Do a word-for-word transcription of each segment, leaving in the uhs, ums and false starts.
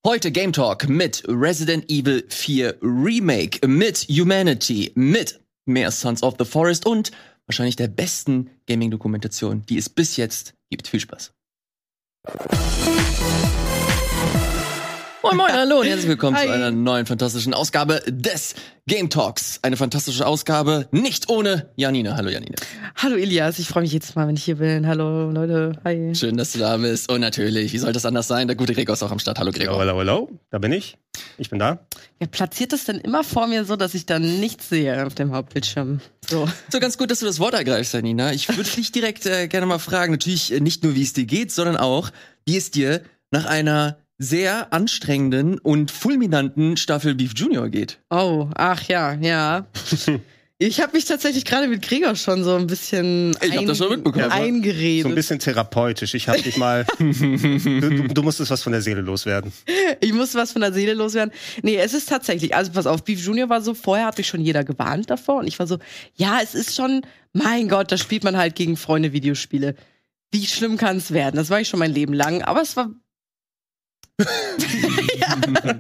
Heute Game Talk mit Resident Evil vier Remake, mit Humanity, mit mehr Sons of the Forest und wahrscheinlich der besten Gaming-Dokumentation, die es bis jetzt gibt. Viel Spaß. Moin Moin, hallo und herzlich willkommen Hi. zu einer neuen fantastischen Ausgabe des Game Talks. Eine fantastische Ausgabe, nicht ohne Janina. Hallo Janina. Hallo Ilias, ich freue mich jedes Mal, wenn ich hier bin. Hallo Leute, hi. Schön, dass du da bist. Und natürlich, wie soll das anders sein? Der gute Gregor ist auch am Start. Hallo Gregor. Hallo, hallo, hallo. Da bin ich. Ich bin da. Wer platziert das denn immer vor mir so, dass ich dann nichts sehe auf dem Hauptbildschirm? So, so ganz gut, dass du das Wort ergreifst, Janina. Ich würde dich direkt äh, gerne mal fragen, natürlich äh, nicht nur, wie es dir geht, sondern auch, wie es dir nach einer sehr anstrengenden und fulminanten Staffel Beef Junior geht. Oh, ach ja, ja. Ich habe mich tatsächlich gerade mit Gregor schon so ein bisschen ich hab das schon mitbekommen. eingeredet. So ein bisschen therapeutisch. Ich hab dich mal. du, du musstest was von der Seele loswerden. Ich musste was von der Seele loswerden. Nee, es ist tatsächlich, also pass auf, Beef Junior war so, vorher hat mich schon jeder gewarnt davor und ich war so, ja, es ist schon, mein Gott, da spielt man halt gegen Freunde Videospiele. Wie schlimm kann es werden? Das war ich schon mein Leben lang, aber es war ja.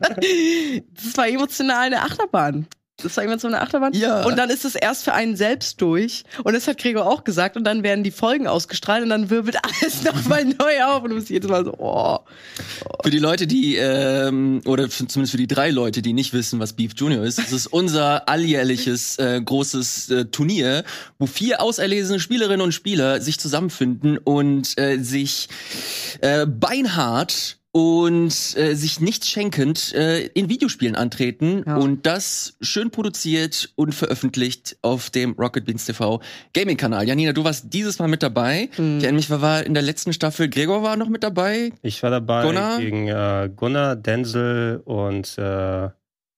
Das war emotional eine Achterbahn. Das war immer so eine Achterbahn. Ja. Und dann ist es erst für einen selbst durch. Und das hat Gregor auch gesagt. Und dann werden die Folgen ausgestrahlt und dann wirbelt alles nochmal neu auf. Und du bist jedes Mal so, oh. oh. Für die Leute, die, ähm, oder zumindest für die drei Leute, die nicht wissen, was Beef Junior ist, das ist unser alljährliches äh, großes äh, Turnier, wo vier auserlesene Spielerinnen und Spieler sich zusammenfinden und äh, sich äh, beinhart und äh, sich nicht schenkend äh, in Videospielen antreten ja. und das schön produziert und veröffentlicht auf dem Rocket Beans T V Gaming-Kanal. Janina, du warst dieses Mal mit dabei. Mhm. Ich erinnere mich, war in der letzten Staffel, Gregor war noch mit dabei. Ich war dabei Gunnar? gegen äh, Gunnar, Denzel und äh, ja,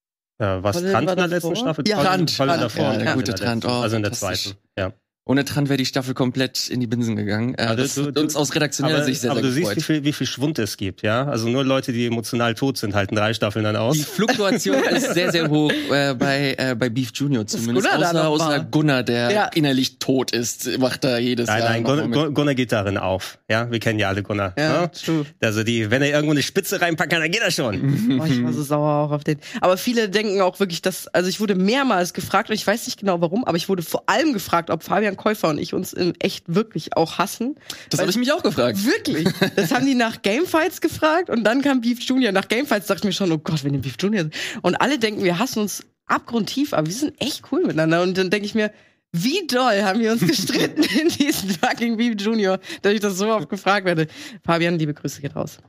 was Trant in der letzten Staffel? Ja, Trant. Trant davor. Ja, der gute Trant. Oh, also in der zweiten, ja. Ohne Trant wäre die Staffel komplett in die Binsen gegangen. Äh, das du, hat du, uns aus redaktioneller aber, Sicht sehr, aber sehr du gefreut. siehst, wie viel, wie viel Schwund es gibt, ja? Also nur Leute, die emotional tot sind, halten drei Staffeln dann aus. Die Fluktuation ist sehr, sehr hoch äh, bei, äh, bei Beef Junior zumindest. Gunnar außer, außer Gunnar, der ja. innerlich tot ist, macht da jedes nein, Jahr Nein, nein, Gunnar, Gunnar geht darin auf. Ja, wir kennen ja alle Gunnar. Ja, ja? true. Also die, wenn er irgendwo eine Spitze reinpackt, dann geht er schon. Oh, ich war so sauer auch auf den. Aber viele denken auch wirklich, dass, also ich wurde mehrmals gefragt und ich weiß nicht genau warum, aber ich wurde vor allem gefragt, ob Fabian Käufer und ich uns in echt wirklich auch hassen. Das habe ich mich auch gefragt. Wirklich. Das haben die nach Gamefights gefragt und dann kam Beef Junior. Nach Gamefights dachte ich mir schon, oh Gott, wenn die Beef Junior sind. Und alle denken, wir hassen uns abgrundtief, aber wir sind echt cool miteinander. Und dann denke ich mir, wie doll haben wir uns gestritten in diesem fucking Beef Junior, dass ich das so oft gefragt werde. Fabian, liebe Grüße geht raus.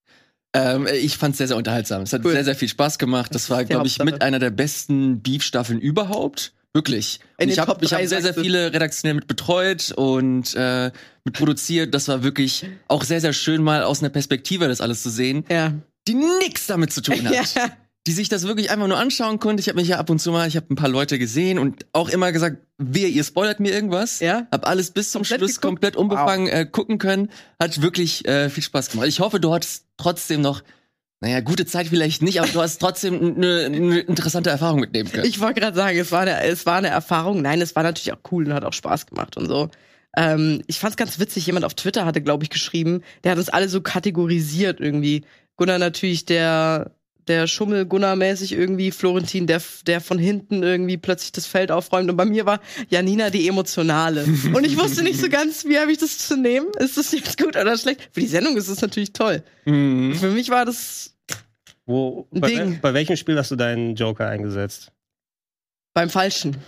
Ähm, ich fand's sehr, sehr unterhaltsam. Es hat cool. sehr, sehr viel Spaß gemacht. Das, das war, glaube ich, mit einer der besten Beef-Staffeln überhaupt. Wirklich. Und ich habe ich hab sehr, sehr viele redaktionell mit betreut und äh, mit produziert. Das war wirklich auch sehr, sehr schön, mal aus einer Perspektive das alles zu sehen, ja. die nichts damit zu tun hat. Ja. Die sich das wirklich einfach nur anschauen konnte. Ich habe mich ja ab und zu mal, ich habe ein paar Leute gesehen und auch immer gesagt, wehe, ihr spoilert mir irgendwas. Ja. Hab alles bis zum komplett Schluss geguckt? komplett unbefangen wow. äh, gucken können. Hat wirklich äh, viel Spaß gemacht. Ich hoffe, du hattest trotzdem noch naja, gute Zeit vielleicht nicht, aber du hast trotzdem eine, eine interessante Erfahrung mitnehmen können. Ich wollte gerade sagen, es war, eine, es war eine Erfahrung. Nein, es war natürlich auch cool und hat auch Spaß gemacht und so. Ähm, ich fand's ganz witzig, jemand auf Twitter hatte, glaube ich, geschrieben, der hat uns alle so kategorisiert irgendwie. Gunnar natürlich der der Schummel Gunnar-mäßig irgendwie, Florentin, der, der von hinten irgendwie plötzlich das Feld aufräumt. Und bei mir war Janina die Emotionale. Und ich wusste nicht so ganz, wie habe ich das zu nehmen? Ist das jetzt gut oder schlecht? Für die Sendung ist es natürlich toll. Mhm. Für mich war das Wo, ein bei, Ding. Bei welchem Spiel hast du deinen Joker eingesetzt? Beim Falschen.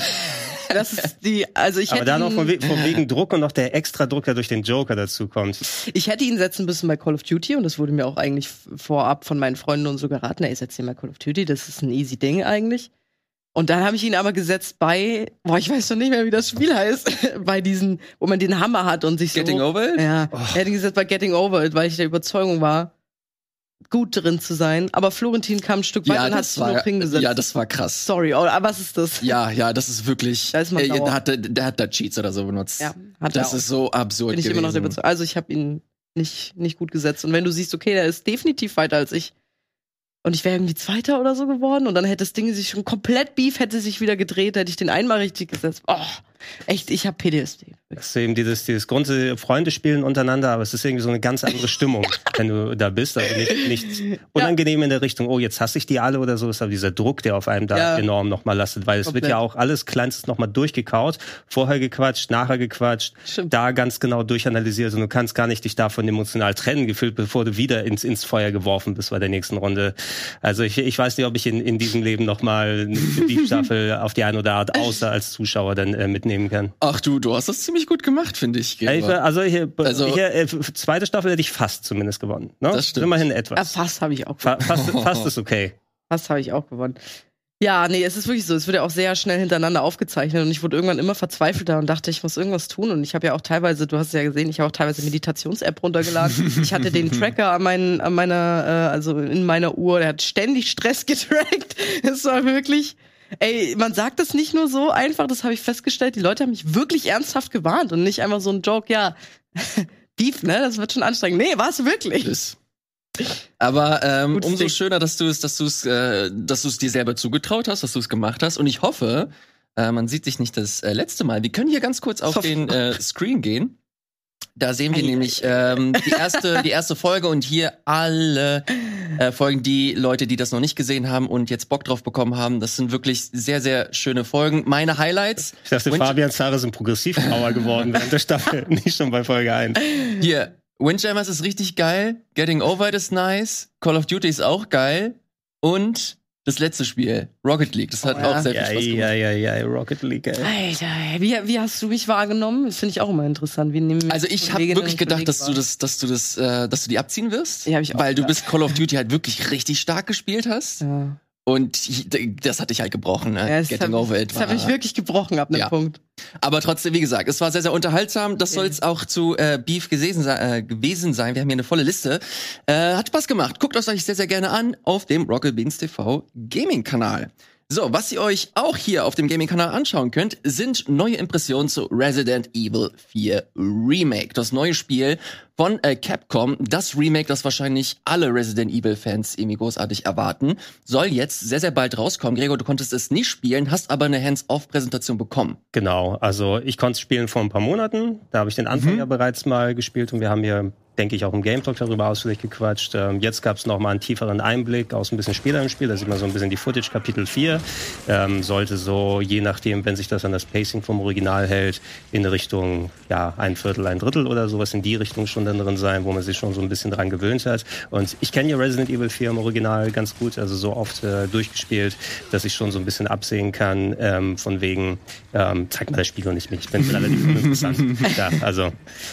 Das ist die, also ich Aber hätte da noch ihn, von, we von wegen Druck und noch der extra Druck, der durch den Joker dazu kommt. Ich hätte ihn setzen müssen bei Call of Duty und das wurde mir auch eigentlich vorab von meinen Freunden und so geraten. Ey, setz ihn bei Call of Duty, das ist ein easy Ding eigentlich. Und dann habe ich ihn aber gesetzt bei, boah, ich weiß schon nicht mehr, wie das Spiel heißt, bei diesen, wo man den Hammer hat und sich Getting so... Over It? Ja, Oh. ich hätte ihn gesetzt bei Getting Over It, weil ich der Überzeugung war, gut drin zu sein. Aber Florentin kam ein Stück weiter und hat es noch hingesetzt. Ja, das war krass. Sorry, aber was ist das? Ja, ja, das ist wirklich. Da ist man äh, sauer. der, hat, der, der hat da Cheats oder so benutzt. Ja, hat er das auch. ist so absurd Bin ich gewesen. immer noch der Überzeugung. Also ich habe ihn nicht, nicht gut gesetzt. Und wenn du siehst, okay, der ist definitiv weiter als ich. Und ich wäre irgendwie Zweiter oder so geworden. Und dann hätte das Ding sich schon komplett Beef, hätte sich wieder gedreht, hätte ich den einmal richtig gesetzt. Oh, echt, ich hab P T S D. Das ist eben dieses, dieses Grunde, Freunde spielen untereinander, aber es ist irgendwie so eine ganz andere Stimmung, wenn du da bist. Also nicht, nicht unangenehm ja. in der Richtung, oh, jetzt hasse ich die alle oder so, ist aber dieser Druck, der auf einem da ja. enorm nochmal lastet, weil es Komplett. wird ja auch alles kleinstes nochmal durchgekaut, vorher gequatscht, nachher gequatscht, Stimmt. da ganz genau durchanalysiert und du kannst gar nicht dich davon emotional trennen, gefühlt, bevor du wieder ins, ins Feuer geworfen bist bei der nächsten Runde. Also ich, ich weiß nicht, ob ich in, in diesem Leben nochmal die Staffel auf die eine oder andere Art außer als Zuschauer dann äh, mitnehmen kann. Ach du, du hast das ziemlich gut gemacht, finde ich. Ja, ich also hier, also hier, äh, zweite Staffel hätte ich fast zumindest gewonnen. Ne? Das stimmt. Immerhin etwas. Ja, fast habe ich auch gewonnen. Fa fast, fast ist okay. Fast habe ich auch gewonnen. Ja, nee, es ist wirklich so. Es wird ja auch sehr schnell hintereinander aufgezeichnet und ich wurde irgendwann immer verzweifelter und dachte, ich muss irgendwas tun. Und ich habe ja auch teilweise, du hast es ja gesehen, ich habe auch teilweise Meditations-App runtergeladen. Ich hatte den Tracker an, mein, an meiner, äh, also in meiner Uhr, der hat ständig Stress getrackt. Es war wirklich... Ey, man sagt das nicht nur so einfach, das habe ich festgestellt. Die Leute haben mich wirklich ernsthaft gewarnt und nicht einfach so ein Joke, ja, Beef, ne, das wird schon anstrengend. Nee, war es wirklich. Ist. Aber ähm, umso Ding. schöner, dass du es, dass du es, äh, dass du es dir selber zugetraut hast, dass du es gemacht hast. Und ich hoffe, äh, man sieht sich nicht das äh, letzte Mal. Wir können hier ganz kurz auf den äh, Screen gehen. Da sehen wir Ei, nämlich ähm, die erste, die erste Folge und hier alle äh, Folgen, die Leute, die das noch nicht gesehen haben und jetzt Bock drauf bekommen haben. Das sind wirklich sehr, sehr schöne Folgen. Meine Highlights. Ich dachte, Wind Fabian Zare sind progressiv grauer geworden während der Staffel, nicht schon bei Folge eins. Hier, Windjammers ist richtig geil. Getting Over It ist nice. Call of Duty ist auch geil. Und das letzte Spiel, Rocket League, das hat oh, ja. auch sehr viel ja, Spaß gemacht. Ja, ja, ja, ja, Rocket League, ey. Alter, wie, wie hast du mich wahrgenommen? Das finde ich auch immer interessant. Wie nehmen also ich habe wirklich gedacht, dass du das, dass du das, äh, dass du die abziehen wirst. Ja, hab ich auch weil gedacht. Du bis Call of Duty halt wirklich richtig stark gespielt hast. Ja. Und das hat dich halt gebrochen, ne? Ja, das Getting hab, Over It. Das hat mich wirklich gebrochen ab einem ja. Punkt. Aber trotzdem, wie gesagt, es war sehr, sehr unterhaltsam. Das okay. soll es auch zu äh, Beef gewesen, äh, gewesen sein. Wir haben hier eine volle Liste. Äh, hat Spaß gemacht. Guckt es euch sehr, sehr gerne an auf dem Rocket Beans T V Gaming-Kanal. So, was ihr euch auch hier auf dem Gaming-Kanal anschauen könnt, sind neue Impressionen zu Resident Evil vier Remake. Das neue Spiel von äh, Capcom, das Remake, das wahrscheinlich alle Resident Evil-Fans irgendwie großartig erwarten, soll jetzt sehr, sehr bald rauskommen. Gregor, du konntest es nicht spielen, hast aber eine Hands-off-Präsentation bekommen. Genau, also ich konnte es spielen vor ein paar Monaten. Da habe ich den Anfang mhm. ja bereits mal gespielt und wir haben hier, denke ich, auch im Game Talk darüber ausführlich gequatscht. Ähm, jetzt gab es noch mal einen tieferen Einblick aus ein bisschen später im Spiel. Da sieht man so ein bisschen die Footage, Kapitel vier. Ähm, sollte so, je nachdem, wenn sich das an das Pacing vom Original hält, in Richtung ja ein Viertel, ein Drittel oder sowas in die Richtung schon dann drin sein, wo man sich schon so ein bisschen dran gewöhnt hat. Und ich kenne ja Resident Evil vier im Original ganz gut, also so oft äh, durchgespielt, dass ich schon so ein bisschen absehen kann, ähm, von wegen, ähm, zeig mal das Spiel noch nicht mit, ich bin relativ uninteressant. Ja, also,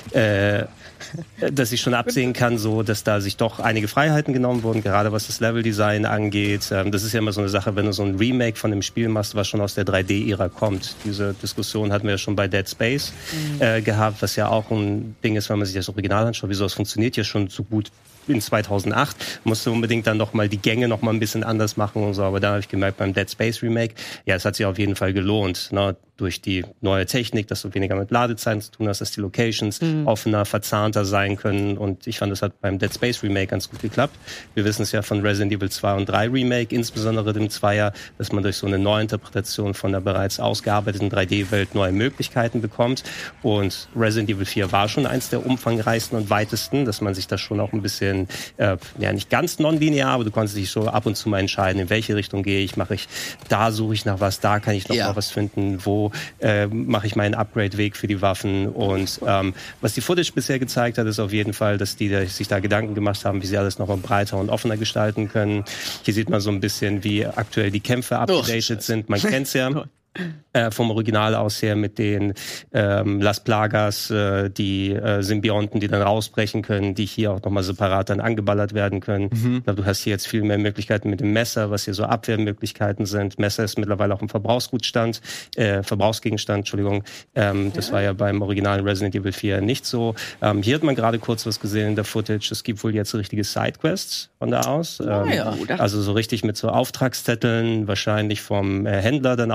äh, dass ich schon absehen kann, so, dass da sich doch einige Freiheiten genommen wurden, gerade was das Leveldesign angeht. Ähm, das ist ja immer so eine Sache, wenn du so ein Remake von einem Spiel machst, was schon aus der drei D-Ära kommt. Diese Diskussion hatten wir ja schon bei Dead Space mhm. äh, gehabt, was ja auch ein Ding ist, wenn man sich das Original anschaut. Wieso, es funktioniert ja schon so gut in zweitausendacht, musste unbedingt dann noch mal die Gänge noch mal ein bisschen anders machen und so, aber da habe ich gemerkt, beim Dead Space Remake, ja, es hat sich auf jeden Fall gelohnt, ne? Durch die neue Technik, dass du weniger mit Ladezeiten zu tun hast, dass die Locations mhm. offener, verzahnter sein können und ich fand, das hat beim Dead Space Remake ganz gut geklappt. Wir wissen es ja von Resident Evil zwei und drei Remake, insbesondere dem Zweier, dass man durch so eine Neuinterpretation von der bereits ausgearbeiteten drei D-Welt neue Möglichkeiten bekommt und Resident Evil vier war schon eins der umfangreichsten und weitesten, dass man sich da schon auch ein bisschen, äh, ja nicht ganz nonlinear, aber du konntest dich so ab und zu mal entscheiden, in welche Richtung gehe ich, mache ich, da suche ich nach was, da kann ich noch ja. mal was finden, wo Äh, mache ich meinen Upgrade-Weg für die Waffen und ähm, was die Footage bisher gezeigt hat, ist auf jeden Fall, dass die da, sich da Gedanken gemacht haben, wie sie alles nochmal breiter und offener gestalten können. Hier sieht man so ein bisschen, wie aktuell die Kämpfe updated oh, sind. Man kennt's ja. Äh, vom Original aus her mit den ähm, Las Plagas, äh, die äh, Symbionten, die dann rausbrechen können, die hier auch nochmal separat dann angeballert werden können. Mhm. Ich glaube, du hast hier jetzt viel mehr Möglichkeiten mit dem Messer, was hier so Abwehrmöglichkeiten sind. Messer ist mittlerweile auch ein Verbrauchsgutstand, äh, Verbrauchsgegenstand, Entschuldigung. Ähm, das ja. war ja beim originalen Resident Evil vier nicht so. Ähm, hier hat man gerade kurz was gesehen in der Footage. Es gibt wohl jetzt richtige Sidequests von da aus. Ähm, oh ja. Also so richtig mit so Auftragszetteln, wahrscheinlich vom äh, Händler dann ausgegeben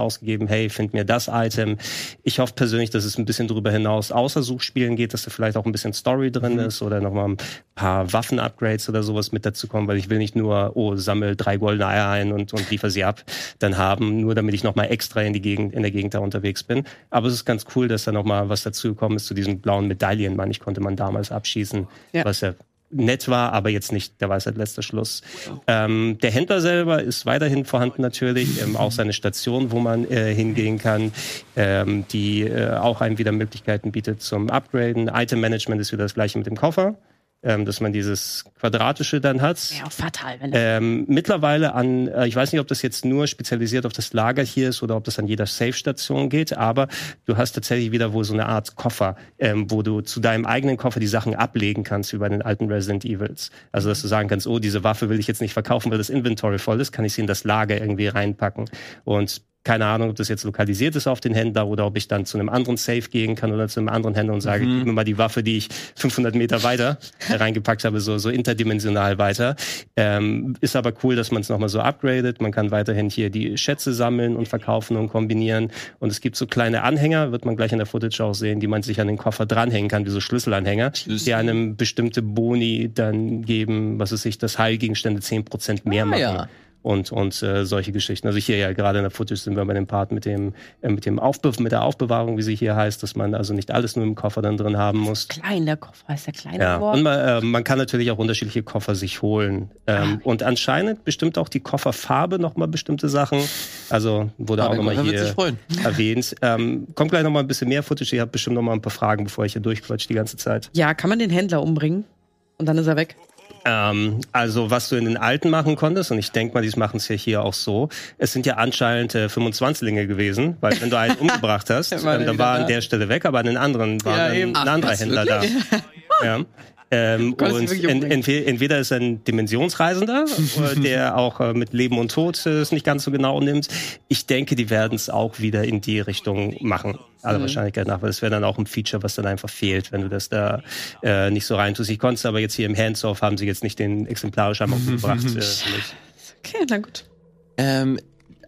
eben, hey, find mir das Item. Ich hoffe persönlich, dass es ein bisschen darüber hinaus außer Suchspielen geht, dass da vielleicht auch ein bisschen Story drin mhm. ist oder nochmal ein paar Waffen-Upgrades oder sowas mit dazu kommen, weil ich will nicht nur, oh, sammel drei goldene Eier ein und, und liefer sie ab, dann haben, nur damit ich nochmal extra in die Gegend, in der Gegend da unterwegs bin. Aber es ist ganz cool, dass da nochmal was dazu gekommen ist zu diesem blauen Medaillenmann. Ich konnte man damals abschießen, ja. was ja nett war, aber jetzt nicht der Weisheit letzter Schluss. Ähm, der Händler selber ist weiterhin vorhanden natürlich, ähm, auch seine Station, wo man äh, hingehen kann, ähm, die äh, auch einem wieder Möglichkeiten bietet zum Upgraden. Item-Management ist wieder das gleiche mit dem Koffer. Ähm, dass man dieses Quadratische dann hat. Ja, fatal. Wenn ähm, mittlerweile an, äh, ich weiß nicht, ob das jetzt nur spezialisiert auf das Lager hier ist oder ob das an jeder Safe-Station geht, aber du hast tatsächlich wieder wohl so eine Art Koffer, ähm, wo du zu deinem eigenen Koffer die Sachen ablegen kannst, wie bei den alten Resident Evils. Also, dass du sagen kannst, oh, diese Waffe will ich jetzt nicht verkaufen, weil das Inventory voll ist, kann ich sie in das Lager irgendwie reinpacken. Und keine Ahnung, ob das jetzt lokalisiert ist auf den Händler oder ob ich dann zu einem anderen Safe gehen kann oder zu einem anderen Händler und sage, mhm. gib mir mal die Waffe, die ich fünfhundert Meter weiter reingepackt habe, so, so interdimensional weiter. Ähm, ist aber cool, dass man es nochmal so upgradet. Man kann weiterhin hier die Schätze sammeln und verkaufen und kombinieren. Und es gibt so kleine Anhänger, wird man gleich in der Footage auch sehen, die man sich an den Koffer dranhängen kann, wie so Schlüsselanhänger, Schlüssel. die einem bestimmte Boni dann geben, was es sich, das Heilgegenstände zehn Prozent mehr ah, machen. Ja. Und, und äh, solche Geschichten. Also hier ja gerade in der Footage sind wir bei dem Part mit dem äh, mit dem Aufbe- mit der Aufbewahrung, wie sie hier heißt, dass man also nicht alles nur im Koffer dann drin haben muss. Klein, der Koffer ist der kleine ja. Wort. Und man, äh, man kann natürlich auch unterschiedliche Koffer sich holen. Ähm, ah. Und anscheinend bestimmt auch die Kofferfarbe nochmal bestimmte Sachen. Also wurde ah, auch nochmal hier erwähnt. Ähm, kommt gleich nochmal ein bisschen mehr Footage. Ihr habt bestimmt nochmal ein paar Fragen, bevor ich hier durchquatsche die ganze Zeit. Ja, kann man den Händler umbringen? Und dann ist er weg? Ähm, also was du in den alten machen konntest, und ich denke mal, die machen es ja hier auch so, es sind ja anscheinend äh, fünfundzwanziglinge gewesen, weil wenn du einen umgebracht hast, ähm, dann war an der Stelle weg, aber an den anderen war ja, ein, ein anderer Ach, Händler wirklich? da. Ja. Ähm, und ent, entweder, entweder ist er ein Dimensionsreisender, der auch äh, mit Leben und Tod äh, es nicht ganz so genau nimmt. Ich denke, die werden es auch wieder in die Richtung machen. Aller mhm. Wahrscheinlichkeit nach, weil das wäre dann auch ein Feature, was dann einfach fehlt, wenn du das da äh, nicht so reintust. Ich konnte es aber jetzt hier im Hands-Off, haben sie jetzt nicht den exemplarisch einmal umgebracht. äh, okay, na gut. Ähm,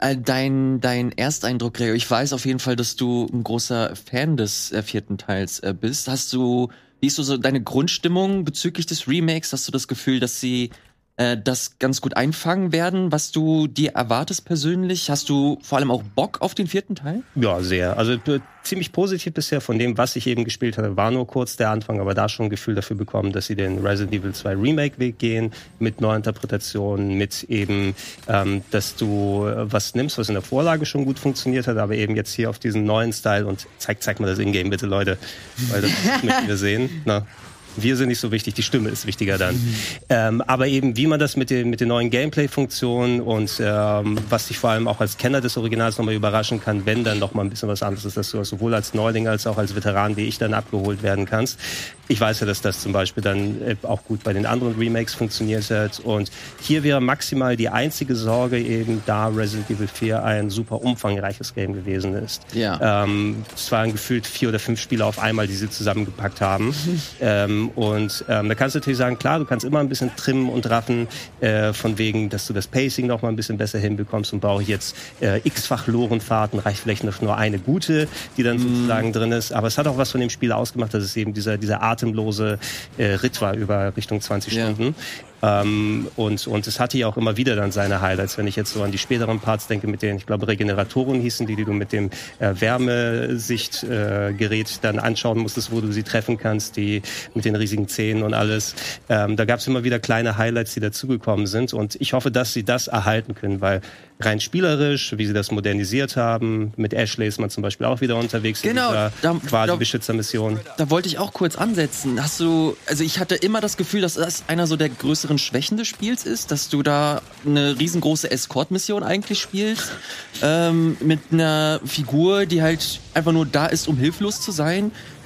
Dein, dein Ersteindruck, Gregor, ich weiß auf jeden Fall, dass du ein großer Fan des äh, vierten Teils äh, bist. Hast du, wie ist so, so deine Grundstimmung bezüglich des Remakes? Hast du das Gefühl, dass sie äh, das ganz gut einfangen werden, was du dir erwartest persönlich? Hast du vor allem auch Bock auf den vierten Teil? Ja, sehr. Also äh, ziemlich positiv bisher von dem, was ich eben gespielt hatte. War nur kurz der Anfang, aber da schon ein Gefühl dafür bekommen, dass sie den Resident Evil zwei Remake-Weg gehen, mit Neuinterpretationen, mit eben, ähm, dass du was nimmst, was in der Vorlage schon gut funktioniert hat, aber eben jetzt hier auf diesen neuen Style und zeig, zeig mal das Ingame bitte, Leute, weil das möchten wir sehen. Na. Wir sind nicht so wichtig, die Stimme ist wichtiger dann. Mhm. Ähm, aber eben, wie man das mit den, mit den neuen Gameplay-Funktionen und ähm, was dich vor allem auch als Kenner des Originals nochmal überraschen kann, wenn dann nochmal ein bisschen was anderes ist, dass du sowohl als Neuling als auch als Veteran wie ich dann abgeholt werden kannst. Ich weiß ja, dass das zum Beispiel dann äh, auch gut bei den anderen Remakes funktioniert hat. Und hier wäre maximal die einzige Sorge eben, da Resident Evil vier ein super umfangreiches Game gewesen ist. Ja. Ähm, es waren gefühlt vier oder fünf Spiele auf einmal, die sie zusammengepackt haben. ähm, Und ähm, da kannst du natürlich sagen, klar, du kannst immer ein bisschen trimmen und raffen, äh, von wegen, dass du das Pacing noch mal ein bisschen besser hinbekommst und brauche ich jetzt äh, x-fach Lorenfahrten, reicht vielleicht noch nur eine gute, die dann mm. sozusagen drin ist. Aber es hat auch was von dem Spiel ausgemacht, dass es eben dieser, dieser atemlose äh, Ritt war über Richtung zwanzig yeah. Stunden. Ähm, und, und es hatte ja auch immer wieder dann seine Highlights, wenn ich jetzt so an die späteren Parts denke, mit denen, ich glaube, Regeneratoren hießen die, die du mit dem äh, Wärmesichtgerät äh, dann anschauen musstest, wo du sie treffen kannst, die mit den riesigen Zähnen und alles. Ähm, da gab es immer wieder kleine Highlights, die dazugekommen sind und ich hoffe, dass sie das erhalten können, weil rein spielerisch, wie sie das modernisiert haben, mit Ashley ist man zum Beispiel auch wieder unterwegs genau, in dieser da, quasi da, Beschützermission. Da wollte ich auch kurz ansetzen. Hast du, also ich hatte immer das Gefühl, dass das einer so der größeren Schwächen des Spiels ist, dass du da eine riesengroße Escort-Mission eigentlich spielst, ähm, mit einer Figur, die halt einfach nur da ist, um hilflos zu sein.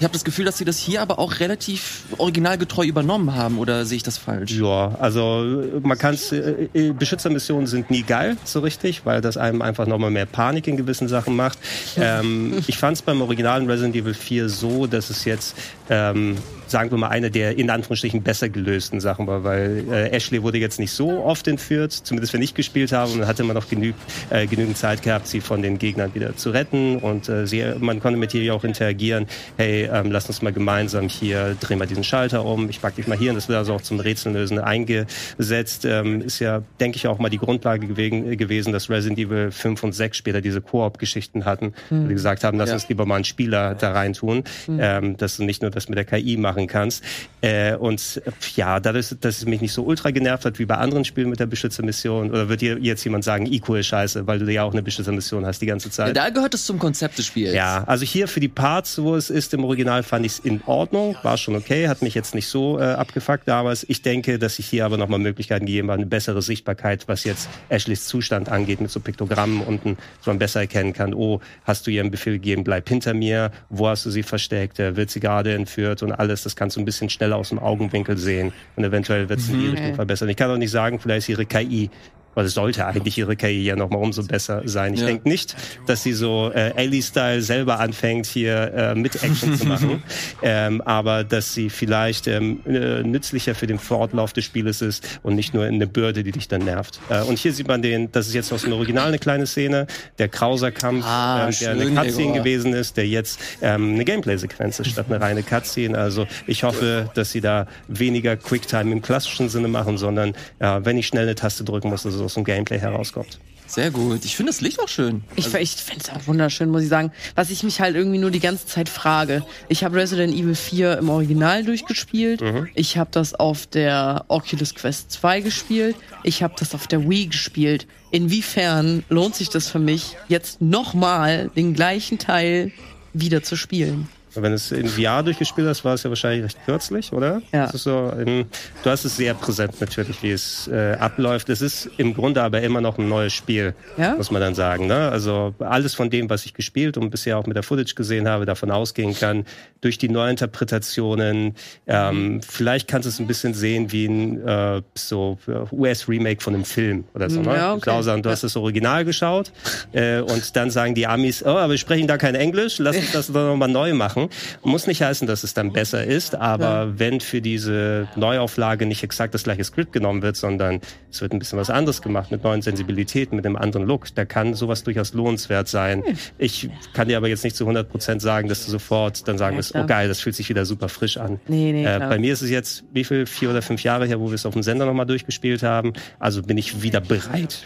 Ich habe das Gefühl, dass sie das hier aber auch relativ originalgetreu übernommen haben, oder sehe ich das falsch? Ja, also man kann es, äh, Beschützermissionen sind nie geil, so richtig, weil das einem einfach nochmal mehr Panik in gewissen Sachen macht. ähm, ich fand es beim originalen Resident Evil vier so, dass es jetzt, ähm, sagen wir mal, eine der in Anführungsstrichen besser gelösten Sachen war, weil äh, Ashley wurde jetzt nicht so oft entführt, zumindest wenn ich gespielt habe, und dann hatte man noch genü äh, genügend Zeit gehabt, sie von den Gegnern wieder zu retten, und äh, sie, man konnte mit ihr auch interagieren. Hey, ähm, lass uns mal gemeinsam hier, drehen wir diesen Schalter um, ich pack dich mal hier, und das wird also auch zum Rätsellösen eingesetzt. Ähm, ist ja, denke ich, auch mal die Grundlage gewesen, gewesen, dass Resident Evil fünf und sechs später diese Koop-Geschichten hatten, mhm. wo die gesagt haben, lass ja. uns lieber mal einen Spieler da rein tun, mhm. ähm, dass du nicht nur das mit der K I machen kannst. Äh, und ja, dadurch, dass es mich nicht so ultra genervt hat wie bei anderen Spielen mit der Beschützermission, oder wird dir jetzt jemand sagen, Ico ist scheiße, weil du ja auch eine Beschützermission hast die ganze Zeit? Ja, da gehört es zum Konzept des Spiels. Ja, also hier für die Parts, wo es ist im Original, fand ich es in Ordnung, war schon okay, hat mich jetzt nicht so äh, abgefuckt damals. Ich denke, dass sich hier aber nochmal Möglichkeiten gegeben haben, eine bessere Sichtbarkeit, was jetzt Ashleys Zustand angeht, mit so Piktogrammen unten, so man besser erkennen kann, oh, hast du ihr einen Befehl gegeben, bleib hinter mir, wo hast du sie versteckt, äh, wird sie gerade entführt und alles, das kannst du ein bisschen schneller aus dem Augenwinkel sehen und eventuell wird sie in die Mhm. Richtung verbessern. Ich kann auch nicht sagen, vielleicht ist ihre K I, weil es sollte eigentlich ihre K I ja noch mal umso besser sein. Ich ja. denke nicht, dass sie so äh, Ellie-Style selber anfängt, hier äh, mit Action zu machen, ähm, aber dass sie vielleicht ähm, äh, nützlicher für den Fortlauf des Spieles ist und nicht nur eine Bürde, die dich dann nervt. Äh, und hier sieht man den, das ist jetzt aus dem Original eine kleine Szene, der Krauser-Kampf, ah, äh, der eine Cutscene gewesen ist, der jetzt ähm, eine Gameplay-Sequenz ist, statt eine reine Cutscene. Also ich hoffe, dass sie da weniger Quicktime im klassischen Sinne machen, sondern äh, wenn ich schnell eine Taste drücken muss, dass es aus dem Gameplay herauskommt. Sehr gut. Ich finde das Licht auch schön. Ich, also, ich finde es auch wunderschön, muss ich sagen. Was ich mich halt irgendwie nur die ganze Zeit frage. Ich habe Resident Evil vier im Original durchgespielt. Mhm. Ich habe das auf der Oculus Quest zwei gespielt. Ich habe das auf der Wii gespielt. Inwiefern lohnt sich das für mich, jetzt nochmal den gleichen Teil wieder zu spielen? Wenn es in V R durchgespielt hast, war es ja wahrscheinlich recht kürzlich, oder? Ja. Das ist so in, du hast es sehr präsent natürlich, wie es äh, abläuft. Es ist im Grunde aber immer noch ein neues Spiel, ja? muss man dann sagen. Ne? Also alles von dem, was ich gespielt und bisher auch mit der Footage gesehen habe, davon ausgehen kann, durch die Neuinterpretationen. Ähm, vielleicht kannst du es ein bisschen sehen wie ein äh, so U S-Remake von einem Film oder so. Ne? Ja, okay. Klauser, und du hast das Original geschaut äh, und dann sagen die Amis, oh, aber wir sprechen da kein Englisch, lass uns das doch nochmal neu machen. Muss nicht heißen, dass es dann besser ist, aber ja. wenn für diese Neuauflage nicht exakt das gleiche Skript genommen wird, sondern es wird ein bisschen was anderes gemacht, mit neuen Sensibilitäten, mit einem anderen Look, da kann sowas durchaus lohnenswert sein. Ich kann dir aber jetzt nicht zu hundert Prozent sagen, dass du sofort dann sagen wirst, ja, oh geil, das fühlt sich wieder super frisch an. Nee, nee, äh, bei mir ist es jetzt, wie viel, vier oder fünf Jahre her, wo wir es auf dem Sender nochmal durchgespielt haben, also bin ich wieder bereit.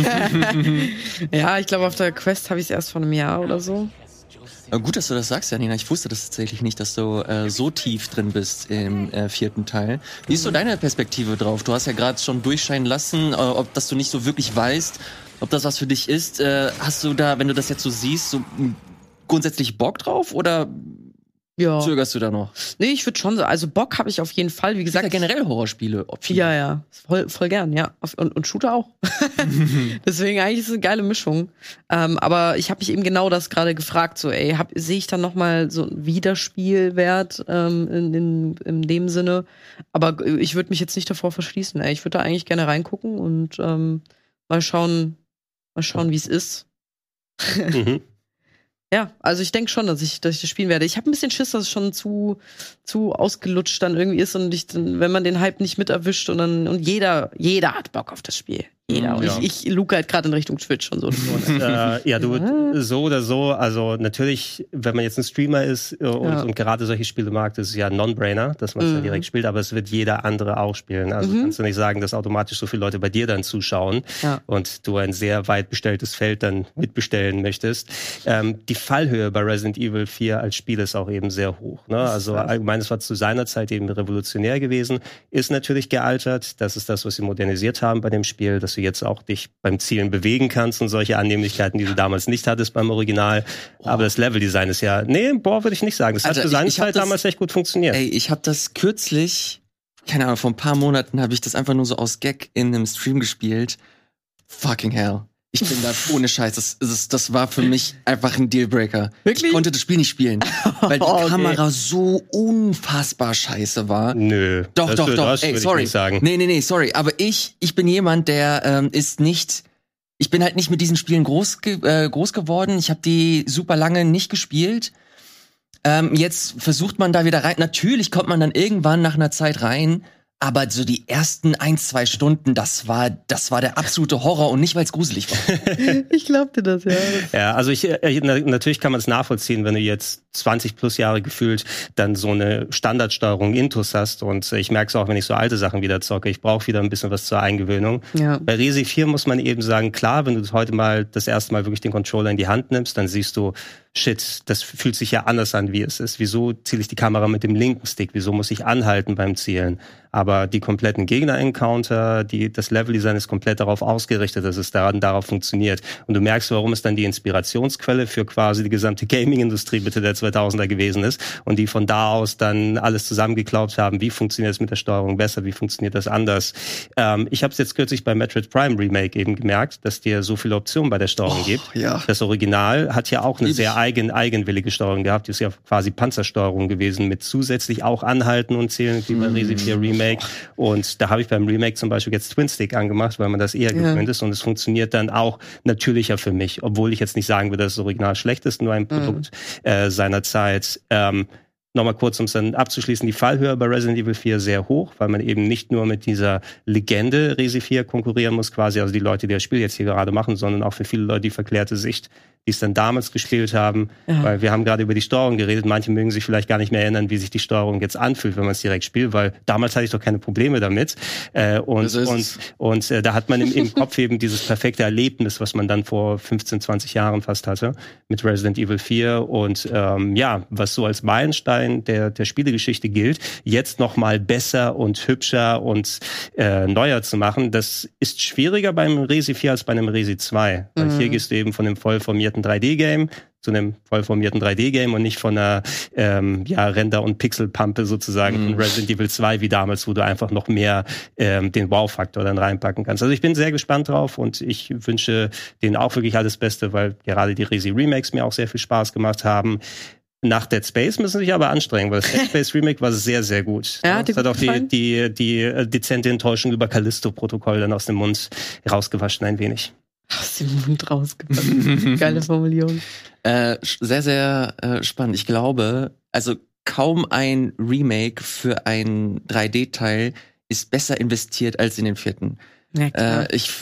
Ja, ich glaube, auf der Quest habe ich es erst vor einem Jahr oder so. Gut, dass du das sagst, Janina. Ich wusste das tatsächlich nicht, dass du äh, so tief drin bist im äh, vierten Teil. Wie ist so deine Perspektive drauf? Du hast ja gerade schon durchscheinen lassen, äh, ob dass du nicht so wirklich weißt, ob das was für dich ist. Äh, hast du da, wenn du das jetzt so siehst, so m- grundsätzlich Bock drauf oder ja. zögerst du da noch? Nee, ich würde schon so, also Bock habe ich auf jeden Fall, wie gesagt. Ja, generell Horrorspiele. Ja, ja, voll, voll gern, ja. Und, und Shooter auch. Deswegen eigentlich ist es eine geile Mischung. Ähm, aber ich habe mich eben genau das gerade gefragt, so, ey, sehe ich dann noch mal so einen Wiederspielwert ähm, in, in, in dem Sinne? Aber ich würde mich jetzt nicht davor verschließen, ey. Ich würde da eigentlich gerne reingucken und ähm, mal schauen, mal schauen, wie es ist. Mhm. Ja, also ich denke schon, dass ich, dass ich das spielen werde. Ich habe ein bisschen Schiss, dass es schon zu, zu ausgelutscht dann irgendwie ist und ich, wenn man den Hype nicht mit erwischt und dann, und jeder, jeder hat Bock auf das Spiel. Jeder. Und ja. ich, ich luke halt gerade in Richtung Twitch und so. äh, ja, du, so oder so, also natürlich, wenn man jetzt ein Streamer ist und, ja. und gerade solche Spiele mag, das ist ja ein Non-Brainer, dass man es mhm. dann direkt spielt, aber es wird jeder andere auch spielen. Also mhm. kannst du nicht sagen, dass automatisch so viele Leute bei dir dann zuschauen ja. und du ein sehr weit bestelltes Feld dann mitbestellen möchtest. Ähm, die Fallhöhe bei Resident Evil vier als Spiel ist auch eben sehr hoch. Ne? Also allgemein, es war zu seiner Zeit eben revolutionär gewesen, ist natürlich gealtert. Das ist das, was sie modernisiert haben bei dem Spiel, dass du jetzt auch dich beim Zielen bewegen kannst und solche Annehmlichkeiten, die du damals nicht hattest beim Original. Boah. Aber das Leveldesign ist ja, nee, boah, würde ich nicht sagen. Das Alter, hat für seine Zeit damals echt gut funktioniert. Ey, ich habe das kürzlich, keine Ahnung, vor ein paar Monaten habe ich das einfach nur so aus Gag in einem Stream gespielt. Fucking hell. Ich bin da ohne Scheiß. Das, das, das war für mich einfach ein Dealbreaker. Wirklich? Ich konnte das Spiel nicht spielen, weil die Okay. Kamera so unfassbar scheiße war. Nö. Doch, das, doch, doch. Das Ey, würde sorry. ich nicht sagen. Nee, nee, nee, sorry. Aber ich, ich bin jemand, der ähm, ist nicht. Ich bin halt nicht mit diesen Spielen groß, ge äh, groß geworden. Ich habe die super lange nicht gespielt. Ähm, jetzt versucht man da wieder rein. Natürlich kommt man dann irgendwann nach einer Zeit rein. Aber so die ersten ein, zwei Stunden, das war, das war der absolute Horror und nicht, weil es gruselig war. Ich glaubte das, ja. Ja, also ich, äh, na, natürlich kann man es nachvollziehen, wenn du jetzt zwanzig plus Jahre gefühlt dann so eine Standardsteuerung Intus hast. Und ich merke es auch, wenn ich so alte Sachen wieder zocke. Ich brauche wieder ein bisschen was zur Eingewöhnung. Ja. Bei Resi vier muss man eben sagen, klar, wenn du heute mal das erste Mal wirklich den Controller in die Hand nimmst, dann siehst du, shit, das fühlt sich ja anders an, wie es ist. Wieso ziele ich die Kamera mit dem linken Stick? Wieso muss ich anhalten beim Zielen? Aber die kompletten Gegner-Encounter, die, das Level-Design ist komplett darauf ausgerichtet, dass es daran, darauf funktioniert. Und du merkst, warum es dann die Inspirationsquelle für quasi die gesamte Gaming-Industrie Mitte der zweitausender gewesen ist. Und die von da aus dann alles zusammengeklaubt haben. Wie funktioniert es mit der Steuerung besser? Wie funktioniert das anders? Ähm, ich habe es jetzt kürzlich bei Metroid Prime Remake eben gemerkt, dass dir so viele Optionen bei der Steuerung Oh, gibt. ja. Das Original hat ja auch eine Lieb sehr ich. eigen, eigenwillige Steuerung gehabt. Die ist ja quasi Panzersteuerung gewesen mit zusätzlich auch Anhalten und Zählen wie bei Resi vier Remake. Und da habe ich beim Remake zum Beispiel jetzt Twin Stick angemacht, weil man das eher Ja. gewöhnt ist. Und es funktioniert dann auch natürlicher für mich. Obwohl ich jetzt nicht sagen würde, dass das Original schlecht ist, nur ein Produkt mhm. äh, seiner Zeit. Ähm, Nochmal kurz, um es dann abzuschließen, die Fallhöhe bei Resident Evil vier sehr hoch, weil man eben nicht nur mit dieser Legende Resi vier konkurrieren muss, quasi, also die Leute, die das Spiel jetzt hier gerade machen, sondern auch für viele Leute die verklärte Sicht, die es dann damals gespielt haben. Ja. Weil wir haben gerade über die Steuerung geredet. Manche mögen sich vielleicht gar nicht mehr erinnern, wie sich die Steuerung jetzt anfühlt, wenn man es direkt spielt, weil damals hatte ich doch keine Probleme damit. Äh, und und, und äh, da hat man im, im Kopf eben dieses perfekte Erlebnis, was man dann vor fünfzehn, zwanzig Jahren fast hatte mit Resident Evil vier. Und ähm, ja, was so als Meilenstein der, der Spielegeschichte gilt, jetzt noch mal besser und hübscher und äh, neuer zu machen, das ist schwieriger beim Resi vier als bei einem Resi zwei. Weil mhm. hier gehst du eben von dem voll formierten drei D-Game zu einem vollformierten drei D-Game und nicht von einer ähm, ja, Render- und Pixelpampe sozusagen mm. von Resident Evil zwei wie damals, wo du einfach noch mehr ähm, den Wow-Faktor dann reinpacken kannst. Also ich bin sehr gespannt drauf und ich wünsche denen auch wirklich alles Beste, weil gerade die Resi-Remakes mir auch sehr viel Spaß gemacht haben. Nach Dead Space müssen sie sich aber anstrengen, weil das Dead Space Remake war sehr, sehr gut. Ja, das hat auch die, die, die äh, dezente Enttäuschung über Callisto-Protokoll dann aus dem Mund rausgewaschen ein wenig. Aus dem Mund rausgewaschen. Geile Formulierung. Äh, sehr, sehr äh, spannend. Ich glaube, also kaum ein Remake für ein drei D-Teil ist besser investiert als in den vierten. Ja, klar. Äh, ich,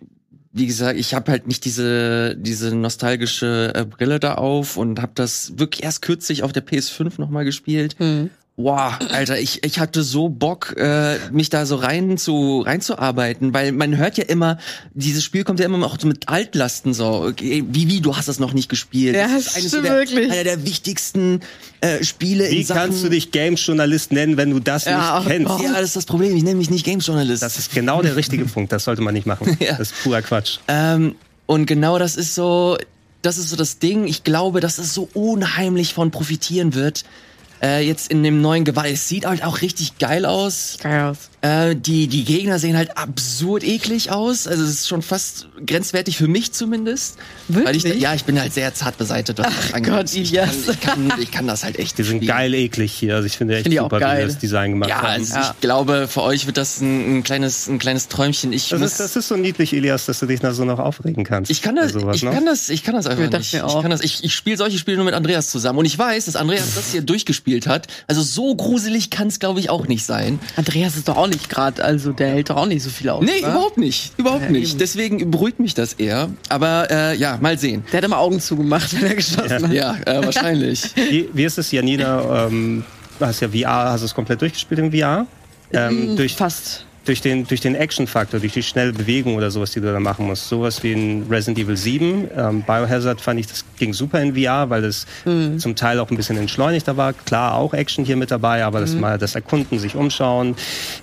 wie gesagt, ich habe halt nicht diese diese nostalgische äh, Brille da auf und habe das wirklich erst kürzlich auf der P S fünf nochmal gespielt. Hm. Wow, Alter, ich ich hatte so Bock, äh, mich da so rein zu reinzuarbeiten, weil man hört ja immer, dieses Spiel kommt ja immer auch so mit Altlasten so. Okay, wie wie du hast das noch nicht gespielt? Ja, das das ist stimmt der, wirklich. einer der wichtigsten äh, Spiele wie in Sachen. Wie kannst du dich Games-Journalist nennen, wenn du das ja, nicht kennst? Oh. Ja, das ist das Problem. Ich nenne mich nicht Games-Journalist. Das ist genau der richtige Punkt. Das sollte man nicht machen. Ja. Das ist purer Quatsch. Ähm, und genau das ist so, das ist so das Ding. Ich glaube, dass es so unheimlich von profitieren wird. Äh, jetzt in dem neuen Gewalt. Es sieht halt auch richtig geil aus. Geil aus. Äh, die, die Gegner sehen halt absurd eklig aus. Also es ist schon fast grenzwertig für mich zumindest. Wirklich? Weil ich, ja, ich bin halt sehr zart beseitigt. Was Ach das Gott, ich, yes. kann, ich, kann, ich kann das halt echt Die sind spielen. geil eklig hier. Also ich finde echt find super, wie wie das Design gemacht ja, haben. Also ja, ich glaube, für euch wird das ein, ein kleines, ein kleines Träumchen. Ich das, muss, ist, das ist so niedlich, Elias, dass du dich da so noch aufregen kannst. Ich kann das, sowas, ich ne? kann das, ich kann das einfach ich nicht. auch. Ich kann das, ich, ich spiele solche Spiele nur mit Andreas zusammen und ich weiß, dass Andreas das hier durchgespielt hat. Also so gruselig kann es, glaube ich, auch nicht sein. Andreas ist doch auch nicht gerade, also der hält doch auch nicht so viel aus. Nee, oder? überhaupt nicht, überhaupt Ja, nicht. eben. Deswegen beruhigt mich das eher. Aber äh, ja, mal sehen. Der hat immer Augen zugemacht, wenn er geschossen hat. Ja, äh, wahrscheinlich. Wie, wie ist es, Janina? Ähm, du hast ja V R, hast du es komplett durchgespielt im V R? Ähm, durch, Fast. durch den, durch den Action-Faktor, durch die schnelle Bewegung oder sowas, die du da machen musst. Sowas wie in Resident Evil sieben. Ähm, Biohazard fand ich, das ging super in V R, weil das mhm. zum Teil auch ein bisschen entschleunigter war. Klar, auch Action hier mit dabei, aber das mhm. mal das Erkunden, sich umschauen.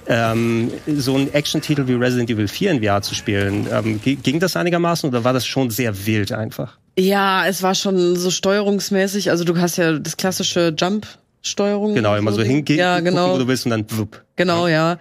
Ähm, so ein Action-Titel wie Resident Evil vier in V R zu spielen, ähm, ging das einigermaßen oder war das schon sehr wild einfach? Ja, es war schon so steuerungsmäßig. Also du hast ja das klassische Jump Steuerung. Genau, immer so hingehen, ja, genau. gucken, wo du bist und dann wupp. Genau, ja.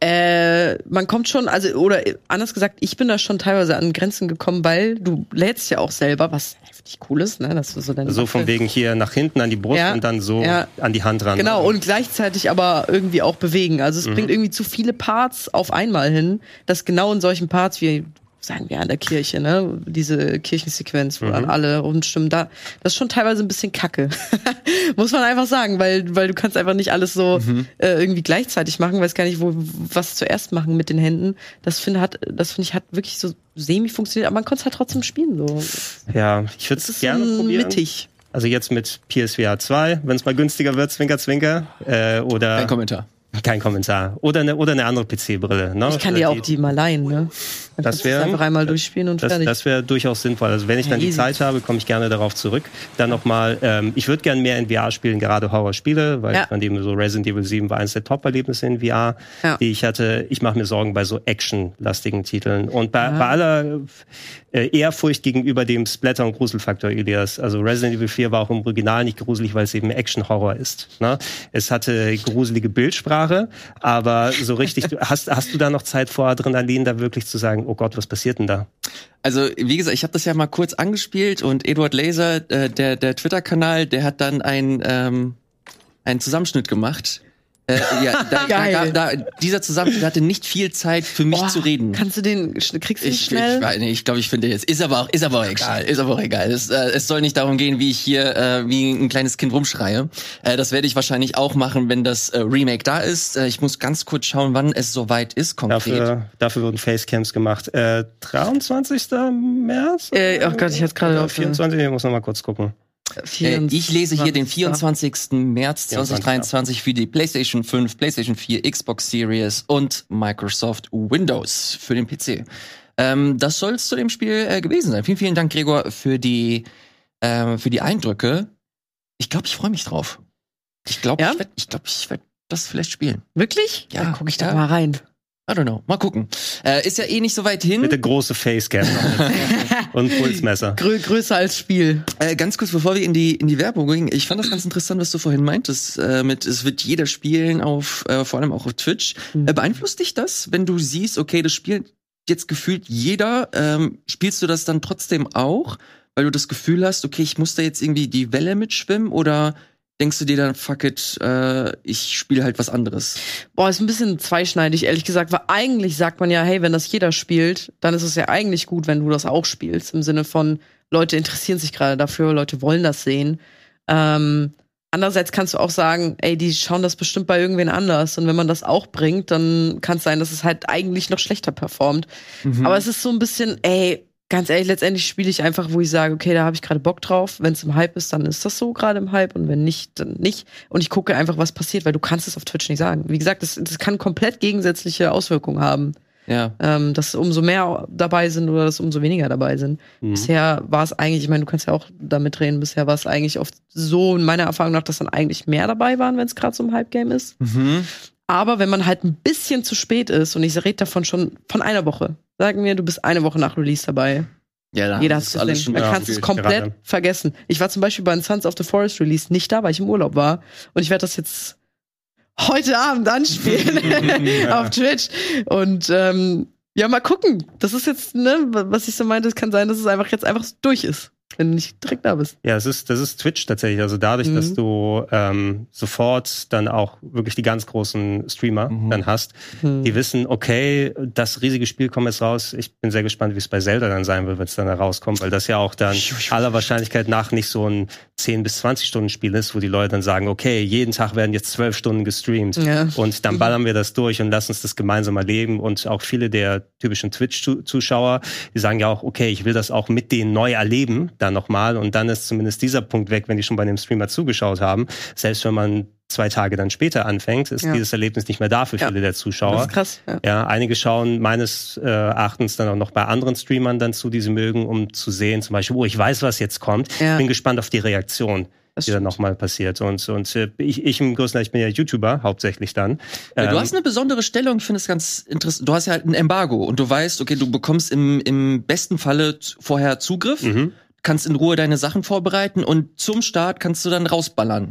Äh, man kommt schon, also, oder anders gesagt, ich bin da schon teilweise an Grenzen gekommen, weil du lädst ja auch selber, was heftig cool ist, ne? Dass du so deine So von Waffe- wegen hier nach hinten an die Brust Ja, und dann so ja. an die Hand ran. Genau, und gleichzeitig aber irgendwie auch bewegen. Also es Mhm. bringt irgendwie zu viele Parts auf einmal hin, dass genau in solchen Parts wie sagen wir an der Kirche, ne, diese Kirchensequenz, wo Mhm. dann alle rumstimmen, da, das ist schon teilweise ein bisschen kacke. Muss man einfach sagen, weil, weil du kannst einfach nicht alles so Mhm. äh, irgendwie gleichzeitig machen, weiß gar nicht, wo, was zuerst machen mit den Händen. Das finde hat, das finde ich hat wirklich so semi funktioniert, aber man konnte es halt trotzdem spielen, so. Ja, ich würde Das es ist gerne so probieren. mittig. Also jetzt mit P S V R zwei, wenn es mal günstiger wird, Zwinker, Zwinker. Äh, oder Kein Kommentar. Kein Kommentar. Oder eine, oder eine andere P C-Brille. Ne? Ich kann dir auch die mal leihen, ne? Dann Das kannst du es wär- einfach einmal durchspielen und Das, fertig. das wäre durchaus sinnvoll. Also wenn ich dann Ja, die easy. Zeit habe, komme ich gerne darauf zurück. Dann nochmal, ähm, ich würde gerne mehr in V R spielen, gerade Horrorspiele, weil Ja. von dem so Resident Evil sieben war eines der Top-Erlebnisse in V R, Ja. die ich hatte. Ich mache mir Sorgen bei so Action-lastigen Titeln. Und bei, Ja. bei aller äh, Ehrfurcht gegenüber dem Splatter- und Gruselfaktor, Elias. Also Resident Evil vier war auch im Original nicht gruselig, weil es eben Action-Horror ist. Ne? Es hatte gruselige Bildsprache, aber so richtig, du- hast, hast du da noch Zeit vor Adrenalin, da wirklich zu sagen, oh Gott, was passiert denn da? Also, wie gesagt, ich habe das ja mal kurz angespielt und Eduard Laser, äh, der, der Twitter-Kanal, der hat dann einen, ähm, einen Zusammenschnitt gemacht. Äh, ja, da, da, Geil. da, da, dieser Zusammenschnitt hatte nicht viel Zeit für mich Boah, zu reden. Kannst du den, kriegst du den Ich, ich, schnell? weiß nicht, ich glaube, ich finde jetzt, ist aber auch, ist aber auch egal, ist aber auch egal. Es, äh, es soll nicht darum gehen, wie ich hier äh, wie ein kleines Kind rumschreie. Äh, das werde ich wahrscheinlich auch machen, wenn das äh, Remake da ist. Äh, ich muss ganz kurz schauen, wann es soweit ist, konkret. Dafür, dafür wurden Facecams gemacht. Äh, dreiundzwanzigster März? Äh, oh Gott, ich hatte gerade Oder auf vierundzwanzig, ich muss noch mal kurz gucken. Äh, ich lese hier den vierundzwanzigsten vierundzwanzigsten März zweitausenddreiundzwanzig für die PlayStation fünf, PlayStation vier, Xbox Series und Microsoft Windows für den P C. Ähm, das soll es zu dem Spiel äh, gewesen sein. Vielen, vielen Dank, Gregor, für die äh, für die Eindrücke. Ich glaube, ich freue mich drauf. Ich glaube, Ja? ich werde ich glaub, ich werd das vielleicht spielen. Wirklich? Ja, Dann guck ich da ja. mal rein. I don't know. Mal gucken. Äh, ist ja eh nicht so weit hin. Bitte große Facecam noch. Und Pulsmesser. Grö größer als Spiel. Äh, ganz kurz, bevor wir in die in die Werbung gehen, ich fand das ganz interessant, was du vorhin meintest, äh, mit es wird jeder spielen auf, äh, vor allem auch auf Twitch. Mhm. Äh, beeinflusst dich das, wenn du siehst, okay, das spielt jetzt gefühlt jeder, ähm, spielst du das dann trotzdem auch, weil du das Gefühl hast, okay, ich muss da jetzt irgendwie die Welle mitschwimmen, oder denkst du dir dann, fuck it, äh, ich spiele halt was anderes? Boah, ist ein bisschen zweischneidig, ehrlich gesagt, weil eigentlich sagt man ja, hey, wenn das jeder spielt, dann ist es ja eigentlich gut, wenn du das auch spielst, im Sinne von, Leute interessieren sich gerade dafür, Leute wollen das sehen. Ähm, andererseits kannst du auch sagen, ey, die schauen das bestimmt bei irgendwen anders, und wenn man das auch bringt, dann kann es sein, dass es halt eigentlich noch schlechter performt. Mhm. Aber es ist so ein bisschen, ey, ganz ehrlich, letztendlich spiele ich einfach, wo ich sage, okay, da habe ich gerade Bock drauf. Wenn es im Hype ist, dann ist das so gerade im Hype, und wenn nicht, dann nicht. Und ich gucke einfach, was passiert, weil du kannst es auf Twitch nicht sagen. Wie gesagt, das, das kann komplett gegensätzliche Auswirkungen haben. Ja. Ähm, dass umso mehr dabei sind oder dass umso weniger dabei sind. Mhm. Bisher war es eigentlich, ich meine, du kannst ja auch damit reden, bisher war es eigentlich oft so, in meiner Erfahrung nach, dass dann eigentlich mehr dabei waren, wenn es gerade so ein Hype-Game ist. Mhm. Aber wenn man halt ein bisschen zu spät ist, und ich rede davon schon von einer Woche, sagen wir, du bist eine Woche nach Release dabei. Ja, da Jeder haben hat sie es alles gesehen. schon Man ja, kann es gefühlt komplett gerade. vergessen. Ich war zum Beispiel bei Sons of the Forest Release nicht da, weil ich im Urlaub war. Und ich werde das jetzt heute Abend anspielen auf Twitch. Und ähm, ja, mal gucken. Das ist jetzt, ne, was ich so meinte, es kann sein, dass es einfach jetzt einfach durch ist, wenn du nicht direkt da bist. Ja, es ist, das ist Twitch tatsächlich. Also dadurch, Mhm. dass du ähm, sofort dann auch wirklich die ganz großen Streamer Mhm. dann hast, Hm. die wissen, okay, das riesige Spiel kommt jetzt raus. Ich bin sehr gespannt, wie es bei Zelda dann sein wird, wenn es dann da rauskommt, weil das ja auch dann aller Wahrscheinlichkeit nach nicht so ein zehn bis zwanzig Stunden Spiel ist, wo die Leute dann sagen, okay, jeden Tag werden jetzt zwölf Stunden gestreamt. Ja. Und dann ballern wir das durch und lassen uns das gemeinsam erleben. Und auch viele der typischen Twitch-Zuschauer, die sagen ja auch, okay, ich will das auch mit denen neu erleben, dann nochmal. Und dann ist zumindest dieser Punkt weg, wenn die schon bei dem Streamer zugeschaut haben. Selbst wenn man zwei Tage dann später anfängt, ist Ja. dieses Erlebnis nicht mehr da für Ja. viele der Zuschauer. Das ist krass. Ja. Ja, einige schauen meines äh, Erachtens dann auch noch bei anderen Streamern dann zu, die sie mögen, um zu sehen, zum Beispiel, oh, ich weiß, was jetzt kommt. Ja. Bin gespannt auf die Reaktion, Das die dann stimmt. nochmal passiert. Und, und äh, ich, ich im größten Teil, ich bin ja YouTuber, hauptsächlich dann. Ja, du Ähm, hast eine besondere Stellung, ich finde es ganz interessant. Du hast ja halt ein Embargo und du weißt, okay, du bekommst im, im besten Falle z- vorher Zugriff, mhm. kannst in Ruhe deine Sachen vorbereiten und zum Start kannst du dann rausballern.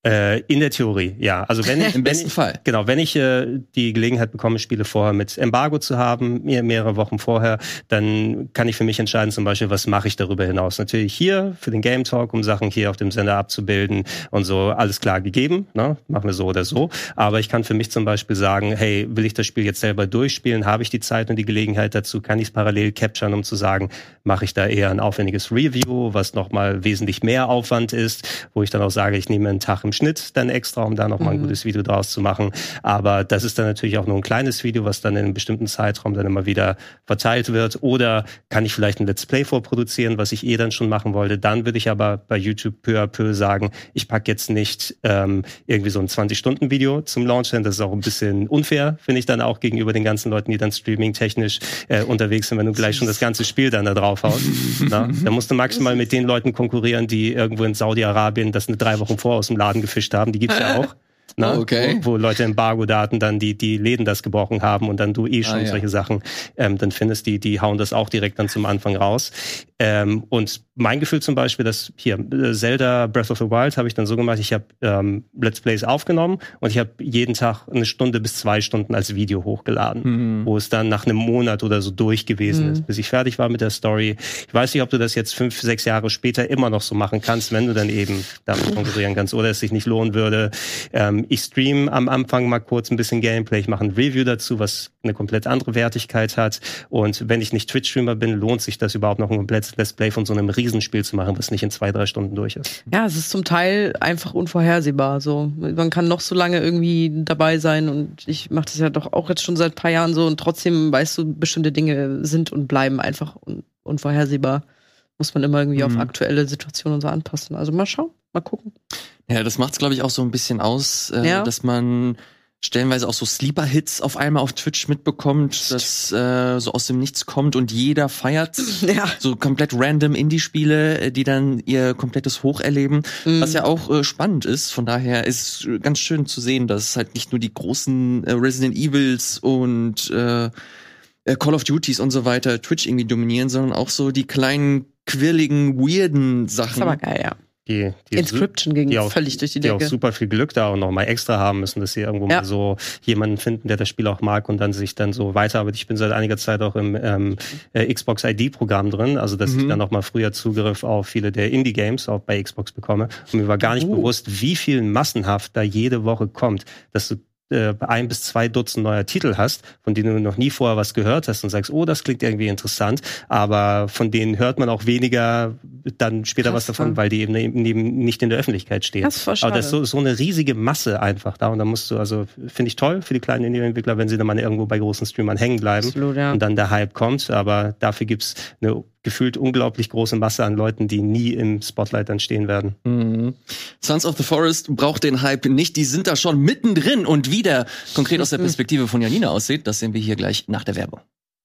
Äh, in der Theorie, ja. Also wenn ich, im besten wenn ich, Fall. Genau, wenn ich äh, die Gelegenheit bekomme, Spiele vorher mit Embargo zu haben, mir mehrere Wochen vorher, dann kann ich für mich entscheiden, zum Beispiel, was mache ich darüber hinaus. Natürlich hier für den Game Talk, um Sachen hier auf dem Sender abzubilden und so, alles klar gegeben, ne? Machen wir so oder so. Aber ich kann für mich zum Beispiel sagen, hey, will ich das Spiel jetzt selber durchspielen? Habe ich die Zeit und die Gelegenheit dazu? Kann ich es parallel capturen, um zu sagen, mache ich da eher ein aufwendiges Review, was nochmal wesentlich mehr Aufwand ist, wo ich dann auch sage, ich nehme einen Tag im Schnitt dann extra, um da nochmal ein gutes Video draus zu machen. Aber das ist dann natürlich auch nur ein kleines Video, was dann in einem bestimmten Zeitraum dann immer wieder verteilt wird. Oder kann ich vielleicht ein Let's Play vorproduzieren, was ich eh dann schon machen wollte. Dann würde ich aber bei YouTube peu à peu sagen, ich packe jetzt nicht ähm, irgendwie so ein zwanzig-Stunden-Video zum Launch hin. Das ist auch ein bisschen unfair, finde ich dann auch gegenüber den ganzen Leuten, die dann streaming-technisch äh, unterwegs sind, wenn du gleich schon das ganze Spiel dann da drauf haust. Na? Da musst du maximal mit den Leuten konkurrieren, die irgendwo in Saudi-Arabien das eine drei Wochen vor aus dem Laden gefischt haben. Die gibt's ja auch. Na, oh, okay. wo, wo Leute Embargo-Daten dann die die Läden das gebrochen haben und dann du eh schon ah, ja. solche Sachen ähm, dann findest, die die hauen das auch direkt dann zum Anfang raus. Ähm, und mein Gefühl zum Beispiel, dass hier Zelda Breath of the Wild habe ich dann so gemacht, ich habe ähm, Let's Plays aufgenommen und ich habe jeden Tag eine Stunde bis zwei Stunden als Video hochgeladen, mhm. wo es dann nach einem Monat oder so durch gewesen mhm. ist, bis ich fertig war mit der Story. Ich weiß nicht, ob du das jetzt fünf, sechs Jahre später immer noch so machen kannst, wenn du dann eben damit konkurrieren kannst oder es sich nicht lohnen würde. Ähm, ich streame am Anfang mal kurz ein bisschen Gameplay, ich mache ein Review dazu, was eine komplett andere Wertigkeit hat und wenn ich nicht Twitch-Streamer bin, lohnt sich das überhaupt noch ein komplettes Let's Play von so einem Riesenspiel zu machen, was nicht in zwei, drei Stunden durch ist. Ja, es ist zum Teil einfach unvorhersehbar. So, man kann noch so lange irgendwie dabei sein und ich mache das ja doch auch jetzt schon seit ein paar Jahren so und trotzdem weißt du, bestimmte Dinge sind und bleiben einfach un- unvorhersehbar. Muss man immer irgendwie mhm. auf aktuelle Situationen und so anpassen. Also mal schauen, mal gucken. Ja, das macht's, glaube ich, auch so ein bisschen aus, äh, ja. dass man stellenweise auch so Sleeper-Hits auf einmal auf Twitch mitbekommt, das äh, so aus dem Nichts kommt und jeder feiert ja. so komplett random Indie-Spiele, die dann ihr komplettes Hoch erleben, mhm. was ja auch äh, spannend ist. Von daher ist ganz schön zu sehen, dass halt nicht nur die großen äh, Resident Evils und äh, Call of Duties und so weiter Twitch irgendwie dominieren, sondern auch so die kleinen, quirligen, weirden Sachen. Das ist aber geil, ja. Die, die Inscription ging die auch, völlig durch die die Decke. auch super viel Glück da und noch mal extra haben müssen, dass sie irgendwo ja. mal so jemanden finden, der das Spiel auch mag und dann sich dann so weiterarbeitet. Ich bin seit einiger Zeit auch im ähm, äh, Xbox I D-Programm drin, also dass mhm. ich dann noch mal früher Zugriff auf viele der Indie-Games auch bei Xbox bekomme. Und mir war gar nicht uh. bewusst, wie viel massenhaft da jede Woche kommt, dass du ein bis zwei Dutzend neuer Titel hast, von denen du noch nie vorher was gehört hast und sagst, oh, das klingt irgendwie interessant, aber von denen hört man auch weniger dann später Krass, was davon, ja. weil die eben, eben nicht in der Öffentlichkeit stehen. Das ist voll schade. Aber das ist so, so eine riesige Masse einfach da und da musst du, also finde ich toll für die kleinen Indie-Entwickler, wenn sie dann mal irgendwo bei großen Streamern hängen bleiben Absolut, ja. und dann der Hype kommt, aber dafür gibt's eine gefühlt unglaublich große Masse an Leuten, die nie im Spotlight dann stehen werden. Mhm. Sons of the Forest braucht den Hype nicht, die sind da schon mittendrin und wie der konkret aus der Perspektive von Janina aussieht, das sehen wir hier gleich nach der Werbung.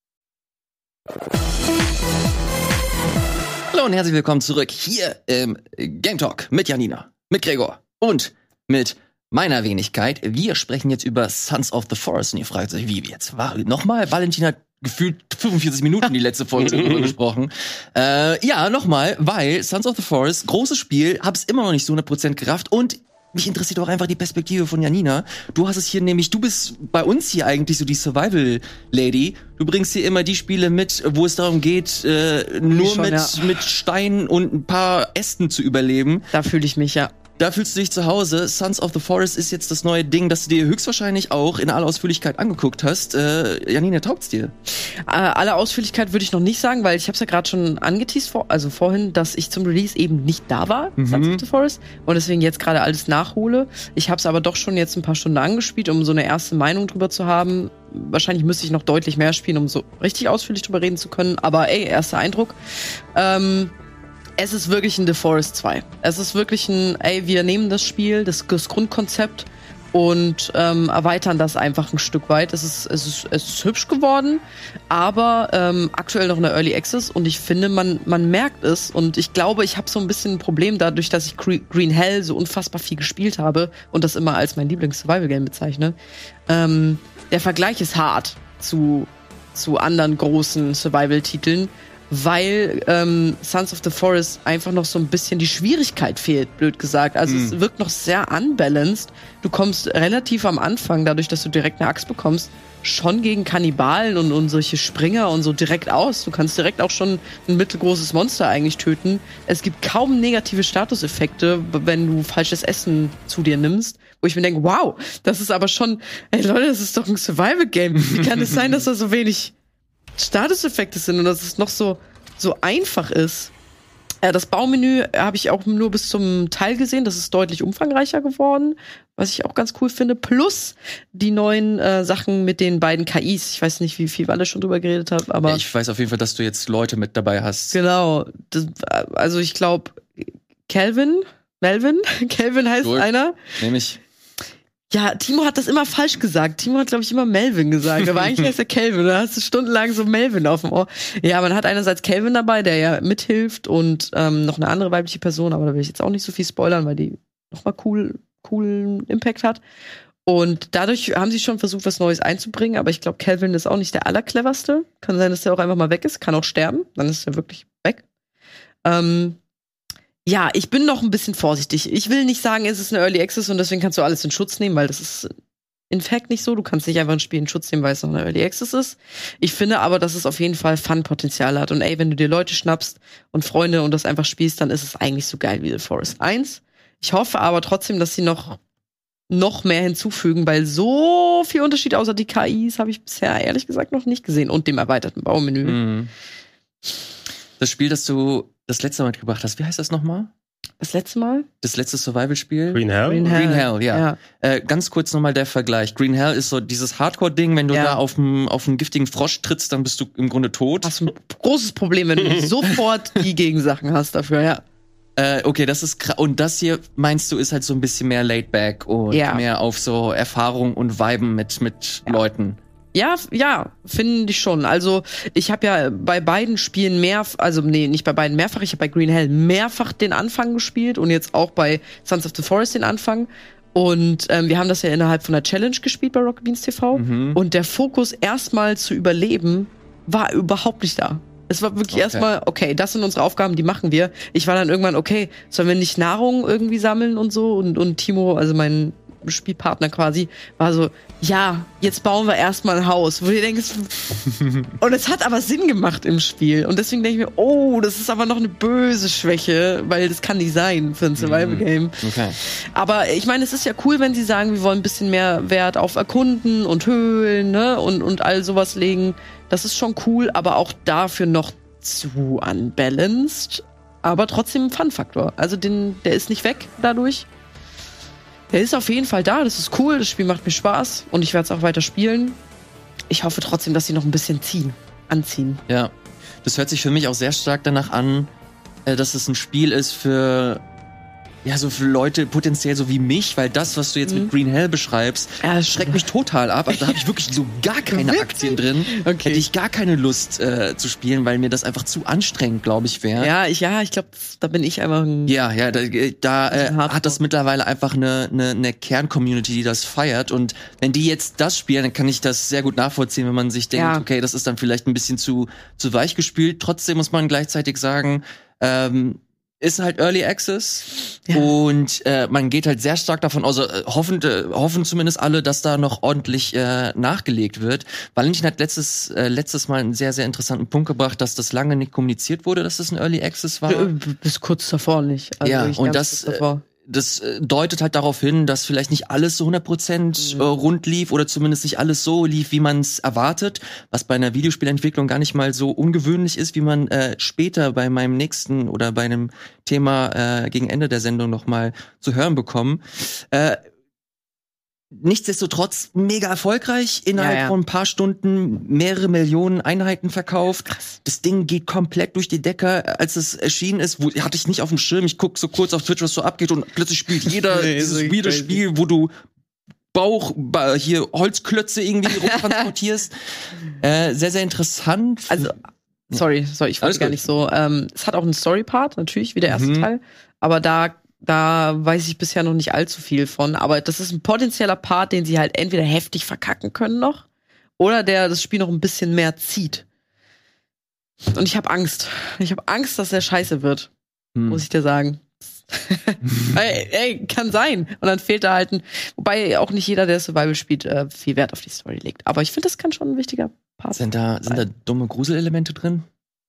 Hallo und herzlich willkommen zurück hier im Game Talk mit Janina, mit Gregor und mit meiner Wenigkeit. Wir sprechen jetzt über Sons of the Forest und ihr fragt euch, wie jetzt? War nochmal? Valentin hat gefühlt fünfundvierzig Minuten die letzte Folge darüber gesprochen. Äh, ja, nochmal, weil Sons of the Forest, großes Spiel, hab's immer noch nicht so hundert Prozent gerafft und mich interessiert auch einfach die Perspektive von Janina. Du hast es hier nämlich, du bist bei uns hier eigentlich so die Survival-Lady. Du bringst hier immer die Spiele mit, wo es darum geht, äh, nur schon, mit, ja. mit Steinen und ein paar Ästen zu überleben. Da fühle ich mich, ja. Da fühlst du dich zu Hause. Sons of the Forest ist jetzt das neue Ding, das du dir höchstwahrscheinlich auch in aller Ausführlichkeit angeguckt hast. Äh, Janina, taugt's dir? Äh, aller Ausführlichkeit würde ich noch nicht sagen, weil ich habe es ja gerade schon angeteased, vor, also vorhin, dass ich zum Release eben nicht da war, mhm. Sons of the Forest, und deswegen jetzt gerade alles nachhole. Ich habe es aber doch schon jetzt ein paar Stunden angespielt, um so eine erste Meinung drüber zu haben. Wahrscheinlich müsste ich noch deutlich mehr spielen, um so richtig ausführlich drüber reden zu können. Aber ey, erster Eindruck. Ähm, Es ist wirklich ein The Forest zwei. Es ist wirklich ein, ey, wir nehmen das Spiel, das, das Grundkonzept und ähm, erweitern das einfach ein Stück weit. Es ist, es ist, es ist hübsch geworden, aber ähm, aktuell noch in der Early Access und ich finde, man, man merkt es und ich glaube, ich habe so ein bisschen ein Problem dadurch, dass ich Green Hell so unfassbar viel gespielt habe und das immer als mein Lieblings-Survival-Game bezeichne. Ähm, der Vergleich ist hart zu, zu anderen großen Survival-Titeln. weil ähm, Sons of the Forest einfach noch so ein bisschen die Schwierigkeit fehlt, blöd gesagt. Also Mhm. es wirkt noch sehr unbalanced. Du kommst relativ am Anfang, dadurch, dass du direkt eine Axt bekommst, schon gegen Kannibalen und, und solche Springer und so direkt aus. Du kannst direkt auch schon ein mittelgroßes Monster eigentlich töten. Es gibt kaum negative Statuseffekte, wenn du falsches Essen zu dir nimmst. Wo ich mir denke, wow, das ist aber schon, ey Leute, das ist doch ein Survival-Game. Wie kann es sein, dass da so wenig Statuseffekte sind und dass es noch so, so einfach ist? Äh, das Baumenü habe ich auch nur bis zum Teil gesehen. Das ist deutlich umfangreicher geworden, was ich auch ganz cool finde. Plus die neuen äh, Sachen mit den beiden K Is. Ich weiß nicht, wie viel wir alle schon drüber geredet haben, aber Ja, ich weiß auf jeden Fall, dass du jetzt Leute mit dabei hast. genau. Das, also ich glaube, Calvin, Melvin, Calvin heißt Cool. einer. Nämlich. Ja, Timo hat das immer falsch gesagt. Timo hat, glaube ich, immer Melvin gesagt. Aber eigentlich heißt er Calvin. Da hast du stundenlang so Melvin auf dem Ohr. Ja, man hat einerseits Calvin dabei, der ja mithilft und ähm, noch eine andere weibliche Person, aber da will ich jetzt auch nicht so viel spoilern, weil die nochmal cool, coolen Impact hat. Und dadurch haben sie schon versucht, was Neues einzubringen, aber ich glaube, Calvin ist auch nicht der allercleverste. Kann sein, dass der auch einfach mal weg ist, kann auch sterben, dann ist er wirklich weg. Ähm, Ja, ich bin noch ein bisschen vorsichtig. Ich will nicht sagen, es ist eine Early Access und deswegen kannst du alles in Schutz nehmen, weil das ist in fact nicht so. Du kannst nicht einfach ein Spiel in Schutz nehmen, weil es noch eine Early Access ist. Ich finde aber, dass es auf jeden Fall Fun-Potenzial hat. Und ey, wenn du dir Leute schnappst und Freunde und das einfach spielst, dann ist es eigentlich so geil wie The Forest eins. Ich hoffe aber trotzdem, dass sie noch noch mehr hinzufügen, weil so viel Unterschied außer die K Is habe ich bisher ehrlich gesagt noch nicht gesehen und dem erweiterten Baumenü. Mhm. Das Spiel, das du das letzte Mal mitgebracht hast, wie heißt das nochmal? Das letzte Mal? Das letzte Survival-Spiel? Green Hell? Green Hell. Green Hell, ja. Ja. Äh, ganz kurz nochmal der Vergleich. Green Hell ist so dieses Hardcore-Ding, wenn du Ja. da auf einen auf einen giftigen Frosch trittst, dann bist du im Grunde tot. Hast ein großes Problem, wenn du nicht sofort die Gegensachen hast dafür, ja. Äh, okay, das ist kra- und das hier meinst du ist halt so ein bisschen mehr laid back und Ja. mehr auf so Erfahrung und Viben mit mit Ja. Leuten. Ja, ja, finde ich schon. Also ich habe ja bei beiden Spielen mehr, also nee, nicht bei beiden mehrfach, ich habe bei Green Hell mehrfach den Anfang gespielt und jetzt auch bei Sons of the Forest den Anfang. Und ähm, wir haben das ja innerhalb von der Challenge gespielt bei Rocket Beans T V. Mhm. Und der Fokus erstmal zu überleben war überhaupt nicht da. Es war wirklich Okay. erstmal, okay, das sind unsere Aufgaben, die machen wir. Ich war dann irgendwann, okay, sollen wir nicht Nahrung irgendwie sammeln und so? Und, und Timo, also mein Spielpartner quasi, war so, ja, jetzt bauen wir erstmal ein Haus. Wo du denkst, und es hat aber Sinn gemacht im Spiel. Und deswegen denke ich mir, oh, das ist aber noch eine böse Schwäche, weil das kann nicht sein für ein Survival-Game. Okay. Aber ich meine, es ist ja cool, wenn sie sagen, wir wollen ein bisschen mehr Wert auf Erkunden und Höhlen, ne, und, und all sowas legen. Das ist schon cool, aber auch dafür noch zu unbalanced. Aber trotzdem ein Fun-Faktor. Also den, der ist nicht weg dadurch. Der ist auf jeden Fall da, das ist cool, das Spiel macht mir Spaß und ich werde es auch weiter spielen. Ich hoffe trotzdem, dass sie noch ein bisschen ziehen, anziehen. Ja. Das hört sich für mich auch sehr stark danach an, äh, dass es ein Spiel ist für ja, so für Leute potenziell so wie mich, weil das, was du jetzt Mhm. mit Green Hell beschreibst, Ja, das schreckt mich total ab. Also da habe ich wirklich so gar keine Wirklich? Aktien drin. Okay. Hätte ich gar keine Lust äh, zu spielen, weil mir das einfach zu anstrengend, glaube ich, wäre. Ja, ich, ja, ich glaube, da bin ich einfach ein. Ja, ja, da, da äh, Hardcore. hat das mittlerweile einfach eine, eine, eine Kern-Community, die das feiert. Und wenn die jetzt das spielen, dann kann ich das sehr gut nachvollziehen, wenn man sich denkt, Ja. okay, das ist dann vielleicht ein bisschen zu, zu weich gespielt. Trotzdem muss man gleichzeitig sagen, ähm, ist halt Early Access Ja. und äh, man geht halt sehr stark davon aus, äh, hoffen, äh, hoffen zumindest alle, dass da noch ordentlich äh, nachgelegt wird. Valentin hat letztes äh, letztes Mal einen sehr, sehr interessanten Punkt gebracht, dass das lange nicht kommuniziert wurde, dass das ein Early Access war. Äh, Bis kurz davor nicht. Also Ja, wirklich und ganz das, kurz davor. Das äh, deutet halt darauf hin, dass vielleicht nicht alles so hundert Prozent Mhm. äh, rund lief oder zumindest nicht alles so lief, wie man es erwartet, was bei einer Videospielentwicklung gar nicht mal so ungewöhnlich ist, wie man äh, später bei meinem nächsten oder bei einem Thema äh, gegen Ende der Sendung nochmal zu hören bekommen. Äh, Nichtsdestotrotz mega erfolgreich, innerhalb Ja, ja. von ein paar Stunden mehrere Millionen Einheiten verkauft. Das Ding geht komplett durch die Decke. Als es erschienen ist, wo, hatte ich nicht auf dem Schirm. Ich guck so kurz auf Twitch, was so abgeht und plötzlich spielt jeder Nee, dieses so weirde crazy. Spiel, wo du Bauch, ba- hier Holzklötze irgendwie rumtransportierst. äh, sehr, sehr interessant. Also, sorry, sorry, ich Alles wollte gar gut. nicht so. Ähm, es hat auch einen Story-Part, natürlich, wie der erste Mhm. Teil. Aber da, da weiß ich bisher noch nicht allzu viel von. Aber das ist ein potenzieller Part, den sie halt entweder heftig verkacken können noch oder der das Spiel noch ein bisschen mehr zieht. Und ich habe Angst. Ich habe Angst, dass der scheiße wird. Hm. Muss ich dir sagen. ey, ey, kann sein. Und dann fehlt da halt ein. Wobei auch nicht jeder, der Survival spielt, äh, viel Wert auf die Story legt. Aber ich finde, das kann schon ein wichtiger Part sein. Sind da, sind da dumme Gruselelemente drin?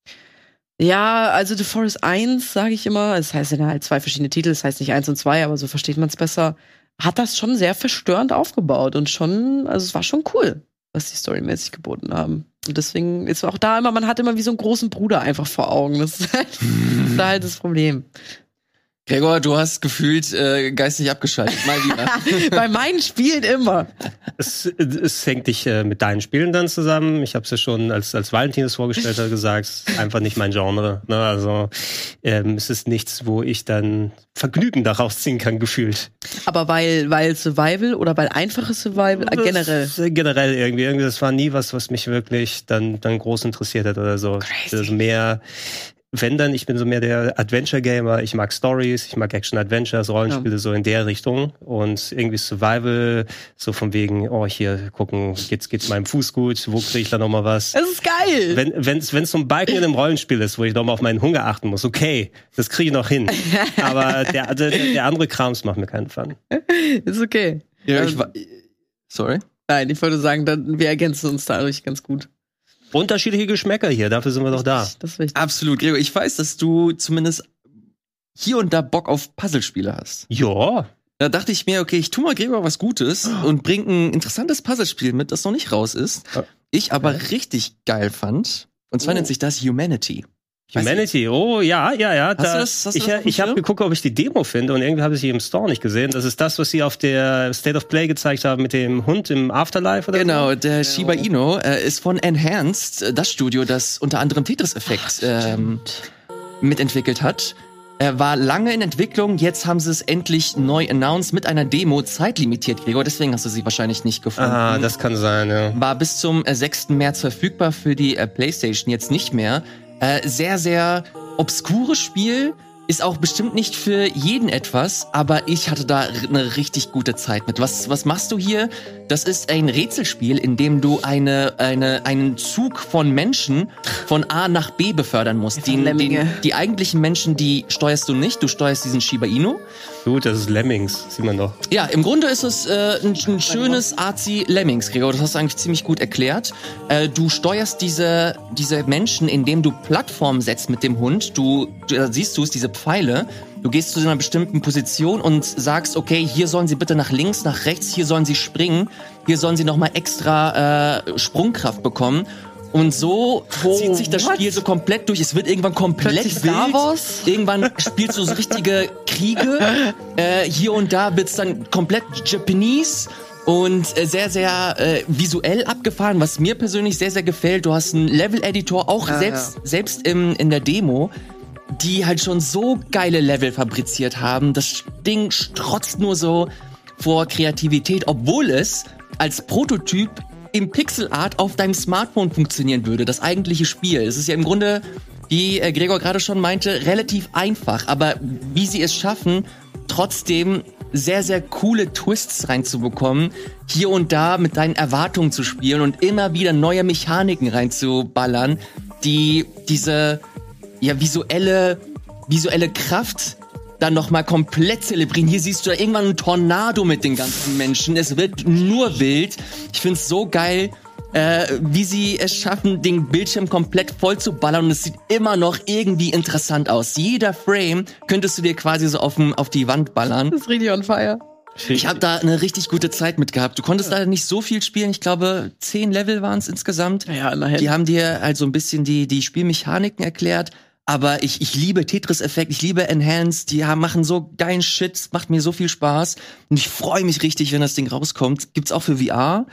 Ja, also The Forest eins, sage ich immer. Es heißt ja halt zwei verschiedene Titel. Es heißt nicht eins und zwei, aber so versteht man es besser. Hat das schon sehr verstörend aufgebaut. Und schon, also es war schon cool, was die storymäßig geboten haben. Und deswegen ist auch da immer, man hat immer wie so einen großen Bruder einfach vor Augen. Das ist halt, das, ist halt das Problem. Gregor, du hast gefühlt äh, geistig abgeschaltet. Mal wieder. Bei meinen Spielen immer. Es, es hängt dich äh, mit deinen Spielen dann zusammen. Ich habe es ja schon, als, als Valentin es vorgestellt hat, gesagt, es ist einfach nicht mein Genre. Ne? Also ähm, es ist nichts, wo ich dann Vergnügen daraus ziehen kann, gefühlt. Aber weil, weil Survival oder weil einfaches Survival äh, generell? Das, äh, generell irgendwie. irgendwie. Das war nie was, was mich wirklich dann, dann groß interessiert hat oder so. Crazy. Also mehr... Wenn dann, ich bin so mehr der Adventure-Gamer, ich mag Stories, ich mag Action-Adventures, Rollenspiele, ja. so in der Richtung. Und irgendwie Survival, so von wegen, oh, hier gucken, geht's, geht's meinem Fuß gut, wo kriege ich da nochmal was? Das ist geil! Wenn, wenn's, wenn's so ein Balken in einem Rollenspiel ist, wo ich nochmal auf meinen Hunger achten muss, okay, das kriege ich noch hin. Aber der, der, der andere Krams macht mir keinen Fun. Ist okay. Ja, ich war, sorry? Nein, ich wollte sagen, dann, wir ergänzen uns dadurch ganz gut. Unterschiedliche Geschmäcker hier, dafür sind wir doch da. Das ist wichtig. Absolut, Gregor. Ich weiß, dass du zumindest hier und da Bock auf Puzzlespiele hast. Ja. Da dachte ich mir, okay, ich tu mal Gregor was Gutes und bring ein interessantes Puzzlespiel mit, das noch nicht raus ist. Ich aber okay. richtig geil fand. Und zwar oh. nennt sich das Humanity. Humanity, oh ja, ja, ja. Hast da, du das, hast ich du das ich habe geguckt, ob ich die Demo finde und irgendwie habe ich sie im Store nicht gesehen. Das ist das, was sie auf der State of Play gezeigt haben mit dem Hund im Afterlife oder genau, so? Genau, der Shiba Inu äh, ist von Enhanced, das Studio, das unter anderem Tetris-Effekt ähm, mitentwickelt hat. Er war lange in Entwicklung, jetzt haben sie es endlich neu announced mit einer Demo, zeitlimitiert, Gregor, deswegen hast du sie wahrscheinlich nicht gefunden. Ah, das kann sein, ja. War bis zum äh, sechsten März verfügbar, für die äh, PlayStation jetzt nicht mehr. Äh, sehr, sehr obskures Spiel, ist auch bestimmt nicht für jeden etwas, aber ich hatte da eine richtig gute Zeit mit. Was, was machst du hier? Das ist ein Rätselspiel, in dem du eine, eine, einen Zug von Menschen von A nach B befördern musst. Die, die, die eigentlichen Menschen, die steuerst du nicht, du steuerst diesen Shiba Inu. Gut, das ist Lemmings, sieht man doch. Ja, im Grunde ist es äh, ein, ein schönes artsy Lemmings, Gregor. Das hast du eigentlich ziemlich gut erklärt. Äh, du steuerst diese, diese Menschen, indem du Plattformen setzt mit dem Hund. Du, du siehst du es, diese Pfeile. Du gehst zu einer bestimmten Position und sagst, okay, hier sollen sie bitte nach links, nach rechts, hier sollen sie springen, hier sollen sie nochmal extra äh, Sprungkraft bekommen. Und so oh, zieht sich das what? Spiel so komplett durch. Es wird irgendwann komplett wild. Star Wars? Irgendwann spielst du so richtige Kriege. Äh, hier und da wird's dann komplett Japanese und äh, sehr, sehr äh, visuell abgefahren, was mir persönlich sehr, sehr gefällt. Du hast einen Level-Editor, auch ja, selbst, ja. selbst im, in der Demo, die halt schon so geile Level fabriziert haben. Das Ding strotzt nur so vor Kreativität, obwohl es als Prototyp im Pixelart auf deinem Smartphone funktionieren würde, das eigentliche Spiel. Es ist ja im Grunde, wie äh, Gregor gerade schon meinte, relativ einfach. Aber wie sie es schaffen, trotzdem sehr, sehr coole Twists reinzubekommen, hier und da mit deinen Erwartungen zu spielen und immer wieder neue Mechaniken reinzuballern, die diese ja visuelle, visuelle Kraft dann nochmal komplett zelebrieren. Hier siehst du da irgendwann einen Tornado mit den ganzen Menschen. Es wird nur wild. Ich find's so geil, äh, wie sie es schaffen, den Bildschirm komplett voll zu ballern und es sieht immer noch irgendwie interessant aus. Jeder Frame könntest du dir quasi so auf, auf die Wand ballern. Das ist richtig on fire. Ich habe da eine richtig gute Zeit mit gehabt. Du konntest ja. leider nicht so viel spielen. Ich glaube, zehn Level waren es insgesamt. Ja, immerhin. Die haben dir halt so ein bisschen die, die Spielmechaniken erklärt. Aber ich, ich liebe Tetris-Effekt, ich liebe Enhanced, die haben, machen so geilen Shit, es macht mir so viel Spaß. Und ich freue mich richtig, wenn das Ding rauskommt. Gibt's auch für V R.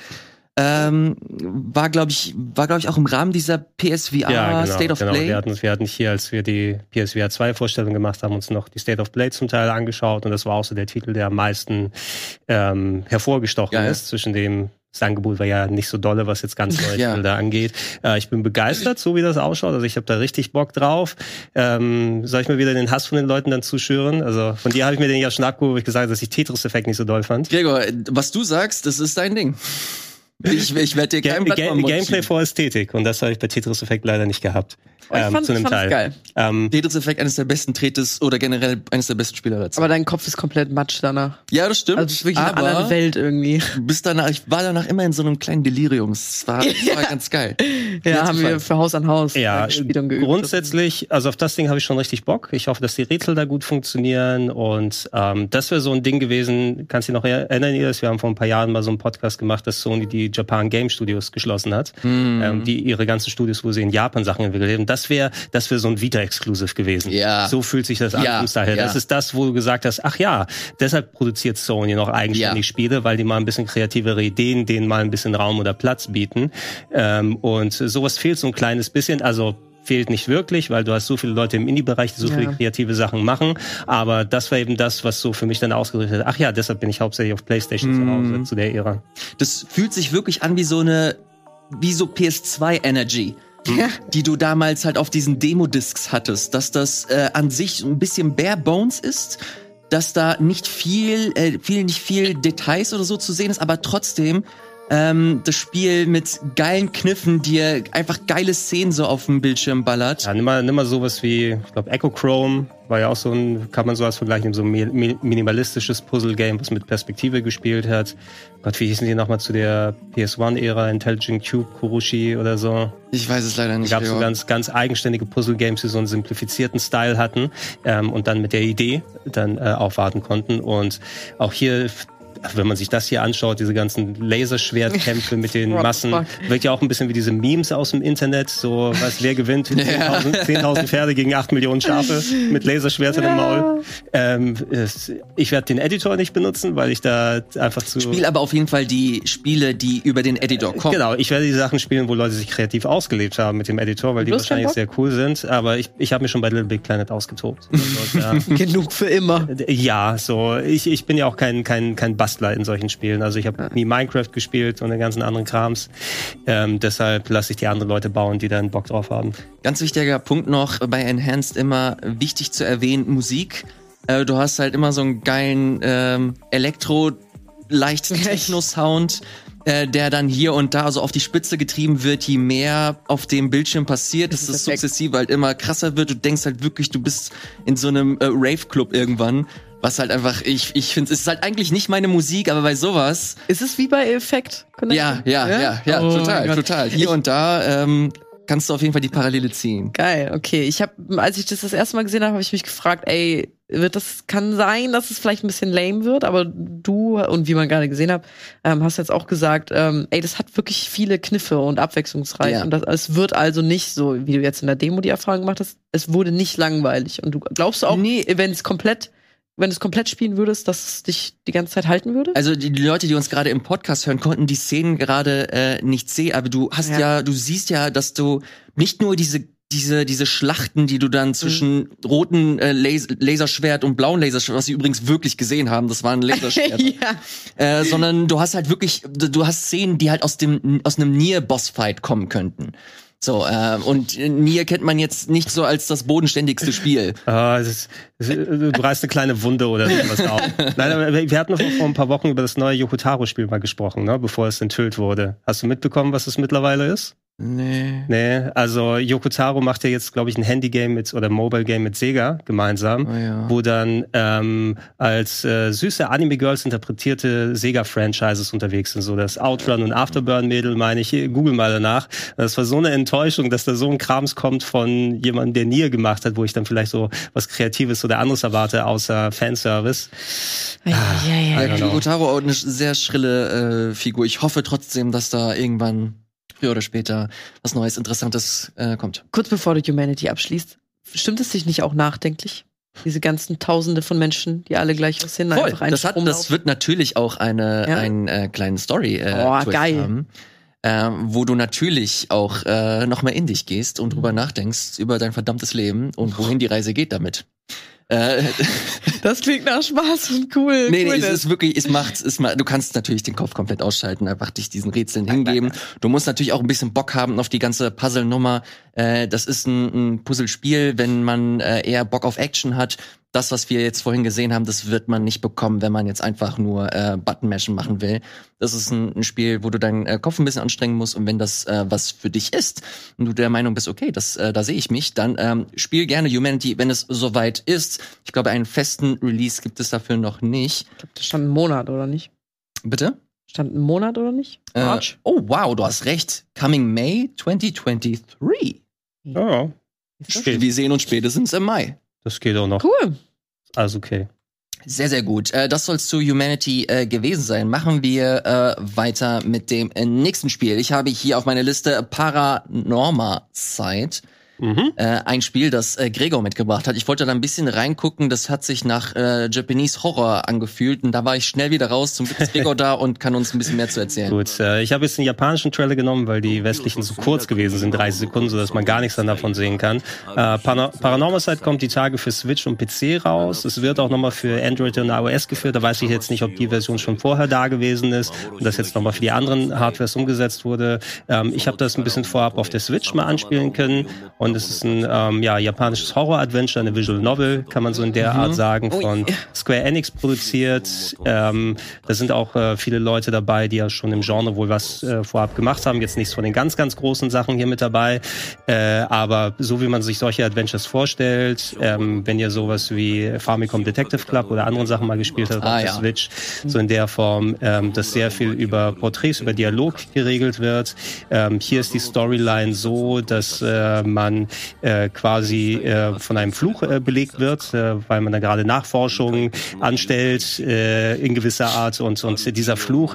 Ähm, war, glaube ich, war, glaube ich, auch im Rahmen dieser P S V R ja, genau, State of genau. Play. Wir hatten, wir hatten hier, als wir die P S V R zwei Vorstellung gemacht haben, uns noch die State of Play zum Teil angeschaut. Und das war auch so der Titel, der am meisten ähm, hervorgestochen ja, ist. Ja. Zwischen dem, das Angebot war ja nicht so dolle, was jetzt ganz neue ja. Titel da angeht. Äh, ich bin begeistert, so wie das ausschaut. Also ich habe da richtig Bock drauf. Ähm, soll ich mir wieder den Hass von den Leuten dann zuschüren? Also von dir habe ich mir den ja schon abgeholt, wo ich gesagt habe, dass ich Tetris-Effekt nicht so doll fand. Gregor, was du sagst, das ist dein Ding. Ich, ich werde dir kein Ga- Blatt Ga- vom Mund Gameplay schieben. vor Ästhetik. Und das habe ich bei Tetris Effect leider nicht gehabt. Oh, ich ähm, fand- zu einem ich fand's Teil. geil. Ähm, Tetris Effect, eines der besten Tretes oder generell eines der besten Spieler dazu. Aber dein Kopf ist komplett matsch danach. Ja, das stimmt. Also es ist wirklich eine aber andere Welt irgendwie. du bist danach, ich war danach immer in so einem kleinen Delirium. Das war, das war ganz geil. Mir Ja, hat's haben gefallen. wir für Haus an Haus Ja, äh, gespielt und geübt. grundsätzlich, also auf das Ding habe ich schon richtig Bock. Ich hoffe, dass die Rätsel da gut funktionieren und ähm, das wäre so ein Ding gewesen, kannst du dich noch erinnern, Iris? Wir haben vor ein paar Jahren mal so einen Podcast gemacht, dass Sony die Japan Game Studios geschlossen hat, Mhm. ähm, die ihre ganzen Studios, wo sie in Japan Sachen entwickelt haben. Das wäre das wäre so ein Vita-Exclusive gewesen. Ja. So fühlt sich das an Ja, vom Style her. ja. Das ist das, wo du gesagt hast, ach ja, deshalb produziert Sony noch eigenständig Ja. Spiele, weil die mal ein bisschen kreativere Ideen, denen mal ein bisschen Raum oder Platz bieten. Ähm, und sowas fehlt so ein kleines bisschen, also fehlt nicht wirklich, weil du hast so viele Leute im Indie-Bereich, die so Ja. viele kreative Sachen machen. Aber das war eben das, was so für mich dann ausgerichtet hat. Ach ja, deshalb bin ich hauptsächlich auf PlayStation zu Mhm. Hause zu der Ära. Das fühlt sich wirklich an wie so eine, wie so P S zwei Energy. Die du damals halt auf diesen Demo-Discs hattest, dass das äh, an sich ein bisschen bare bones ist, dass da nicht viel, äh, viel, nicht viel Details oder so zu sehen ist, aber trotzdem ähm, das Spiel mit geilen Kniffen dir einfach geile Szenen so auf dem Bildschirm ballert. Ja, nimm mal, nimm mal sowas wie, ich glaube, Echo Chrome war ja auch so ein, kann man sowas vergleichen, so ein mi- mi- minimalistisches Puzzle-Game, was mit Perspektive gespielt hat. Gott, wie hießen die nochmal zu der P S eins-Ära? Intelligent Cube, Kurushi oder so. Ich weiß es leider Da nicht. gab es so Georg. ganz, ganz eigenständige Puzzle-Games, die so einen simplifizierten Style hatten ähm, und dann mit der Idee dann äh, aufwarten konnten. Und auch hier, wenn man sich das hier anschaut, diese ganzen Laserschwertkämpfe mit den What the Massen, fuck? wirkt ja auch ein bisschen wie diese Memes aus dem Internet, so, was, wer gewinnt? zehntausend zehntausend Pferde gegen acht Millionen Schafe mit Laserschwertern im Maul. Ähm, es, ich werde den Editor nicht benutzen, weil ich da einfach zu... Spiel aber auf jeden Fall die Spiele, die über den Editor kommen. Genau, ich werde die Sachen spielen, wo Leute sich kreativ ausgelebt haben mit dem Editor, weil die Du hast keinen wahrscheinlich sehr cool sind. Aber ich, ich habe mich schon bei Little Big Planet ausgetobt. Also, da, Genug für immer. ja, so ich, ich bin ja auch kein kein kein Bastler in solchen Spielen. Also ich habe nie Minecraft gespielt und den ganzen anderen Krams. Ähm, deshalb lasse ich die anderen Leute bauen, die dann Bock drauf haben. Ganz wichtiger Punkt noch bei Enhanced immer wichtig zu erwähnen, Musik. Äh, du hast halt immer so einen geilen ähm, Elektro, leicht Techno-Sound, äh, der dann hier und da so auf die Spitze getrieben wird, je mehr auf dem Bildschirm passiert, dass Das es ist perfekt. sukzessive halt immer krasser wird. Du denkst halt wirklich, du bist in so einem äh, Rave-Club irgendwann. Was halt einfach, ich, ich finde, es ist halt eigentlich nicht meine Musik, aber bei sowas, Ist es wie bei Effekt? ja, ja, ja, ja, Oh total, mein Gott. total. Hier und da ähm, kannst du auf jeden Fall die Parallele ziehen. Geil, okay. Ich habe, als ich das das erste Mal gesehen habe, habe ich mich gefragt, ey, wird das, kann sein, dass es vielleicht ein bisschen lame wird, aber du, und wie man gerade gesehen hat, ähm, hast jetzt auch gesagt, ähm, ey, das hat wirklich viele Kniffe und abwechslungsreich. Ja. Und das, es wird also nicht so, wie du jetzt in der Demo die Erfahrung gemacht hast, es wurde nicht langweilig. Und du glaubst du auch, Nee. wenn es komplett, wenn du es komplett spielen würdest, dass es dich die ganze Zeit halten würde? Also die, die Leute, die uns gerade im Podcast hören, konnten die Szenen gerade äh, nicht sehen, aber du hast ja. Ja. du siehst ja, dass du nicht nur diese diese diese Schlachten, die du dann zwischen Mhm. roten äh, Las Laserschwert und blauen Laserschwert, was sie übrigens wirklich gesehen haben, das waren Laserschwerter, ja. äh, sondern du hast halt wirklich, du hast Szenen, die halt aus dem aus einem Nier-Bossfight kommen könnten. So, äh, und Nier kennt man jetzt nicht so als das bodenständigste Spiel. Ah, es ist, es ist, du reißt eine kleine Wunde oder sowas auf. Nein, aber wir hatten vor, vor ein paar Wochen über das neue Yokotaro-Spiel mal gesprochen, ne, bevor es enthüllt wurde. Hast du mitbekommen, was es mittlerweile ist? Nee. Nee, also Yokotaro macht ja jetzt, glaube ich, ein Handy-Game mit oder Mobile-Game mit Sega gemeinsam, Oh ja. wo dann ähm, als äh, süße Anime-Girls interpretierte Sega-Franchises unterwegs sind. So das Outrun und Afterburn-Mädel, meine ich. Google mal danach. Das war so eine Enttäuschung, dass da so ein Krams kommt von jemandem, der Nier gemacht hat, wo ich dann vielleicht so was Kreatives oder anderes erwarte, außer Fanservice. Ja, ja, ja. I don't Ja, know. Yokotaro auch eine sehr schrille äh, Figur. Ich hoffe trotzdem, dass da irgendwann früher oder später was Neues, Interessantes äh, kommt. Kurz bevor du Humanity abschließt, stimmt es dich nicht auch nachdenklich? Diese ganzen Tausende von Menschen, die alle gleich aussehen, Voll. einfach einen Das, hat, Strom das laufen. wird natürlich auch eine Ja. einen äh, kleinen Story äh, Oh, Twist geil. haben, äh, wo du natürlich auch äh, noch mal in dich gehst und drüber nachdenkst über dein verdammtes Leben und wohin die Reise geht damit. Äh, Das klingt nach Spaß und cool. nee, nee, es Coolness. ist wirklich, es macht, es macht, du kannst natürlich den Kopf komplett ausschalten, einfach dich diesen Rätseln hingeben. Du musst natürlich auch ein bisschen Bock haben auf die ganze Puzzle-Nummer. Äh, das ist ein, ein Puzzlespiel, wenn man äh, eher Bock auf Action hat, das, was wir jetzt vorhin gesehen haben, das wird man nicht bekommen, wenn man jetzt einfach nur äh, Button-Mashen machen will. Das ist ein, ein Spiel, wo du deinen äh, Kopf ein bisschen anstrengen musst und wenn das äh, was für dich ist und du der Meinung bist, okay, das, äh, da sehe ich mich, dann ähm, spiel gerne Humanity, wenn es soweit ist. Ich glaube, einen festen Release gibt es dafür noch nicht. Ich glaube, das stand ein Monat, oder nicht? Bitte? Stand ein Monat, oder nicht? Äh, March? oh, wow, du hast recht. Coming May zwanzig dreiundzwanzig. Ja, Spät. Wir sehen uns spätestens im Mai. das geht auch noch. Cool. Alles okay. Sehr, sehr gut. Äh, das soll's zu Humanity äh, gewesen sein. Machen wir äh, weiter mit dem äh, nächsten Spiel. Ich habe hier auf meiner Liste Paranorma Side. Mhm. Äh, ein Spiel, das äh, Gregor mitgebracht hat. Ich wollte da ein bisschen reingucken. Das hat sich nach äh, Japanese Horror angefühlt. Und da war ich schnell wieder raus. Zum Glück ist Gregor da und kann uns ein bisschen mehr zu erzählen. Gut, äh, ich habe jetzt den japanischen Trailer genommen, weil die westlichen so kurz gewesen sind, dreißig Sekunden, sodass man gar nichts dann davon sehen kann. Äh, Pana- Paranormal Side kommt die Tage für Switch und P C raus. Es wird auch nochmal für Android und iOS geführt. Da weiß ich jetzt nicht, ob die Version schon vorher da gewesen ist und das jetzt nochmal für die anderen Hardwares umgesetzt wurde. Ähm, ich habe das ein bisschen vorab auf der Switch mal anspielen können und es ist ein ähm, ja, japanisches Horror-Adventure, eine Visual Novel, kann man so in der mhm. Art sagen, von Square Enix produziert. Ähm, da sind auch äh, viele Leute dabei, die ja schon im Genre wohl was äh, vorab gemacht haben. Jetzt nichts von den ganz, ganz großen Sachen hier mit dabei. Äh, aber so wie man sich solche Adventures vorstellt, ähm, wenn ihr sowas wie Famicom Detective Club oder andere Sachen mal gespielt habt ah, auf der ja. Switch, so in der Form, ähm, dass sehr viel über Porträts, über Dialog geregelt wird. Ähm, hier ist die Storyline so, dass äh, man äh, quasi äh, von einem Fluch äh, belegt wird, äh, weil man da gerade Nachforschungen anstellt äh, in gewisser Art und, und dieser Fluch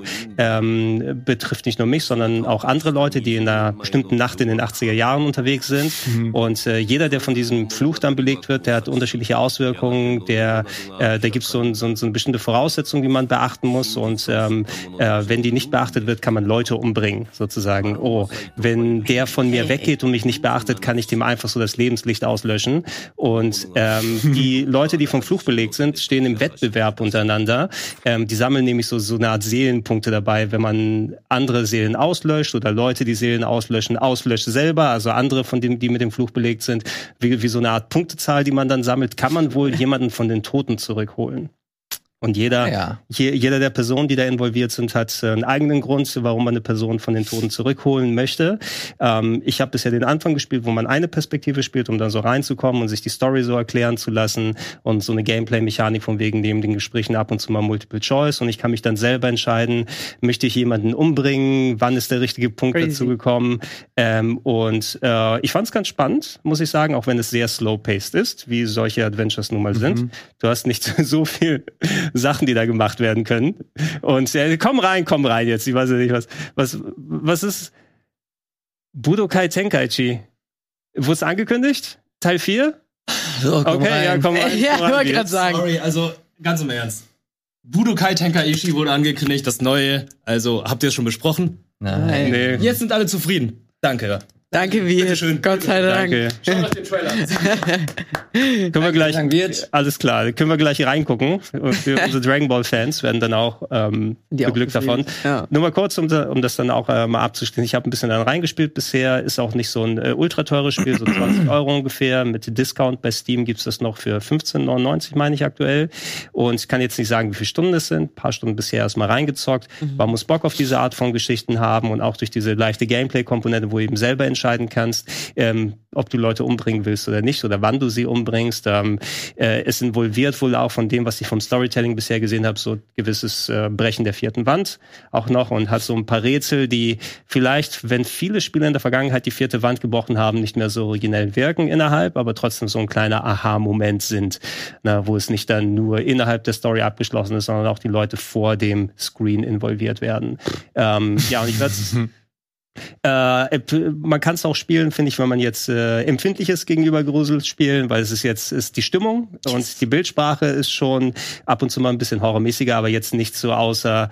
ähm, betrifft nicht nur mich, sondern auch andere Leute, die in einer bestimmten Nacht in den achtziger Jahren unterwegs sind mhm. und äh, jeder, der von diesem Fluch dann belegt wird, der hat unterschiedliche Auswirkungen, der äh, da gibt es so, ein, so, ein, so eine bestimmte Voraussetzung, die man beachten muss und ähm, äh, wenn die nicht beachtet wird, kann man Leute umbringen, sozusagen. Oh, wenn der von mir weggeht und mich nicht beachtet, kann ich dem einfach so das Lebenslicht auslöschen. Und ähm, die Leute, die vom Fluch belegt sind, stehen im Wettbewerb untereinander. Ähm, die sammeln nämlich so, so eine Art Seelenpunkte dabei, wenn man andere Seelen auslöscht oder Leute, die Seelen auslöschen, auslöscht selber, also andere von denen, die mit dem Fluch belegt sind, wie, wie so eine Art Punktezahl, die man dann sammelt, kann man wohl jemanden von den Toten zurückholen. Und jeder, ja. je, jeder der Personen, die da involviert sind, hat äh, einen eigenen Grund, warum man eine Person von den Toten zurückholen möchte. Ähm, ich habe bisher den Anfang gespielt, wo man eine Perspektive spielt, um da so reinzukommen und sich die Story so erklären zu lassen und so eine Gameplay-Mechanik von wegen neben den Gesprächen ab und zu mal Multiple Choice. Und ich kann mich dann selber entscheiden, möchte ich jemanden umbringen, wann ist der richtige Punkt Crazy. dazu gekommen. Ähm, und äh, ich fand es ganz spannend, muss ich sagen, auch wenn es sehr slow-paced ist, wie solche Adventures nun mal mhm. sind. Du hast nicht so viel Sachen, die da gemacht werden können. Und äh, komm rein, komm rein jetzt. Ich weiß nicht, was, was, was ist Budokai Tenkaichi? Wurde es angekündigt? Teil vier? So, komm okay, rein. ja, komm rein. Ja, ich wollte gerade sagen. Sorry, also ganz im Ernst. Budokai Tenkaichi wurde angekündigt, das neue. Also, habt ihr es schon besprochen? Nein. Nee. Jetzt sind alle zufrieden. Danke. Danke, wir. schön. Gott sei Dank. Danke. Schaut euch den Trailer an. Können wir gleich, wird. alles klar, können wir gleich reingucken. Für unsere Dragon Ball Fans werden dann auch ähm, Die auch beglückt davon. Ja. Nur mal kurz, um, um das dann auch äh, mal abzuschließen. Ich habe ein bisschen dann reingespielt bisher. Ist auch nicht so ein äh, ultra teures Spiel, so zwanzig Euro ungefähr. Mit Discount bei Steam gibt's das noch für fünfzehn neunundneunzig, meine ich aktuell. Und ich kann jetzt nicht sagen, wie viele Stunden es sind. Ein paar Stunden bisher erstmal reingezockt. Mhm. Man muss Bock auf diese Art von Geschichten haben und auch durch diese leichte Gameplay-Komponente, wo du eben selber entscheiden kannst, ähm, ob du Leute umbringen willst oder nicht oder wann du sie umbringst. Ähm, äh, es involviert wohl auch von dem, was ich vom Storytelling bisher gesehen habe, so gewisses äh, Brechen der vierten Wand auch noch und hat so ein paar Rätsel, die vielleicht, wenn viele Spiele in der Vergangenheit die vierte Wand gebrochen haben, nicht mehr so originell wirken innerhalb, aber trotzdem so ein kleiner Aha-Moment sind, na, wo es nicht dann nur innerhalb der Story abgeschlossen ist, sondern auch die Leute vor dem Screen involviert werden. Ähm, ja, und ich werde Äh, man kann es auch spielen, finde ich, wenn man jetzt äh, empfindliches gegenüber Grusel spielen, weil es ist jetzt ist die Stimmung und die Bildsprache ist schon ab und zu mal ein bisschen horrormäßiger, aber jetzt nicht so außer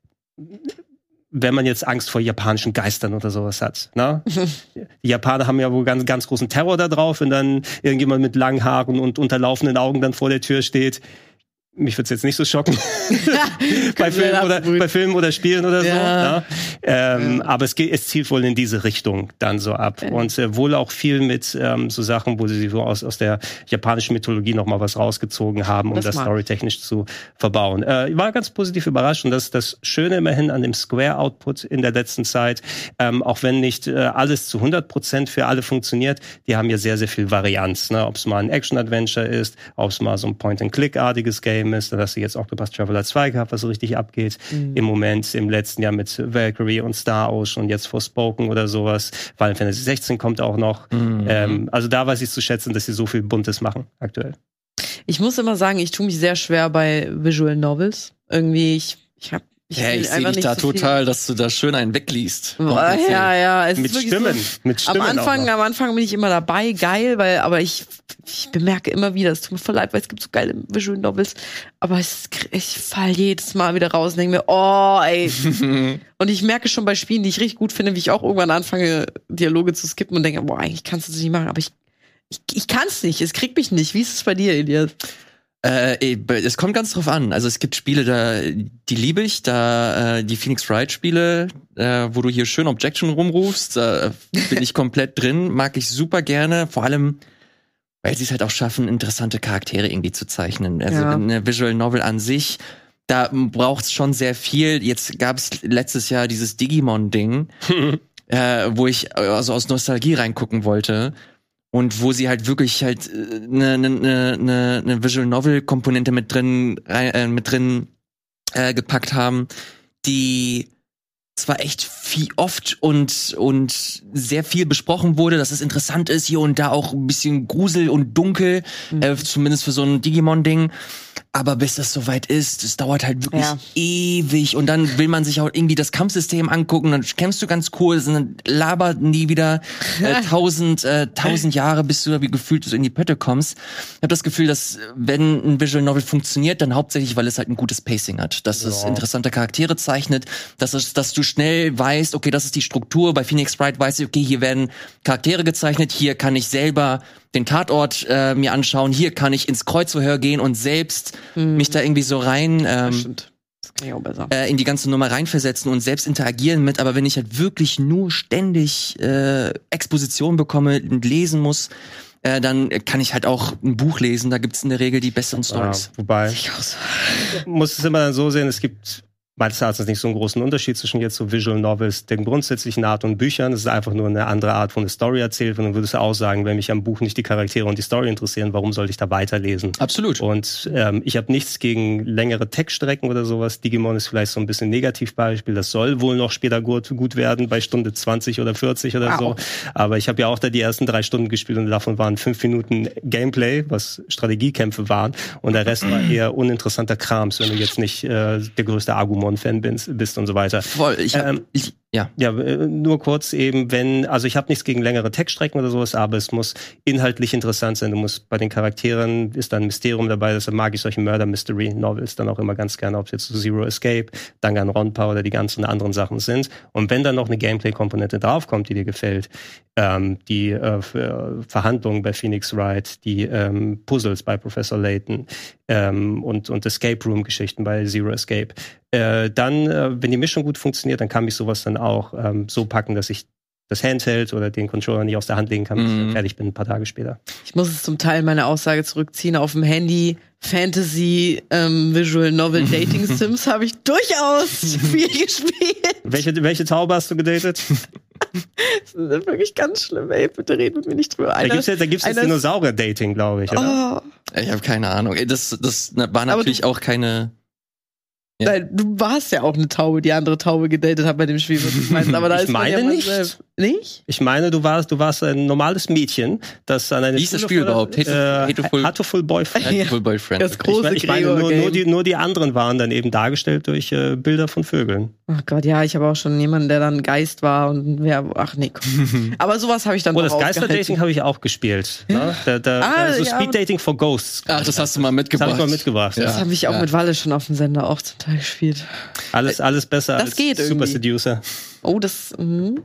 wenn man jetzt Angst vor japanischen Geistern oder sowas hat. Ne? Die Japaner haben ja wohl ganz, ganz großen Terror da drauf, wenn dann irgendjemand mit langen Haaren und unterlaufenden Augen dann vor der Tür steht. mich würde es jetzt nicht so schocken. bei, Filmen oder, bei Filmen oder Spielen oder ja. so. Ähm, ja. Aber es, geht, es zielt wohl in diese Richtung dann so ab. Okay. Und äh, wohl auch viel mit ähm, so Sachen, wo sie so aus, aus der japanischen Mythologie noch mal was rausgezogen haben, um das, das storytechnisch zu verbauen. Äh, ich war ganz positiv überrascht. Und das das Schöne immerhin an dem Square-Output in der letzten Zeit, ähm, auch wenn nicht äh, alles zu hundert Prozent für alle funktioniert, die haben ja sehr, sehr viel Varianz. Ne? Ob es mal ein Action-Adventure ist, ob es mal so ein Point-and-Click-artiges Game ist, dann hast du jetzt Octopus Traveler zwei gehabt, was so richtig abgeht. Mhm. Im Moment, im letzten Jahr mit Valkyrie und Star Ocean und jetzt Forspoken oder sowas. Final Fantasy sechzehn kommt auch noch. Mhm. Ähm, also da weiß ich zu schätzen, dass sie so viel Buntes machen aktuell. Ich muss immer sagen, ich tue mich sehr schwer bei Visual Novels. Irgendwie, ich, ich habe Ich, ja, ich sehe dich da so total, viel. Dass du da schön einen wegliest. Boah, ja, ja. Es mit, ist Stimmen, so, mit Stimmen. Am Anfang, am Anfang bin ich immer dabei, geil, weil, aber ich, ich bemerke immer wieder, es tut mir voll leid, weil es gibt so geile Visual Novels, aber es, ich fall jedes Mal wieder raus und denke mir, oh, ey. Und ich merke schon bei Spielen, die ich richtig gut finde, wie ich auch irgendwann anfange, Dialoge zu skippen und denke, boah, eigentlich kannst du das nicht machen, aber ich, ich, ich kann's nicht, es kriegt mich nicht. Wie ist es bei dir, Elias? Äh, es kommt ganz drauf an. Also es gibt Spiele, da die liebe ich, da äh, die Phoenix Wright Spiele, äh, wo du hier schön Objection rumrufst, da bin ich komplett drin, mag ich super gerne, vor allem, weil sie es halt auch schaffen, interessante Charaktere irgendwie zu zeichnen. Also ja. Eine Visual Novel an sich, da braucht's schon sehr viel. Jetzt gab's letztes Jahr dieses Digimon-Ding, äh, wo ich also aus Nostalgie reingucken wollte. Und wo sie halt wirklich halt eine ne, ne, ne, ne Visual Novel Komponente mit drin äh, mit drin äh, gepackt haben, die zwar echt viel oft und und sehr viel besprochen wurde, dass es interessant ist, hier und da auch ein bisschen Grusel und dunkel, mhm. äh, zumindest für so ein Digimon-Ding. Aber bis das soweit ist, es dauert halt wirklich ja. ewig. Und dann will man sich auch irgendwie das Kampfsystem angucken. Dann kämpfst du ganz cool, dann laberten die wieder äh, tausend, äh, tausend Jahre, bis du wie gefühlt so in die Pötte kommst. Ich habe das Gefühl, dass wenn ein Visual Novel funktioniert, dann hauptsächlich, weil es halt ein gutes Pacing hat. Dass ja. es interessante Charaktere zeichnet, dass, es, dass du schnell weißt, okay, das ist die Struktur. Bei Phoenix Wright weiß ich, okay, hier werden Charaktere gezeichnet, hier kann ich selber den Tatort äh, mir anschauen, hier kann ich ins Kreuzverhör gehen und selbst mhm. mich da irgendwie so rein ähm, das kann ich auch besser. Äh, in die ganze Nummer reinversetzen und selbst interagieren mit, aber wenn ich halt wirklich nur ständig äh, Exposition bekomme und lesen muss, äh, dann kann ich halt auch ein Buch lesen, da gibt's in der Regel die besseren Stories. Ja, wobei, ich muss es immer dann so sehen, es gibt meines Erachtens nicht so einen großen Unterschied zwischen jetzt so Visual Novels, den grundsätzlichen Art und Büchern. Es ist einfach nur eine andere Art von der Story erzählt. Und dann würdest du auch sagen, wenn mich am Buch nicht die Charaktere und die Story interessieren, warum sollte ich da weiterlesen? Absolut. Und ähm, ich habe nichts gegen längere Textstrecken oder sowas. Digimon ist vielleicht so ein bisschen ein Negativbeispiel. Das soll wohl noch später gut, gut werden, bei Stunde zwanzig oder vierzig oder wow. so. Aber ich habe ja auch da die ersten drei Stunden gespielt und davon waren fünf Minuten Gameplay, was Strategiekämpfe waren. Und der Rest war eher uninteressanter Krams, wenn du jetzt nicht äh, der größte Argument Fan bist und so weiter. Voll, ich, hab, ähm, ich ja. Ja, nur kurz eben, wenn, also ich habe nichts gegen längere Textstrecken oder sowas, aber es muss inhaltlich interessant sein. Du musst bei den Charakteren, ist da ein Mysterium dabei, deshalb mag ich solche Murder-Mystery-Novels dann auch immer ganz gerne, ob es jetzt so Zero Escape, Danganronpa oder die ganzen anderen Sachen sind. Und wenn dann noch eine Gameplay-Komponente draufkommt, die dir gefällt, ähm, die äh, Verhandlungen bei Phoenix Wright, die ähm, Puzzles bei Professor Layton ähm, und, und Escape Room-Geschichten bei Zero Escape, äh, dann, äh, wenn die Mischung gut funktioniert, dann kann mich sowas dann auch ähm, so packen, dass ich das Handheld oder den Controller nicht aus der Hand legen kann, bis ich fertig bin, ein paar Tage später. Ich muss es zum Teil meine Aussage zurückziehen. Auf dem Handy, Fantasy, ähm, Visual Novel, Dating Sims habe ich durchaus viel gespielt. Welche, welche Taube hast du gedatet? Das ist wirklich ganz schlimm, ey. Bitte reden mit mir nicht drüber. Eine, da gibt's ja, da gibt's das Dinosaurier-Dating, glaube ich, oder? Oh. Ich habe keine Ahnung. Das, das war natürlich auch keine... Ja. Nein, du warst ja auch eine Taube, die andere Taube gedatet hat bei dem Spiel, was du meinst. Aber da ich ist meine ja nicht. Selbst. Nicht? Ich meine, du warst, du warst ein normales Mädchen, das an eine... Wie ist das Spiel überhaupt? Hateful, äh, Hateful, Hateful Boyfriend. Hateful Boyfriend. Das große Ich, ich meine, nur, nur, die, nur die anderen waren dann eben dargestellt durch äh, Bilder von Vögeln. Ach Gott, ja, ich habe auch schon jemanden, der dann Geist war und wer, ach nee, komm. Aber sowas habe ich dann Oh, das Geisterdating habe ich auch gespielt. Ne? Da, da, ah, so ja, Speeddating for Ghosts. Ach, das hast du mal mitgebracht. Das habe ich mal mitgebracht. Das ja. habe ich auch ja. mit Walle schon auf dem Sender auch zum Teil gespielt. Alles, alles besser das als geht Super irgendwie. Seducer. Oh, das. Mm.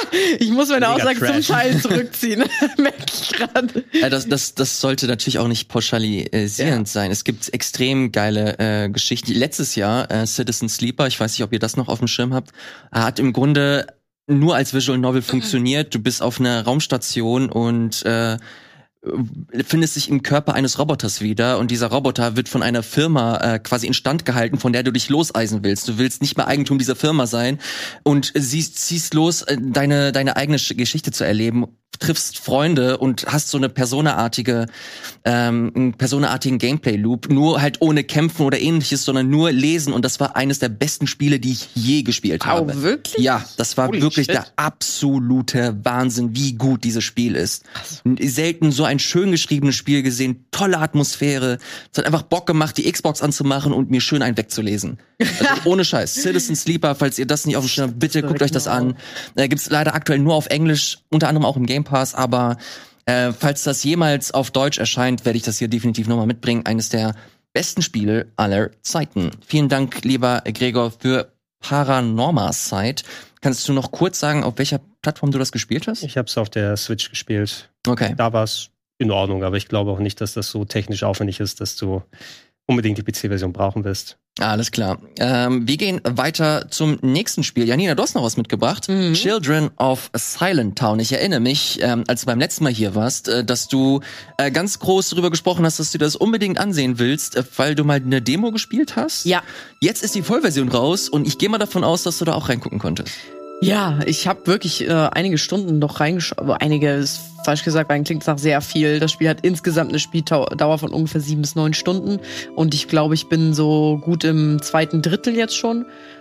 Ich muss meine Mega Aussage Trash. zum Teil zurückziehen. Merke ich gerade. Äh, das, das, das sollte natürlich auch nicht pauschalisierend Ja. sein. Es gibt extrem geile äh, Geschichten. Letztes Jahr, äh, Citizen Sleeper, ich weiß nicht, ob ihr das noch auf dem Schirm habt, hat im Grunde nur als Visual Novel funktioniert. Du bist auf einer Raumstation und äh, findest dich im Körper eines Roboters wieder und dieser Roboter wird von einer Firma äh, quasi instand gehalten, von der du dich loseisen willst. Du willst nicht mehr Eigentum dieser Firma sein und siehst, ziehst los, äh, deine deine eigene Sch- Geschichte zu erleben, triffst Freunde und hast so eine personaartige, ähm, einen personaartigen Gameplay-Loop, nur halt ohne Kämpfen oder ähnliches, sondern nur lesen und das war eines der besten Spiele, die ich je gespielt Oh, habe. wirklich? Ja, das war Holy wirklich shit. der absolute Wahnsinn, wie gut dieses Spiel ist. Selten so ein schön geschriebenes Spiel gesehen, tolle Atmosphäre. Es hat einfach Bock gemacht, die Xbox anzumachen und mir schön einen wegzulesen. Also ohne Scheiß. Citizen Sleeper, falls ihr das nicht auf dem Schirm habt, bitte guckt euch das an. Äh, gibt's leider aktuell nur auf Englisch, unter anderem auch im Game Pass, aber äh, falls das jemals auf Deutsch erscheint, werde ich das hier definitiv nochmal mitbringen. Eines der besten Spiele aller Zeiten. Vielen Dank, lieber Gregor, für Paranorma Site. Kannst du noch kurz sagen, auf welcher Plattform du das gespielt hast? Ich habe es auf der Switch gespielt. Okay. Da war es in Ordnung, aber ich glaube auch nicht, dass das so technisch aufwendig ist, dass du unbedingt die P C-Version brauchen wirst. Alles klar. Ähm, wir gehen weiter zum nächsten Spiel. Janina, du hast noch was mitgebracht. Mhm. Children of Silent Town. Ich erinnere mich, ähm, als du beim letzten Mal hier warst, äh, dass du äh, ganz groß darüber gesprochen hast, dass du das unbedingt ansehen willst, äh, weil du mal eine Demo gespielt hast. Ja. Jetzt ist die Vollversion raus und ich gehe mal davon aus, dass du da auch reingucken konntest. Ja, ich habe wirklich äh, einige Stunden noch reingeschaut. Aber einige ist falsch gesagt, weil klingt nach sehr viel. Das Spiel hat insgesamt eine Spieldauer von ungefähr sieben bis neun Stunden. Und ich glaube, ich bin so gut im zweiten Drittel jetzt schon.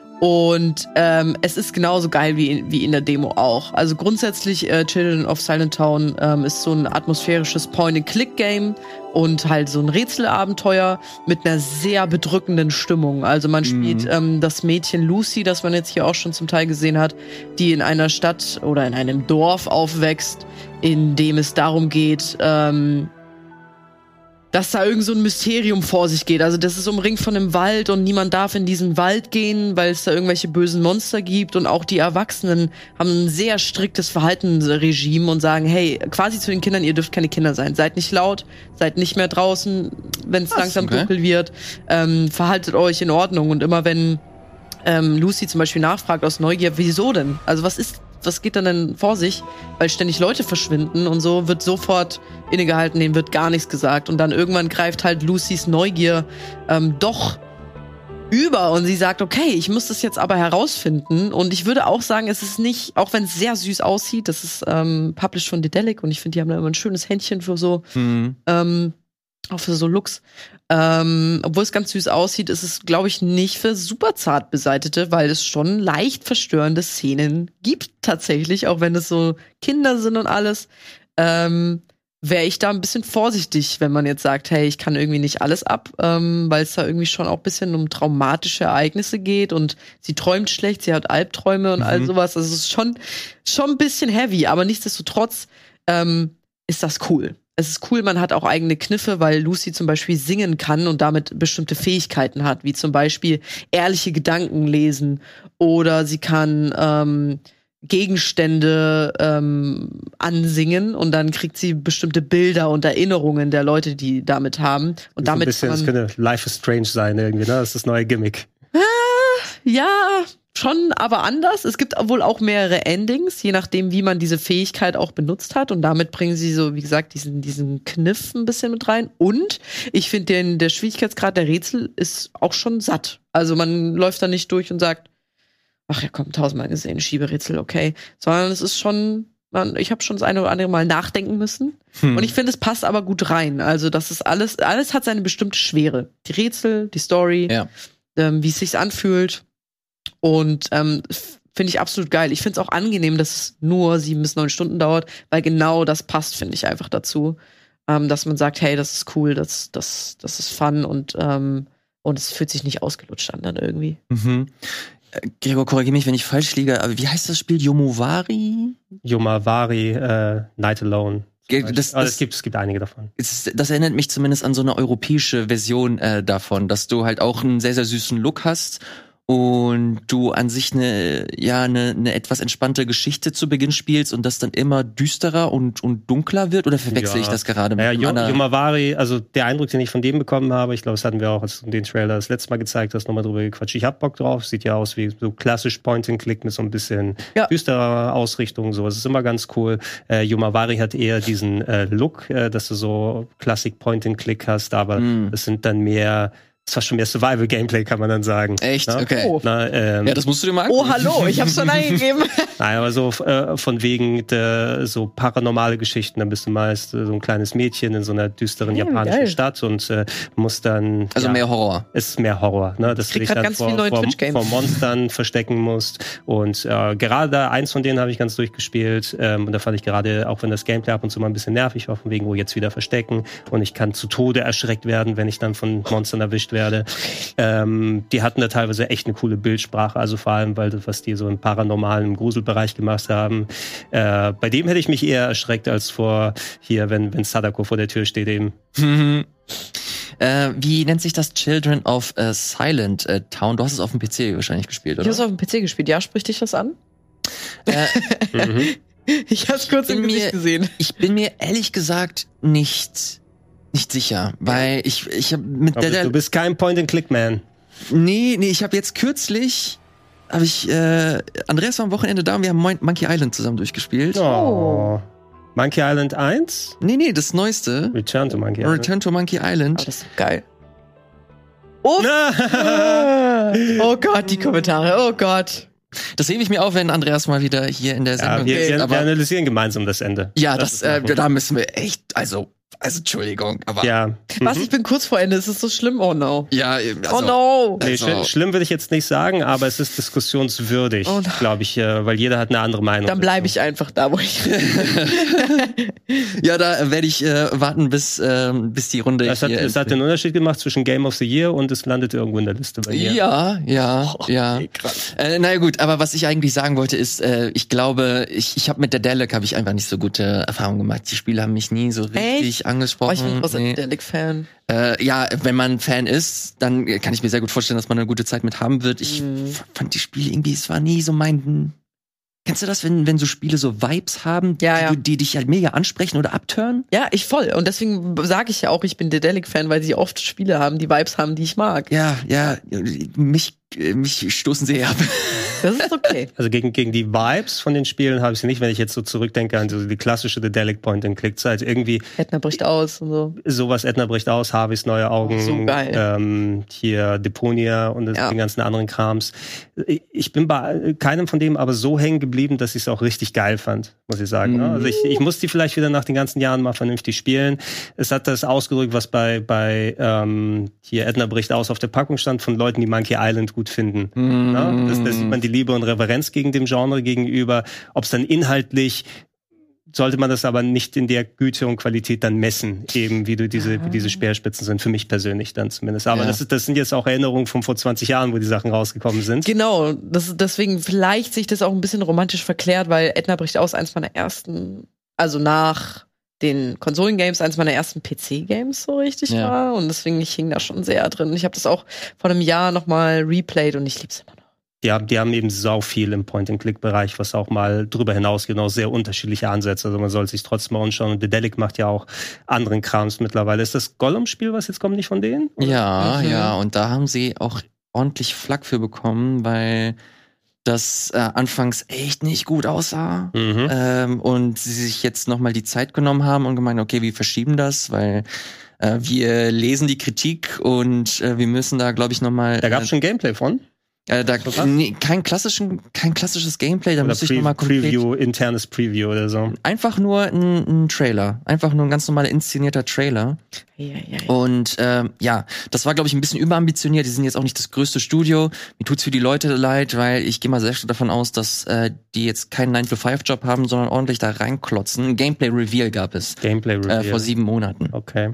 Und ähm, es ist genauso geil wie in, wie in der Demo auch. Also grundsätzlich äh, Children of Silent Town ähm, ist so ein atmosphärisches Point-and-Click-Game und halt so ein Rätselabenteuer mit einer sehr bedrückenden Stimmung. Also man spielt Mhm. ähm, das Mädchen Lucy, das man jetzt hier auch schon zum Teil gesehen hat, die in einer Stadt oder in einem Dorf aufwächst, in dem es darum geht, ähm, dass da irgend so ein Mysterium vor sich geht. Also das ist umringt von einem Wald und niemand darf in diesen Wald gehen, weil es da irgendwelche bösen Monster gibt. Und auch die Erwachsenen haben ein sehr striktes Verhaltensregime und sagen, hey, quasi zu den Kindern, ihr dürft keine Kinder sein. Seid nicht laut, seid nicht mehr draußen, wenn es langsam okay. dunkel wird. Ähm, verhaltet euch in Ordnung. Und immer wenn ähm, Lucy zum Beispiel nachfragt aus Neugier, wieso denn? Also was ist was geht dann denn vor sich? Weil ständig Leute verschwinden und so wird sofort innegehalten, denen wird gar nichts gesagt. Und dann irgendwann greift halt Lucys Neugier ähm, doch über und sie sagt, okay, ich muss das jetzt aber herausfinden. Und ich würde auch sagen, es ist nicht, auch wenn es sehr süß aussieht, das ist ähm, published von Dedelic und ich finde, die haben da immer ein schönes Händchen für so Mhm. ähm, auch für so Looks. Ähm, obwohl es ganz süß aussieht, ist es, glaube ich, nicht für super zart Beseitete, weil es schon leicht verstörende Szenen gibt tatsächlich, auch wenn es so Kinder sind und alles. Ähm, wäre ich da ein bisschen vorsichtig, wenn man jetzt sagt, hey, ich kann irgendwie nicht alles ab, ähm, weil es da irgendwie schon auch ein bisschen um traumatische Ereignisse geht und sie träumt schlecht, sie hat Albträume und Mhm. all sowas. Also es ist schon, schon ein bisschen heavy, aber nichtsdestotrotz ähm, ist das cool. Es ist cool, man hat auch eigene Kniffe, weil Lucy zum Beispiel singen kann und damit bestimmte Fähigkeiten hat, wie zum Beispiel ehrliche Gedanken lesen oder sie kann ähm, Gegenstände ähm, ansingen und dann kriegt sie bestimmte Bilder und Erinnerungen der Leute, die damit haben. Und So damit ein bisschen, kann es man, könnte Life is Strange sein irgendwie, ne? Das ist das neue Gimmick. ja, schon, aber anders. Es gibt wohl auch mehrere Endings, je nachdem, wie man diese Fähigkeit auch benutzt hat. Und damit bringen sie so, wie gesagt, diesen, diesen Kniff ein bisschen mit rein. Und ich finde, den der Schwierigkeitsgrad der Rätsel ist auch schon satt. Also man läuft da nicht durch und sagt, ach ja, komm, tausendmal gesehen, Schieberätsel, okay. Sondern es ist schon, man, ich habe schon das eine oder andere Mal nachdenken müssen. Hm. Und ich finde, es passt aber gut rein. Also das ist alles, alles hat seine bestimmte Schwere. Die Rätsel, die Story, Ja. ähm, wie es sich anfühlt. Und ähm, finde ich absolut geil. Ich finde es auch angenehm, dass es nur sieben bis neun Stunden dauert, weil genau das passt, finde ich einfach dazu. Ähm, dass man sagt, hey, das ist cool, das, das, das ist fun und, ähm, und es fühlt sich nicht ausgelutscht an dann irgendwie. Mhm. Äh, Gregor, korrigiere mich, wenn ich falsch liege, aber wie heißt das Spiel? Yomuwari? Yomavari, äh, Night Alone. Ge- Das, das- Aber das- es gibt, es gibt einige davon. Es- Das erinnert mich zumindest an so eine europäische Version äh, davon, dass du halt auch einen sehr, sehr süßen Look hast und du an sich eine ja eine eine etwas entspannte Geschichte zu Beginn spielst und das dann immer düsterer und und dunkler wird, oder verwechsel Ja. ich das gerade mit Ja, einem Yo- anderen? Yomavari, also der Eindruck, den ich von dem bekommen habe, ich glaube, das hatten wir auch, als du den Trailer das letzte Mal gezeigt hast, nochmal drüber gequatscht. Ich hab Bock drauf, sieht ja aus wie so klassisch Point-and-Click mit so ein bisschen Ja. düsterer Ausrichtung, sowas ist immer ganz cool. Äh, Yomavari hat eher diesen äh, Look, äh, dass du so Classic Point-and-Click hast, aber Mm. es sind dann mehr, das war schon mehr Survival-Gameplay, kann man dann sagen. Echt? Na? Okay. Oh. Na, ähm, Ja, das musst du dir mal Oh, angucken. hallo, ich hab's schon eingegeben. Nein, aber so äh, von wegen der, so paranormale Geschichten, da bist du meist äh, so ein kleines Mädchen in so einer düsteren Hey, japanischen geil. Stadt und äh, musst dann Also ja, mehr Horror. es ist mehr Horror, ne? Dass du krieg dich grad dann ganz vor, viele neue vor, Twitch-Games. vor Monstern verstecken musst. Und äh, gerade da, eins von denen habe ich ganz durchgespielt. Ähm, und da fand ich gerade, auch wenn das Gameplay ab und zu mal ein bisschen nervig war, von wegen, wo jetzt wieder verstecken. Und ich kann zu Tode erschreckt werden, wenn ich dann von Monstern erwischt werde. Ähm, die hatten da teilweise echt eine coole Bildsprache, also vor allem, weil das, was die so im paranormalen, im Gruselbereich gemacht haben. Äh, bei dem hätte ich mich eher erschreckt als vor hier, wenn, wenn Sadako vor der Tür steht eben. Äh, wie nennt sich das? Children of äh, Silent äh, Town. Du hast es auf dem P C wahrscheinlich gespielt, Ich oder? hab's auf dem P C gespielt. Ja, spricht dich das an? Äh, Mhm. Ich hab's kurz bin im Gesicht mir- gesehen. ich bin mir ehrlich gesagt nicht nicht sicher, weil ich ich habe mit Aber der, du bist kein Point-and-Click-Man. nee nee ich habe jetzt kürzlich habe ich äh, Andreas war am Wochenende da und wir haben Mon- Monkey Island zusammen durchgespielt. Oh. Monkey Island eins? Nee nee, das neueste. Return to Monkey Island. Return to Monkey Island. Aber das ist so geil. Oh, Na. oh Gott, die Kommentare. Oh Gott. Das hebe ich mir auf, wenn Andreas mal wieder hier in der Ja, Sendung wir, ist. wir, wir Aber analysieren gemeinsam das Ende. ja, das, ist äh, noch- da müssen wir echt, also, also Entschuldigung, aber ja, Ja. Was, Mhm. ich bin kurz vor Ende. Es ist so schlimm. Oh no. also, Oh no. Nee, Also- schli- schlimm würde ich jetzt nicht sagen, aber es ist diskussionswürdig, Oh nein. glaube ich, äh, weil jeder hat eine andere Meinung. Dann bleibe ich einfach da, wo ich bin. ja, da werde ich äh, warten, bis ähm, bis die Runde Es hat, hier es hat den Unterschied gemacht zwischen Game of the Year und es landet irgendwo in der Liste bei mir. Ja, ja, Oh, ja. Äh, naja gut, aber was ich eigentlich sagen wollte ist, äh, ich glaube, ich, ich habe mit der Dalek habe ich einfach nicht so gute Erfahrungen gemacht. Die Spiele haben mich nie so richtig Echt? Oh, angesprochen. ich bin großer Nee. Delic-Fan. Äh, ja, wenn man Fan ist, dann kann ich mir sehr gut vorstellen, dass man eine gute Zeit mit haben wird. Ich Mhm. f- fand die Spiele irgendwie, es war nie so mein. Kennst du das, wenn, wenn so Spiele so Vibes haben, Ja, die, ja. du- die dich halt mega ansprechen oder abtören? Ja, ich voll. Und deswegen sage ich ja auch, ich bin Dedelic-Fan, weil sie oft Spiele haben, die Vibes haben, die ich mag. Ja, ja, mich, äh, mich stoßen sie ab. Das ist okay. Also gegen, gegen die Vibes von den Spielen habe ich sie nicht, wenn ich jetzt so zurückdenke an so die klassische Dedelic Point-and-Click-Zeit. Irgendwie Edna bricht aus und so. sowas, Edna bricht aus, Harveys neue Augen, So geil. ähm, hier Deponia und Ja. den ganzen anderen Krams. Ich- Ich bin bei keinem von dem aber so hängen geblieben, dass ich es auch richtig geil fand, muss ich sagen. Ne? Mhm. Also ich, ich muss die vielleicht wieder nach den ganzen Jahren mal vernünftig spielen. Es hat das ausgedrückt, was bei, bei ähm, hier Edna bricht aus auf der Packung stand, von Leuten, die Monkey Island gut finden. Ne? Das, da sieht man die Liebe und Reverenz gegen dem Genre gegenüber. Ob es dann inhaltlich sollte man das aber nicht in der Güte und Qualität dann messen, eben wie du diese, wie diese Speerspitzen sind, für mich persönlich dann zumindest. Aber Ja. das, ist, das sind jetzt auch Erinnerungen von vor zwanzig Jahren, wo die Sachen rausgekommen sind. Genau, das, deswegen vielleicht sich das auch ein bisschen romantisch verklärt, weil Edna bricht aus, eins meiner ersten, also nach den Konsolengames, eins meiner ersten P C-Games so richtig Ja. war. Und deswegen, ich hing da schon sehr drin. Ich habe das auch vor einem Jahr nochmal replayed und ich lieb's immer noch. Die haben, die haben eben sau viel im Point-and-Click-Bereich, was auch mal drüber hinaus genau sehr unterschiedliche Ansätze. Also man soll sich trotzdem mal anschauen. Und Dedelic macht ja auch anderen Krams mittlerweile. Ist das Gollum-Spiel, was jetzt kommt, nicht von denen? Ja, Mhm. ja, und da haben sie auch ordentlich Flack für bekommen, weil das äh, anfangs echt nicht gut aussah. Mhm. Ähm, und sie sich jetzt nochmal die Zeit genommen haben und gemeint, okay, wir verschieben das, weil äh, wir lesen die Kritik und äh, wir müssen da, glaube ich, nochmal. Da gab es schon Gameplay von. Äh, da, So was? nee, kein klassischen, kein klassisches Gameplay, da Oder müsste ich Pre- nochmal konkret. Preview, internes Preview oder so. Einfach nur ein, ein Trailer. Einfach nur ein ganz normaler inszenierter Trailer. Ja, ja, ja. Und ähm, ja, das war, glaube ich, ein bisschen überambitioniert. Die sind jetzt auch nicht das größte Studio. Mir tut's für die Leute leid, weil ich gehe mal sehr stark davon aus, dass äh, die jetzt keinen nine to five Job haben, sondern ordentlich da reinklotzen. Ein Gameplay-Reveal gab es Gameplay Review. äh, vor sieben Monaten. Okay.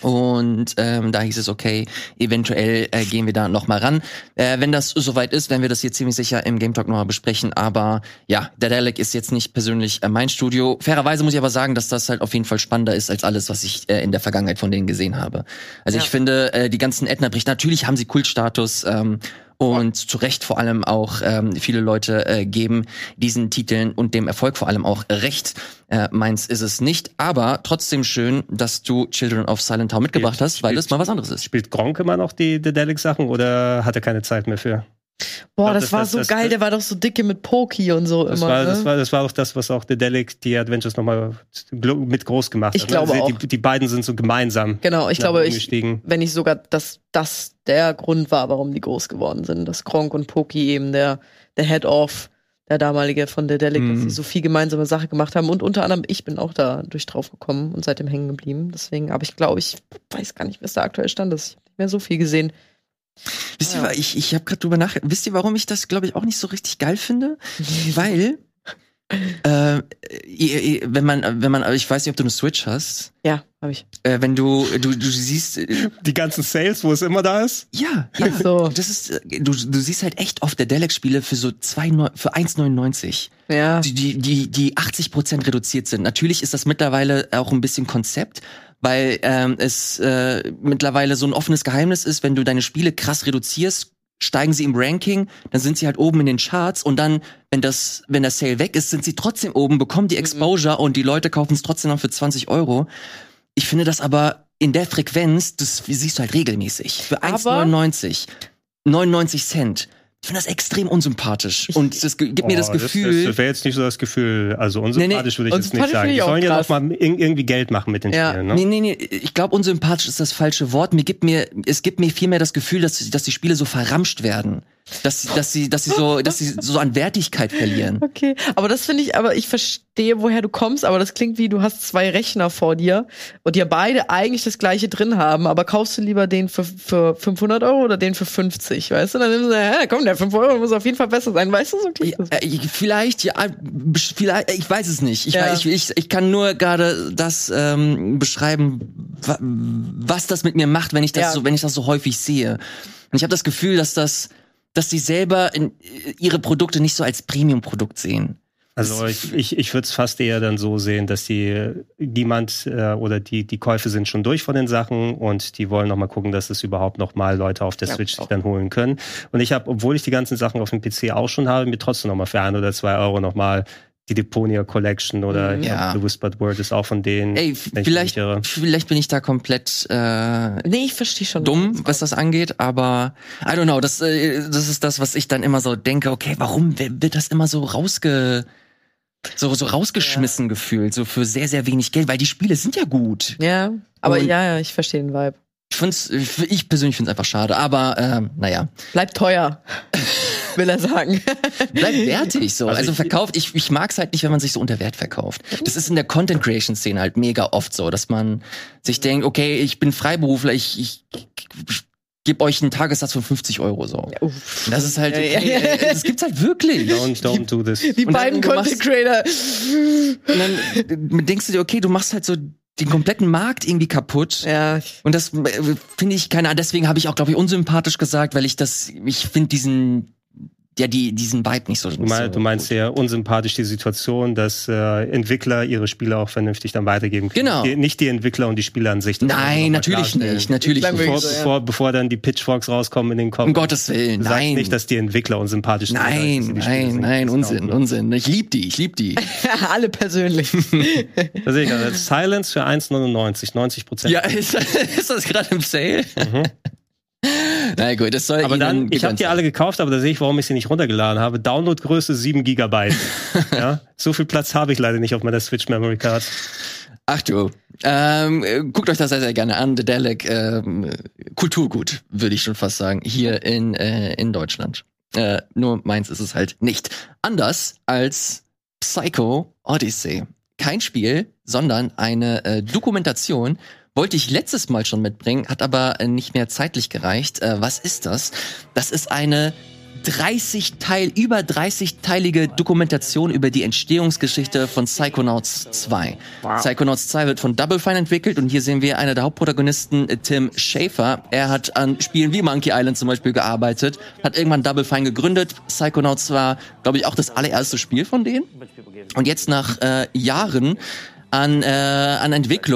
Und ähm, da hieß es, okay, eventuell äh, gehen wir da noch mal ran. Äh, wenn das soweit ist, werden wir das hier ziemlich sicher im Game Talk noch mal besprechen. Aber ja, Dedelic ist jetzt nicht persönlich äh, mein Studio. Fairerweise muss ich aber sagen, dass das halt auf jeden Fall spannender ist als alles, was ich äh, in der Vergangenheit von denen gesehen habe. Also Ja. ich finde, äh, die ganzen Edna bricht, natürlich haben sie Kultstatus. Ähm, und zu Recht vor allem auch ähm, viele Leute äh, geben diesen Titeln und dem Erfolg vor allem auch recht. Äh, meins ist es nicht, aber trotzdem schön, dass du Children of Silent Town mitgebracht hast, weil es mal was anderes ist. Spielt Gronkh immer noch die Dedelic-Sachen oder hat er keine Zeit mehr für? Boah, glaub, das, das- war das- so das- geil, der war doch so dicke mit Poki und so Das immer. war, ne? das, war, das war auch das, was auch Dedelic die Adventures nochmal mit groß gemacht Ich hat. glaube Also auch. Die, die beiden sind so gemeinsam. Genau, ich nach glaube, oben ich, gestiegen. wenn nicht sogar, dass das der Grund war, warum die groß geworden sind. Dass Gronkh und Poki eben der, der Head-Off, der damalige von Dedelic, Mhm. dass sie so viel gemeinsame Sache gemacht haben. Und unter anderem ich bin auch da durch drauf gekommen und seitdem hängen geblieben. Deswegen, aber ich glaube, ich weiß gar nicht, was der aktuelle Stand ist. Ich habe nicht mehr so viel gesehen. Wisst ihr, Ja. wa- ich, ich habe gerade drüber nachgedacht. Wisst ihr, warum ich das, glaube ich, auch nicht so richtig geil finde? Weil, äh, ihr- ihr- wenn man, wenn man, ich weiß nicht, ob du eine Switch hast, Ja, habe ich. äh, wenn du, du, du siehst, äh, Die ganzen Sales, wo es immer da ist. ja, ja, Ach so. das ist, äh, du, du siehst halt echt oft der Dedelic-Spiele für so zwei, Neu- für eins neunundneunzig. Ja. Die, die, die, die achtzig Prozent reduziert sind. Natürlich ist das mittlerweile auch ein bisschen Konzept, weil ähm, es äh, mittlerweile so ein offenes Geheimnis ist, wenn du deine Spiele krass reduzierst, steigen sie im Ranking, dann sind sie halt oben in den Charts und dann, wenn das, wenn der Sale weg ist, sind sie trotzdem oben, bekommen die Exposure und die Leute kaufen es trotzdem noch für zwanzig Euro. Ich finde das aber in der Frequenz, das siehst du halt regelmäßig. Für eins neunundneunzig, neunundneunzig Cent. Ich finde das extrem unsympathisch. Und das ge- gibt mir das Oh, Gefühl. Das, das wäre jetzt nicht so das Gefühl. Also unsympathisch würde ich jetzt nicht unsympathisch sagen. finde Die ich auch sollen ja krass. noch mal ir- irgendwie Geld machen mit den Ja. Spielen. Ne? Nee, nee, nee, ich glaube, unsympathisch ist das falsche Wort. Mir gibt mir, es gibt mir vielmehr das Gefühl, dass, dass die Spiele so verramscht werden. Dass, dass sie, dass sie so, dass sie so an Wertigkeit verlieren. Okay, aber das finde ich, aber ich verstehe, woher du kommst, aber das klingt wie, du hast zwei Rechner vor dir und die beide eigentlich das gleiche drin haben, aber kaufst du lieber den für, für fünfhundert Euro oder den für fünfzig, weißt du? Dann nimmst du, ja, komm, der fünf Euro muss auf jeden Fall besser sein, weißt du, so klingt das. Ja, äh, vielleicht, ja, besch- vielleicht, ich weiß es nicht. Ich, Ja. weiß, ich, ich, ich kann nur gerade das ähm, beschreiben, wa- was das mit mir macht, wenn ich das Ja. so, wenn ich das so häufig sehe. Und ich habe das Gefühl, dass das, dass die selber in, ihre Produkte nicht so als Premium-Produkt sehen. Also ich, ich, ich würde es fast eher dann so sehen, dass die niemand äh, oder die die Käufe sind schon durch von den Sachen und die wollen noch mal gucken, dass es überhaupt noch mal Leute auf der Ja, Switch sich auch. dann holen können. Und ich habe, obwohl ich die ganzen Sachen auf dem P C auch schon habe, mir trotzdem noch mal für ein oder zwei Euro noch mal die Deponia Collection oder Mhm. ich Ja. glaub, The Whispered Word ist auch von denen. Ey, wenn ich mich vielleicht, nicht irre. vielleicht bin ich da komplett äh, Nee, ich verstehe schon. dumm, was das angeht, aber I don't know, das, äh, das ist das, was ich dann immer so denke, okay, warum wird das immer so rausge so, so rausgeschmissen gefühlt, so für sehr, sehr wenig Geld, weil die Spiele sind ja gut. Ja, aber Und- ja, ja, ich verstehe den Vibe. Ich find's, ich persönlich find's einfach schade, aber ähm, naja, Bleibt teuer, will er sagen. bleibt wertig so. Also Also, ich- verkauft, ich, ich mag's halt nicht, wenn man sich so unter Wert verkauft. Das ist in der Content-Creation-Szene halt mega oft so, dass man sich denkt, okay, ich bin Freiberufler, ich, ich, ich gebe euch einen Tagessatz von fünfzig Euro so. Und das ist halt, okay, Ja, ja, ja. das gibt's halt wirklich. Don't, don't do this. Die Und dann beiden du machst- Content Creator. Und dann denkst du dir, okay, du machst halt so den kompletten Markt irgendwie kaputt. Ja, Und das äh, finde ich, keine Ahnung, deswegen habe ich auch, glaube ich, unsympathisch gesagt, weil ich das, ich finde diesen, ja, die, diesen Vibe nicht so. Du, mein, so du meinst gut. sehr unsympathisch die Situation, dass äh, Entwickler ihre Spiele auch vernünftig dann weitergeben können. Genau. Die, nicht die Entwickler und die Spieler an sich. Das muss man noch Nein, mal natürlich klarstellen. nicht, natürlich Klang nicht. Bevor, so, ja. bevor, bevor dann die Pitchforks rauskommen in den Kopf. Um Gottes Willen, Du sagst nein. nicht, dass die Entwickler unsympathisch sind. Nein, sondern dass sie die Spiele nein, sind. nein, Das Unsinn, glauben wir. Unsinn. Ich lieb die, ich lieb die. alle persönlich. Da sehe ich gerade. Silence für eins neunundneunzig, neunzig Prozent. Ja, ist, ist das gerade im Sale? Na gut, das soll Aber Ihnen dann, ich habe gegönnt die sein. alle gekauft, aber da sehe ich, warum ich sie nicht runtergeladen habe. Downloadgröße sieben Gigabyte. Ja, so viel Platz habe ich leider nicht auf meiner Switch Memory Card. Ach du, ähm, äh, guckt euch das sehr, sehr gerne an. Dedelic, ähm, Kulturgut, würde ich schon fast sagen, hier in, äh, in Deutschland. Äh, nur meins ist es halt nicht. Anders als Psycho Odyssey. Kein Spiel, sondern eine äh, Dokumentation. Wollte ich letztes Mal schon mitbringen, hat aber äh, nicht mehr zeitlich gereicht. Äh, was ist das? Das ist eine dreißig Teil, über dreißig-teilige Dokumentation über die Entstehungsgeschichte von Psychonauts zwei. Wow. Psychonauts zwei wird von Double Fine entwickelt und hier sehen wir einer der Hauptprotagonisten, äh, Tim Schafer. Er hat an Spielen wie Monkey Island zum Beispiel gearbeitet, hat irgendwann Double Fine gegründet. Psychonauts war, glaube ich, auch das allererste Spiel von denen. Und jetzt nach äh, Jahren an, äh, an Entwicklung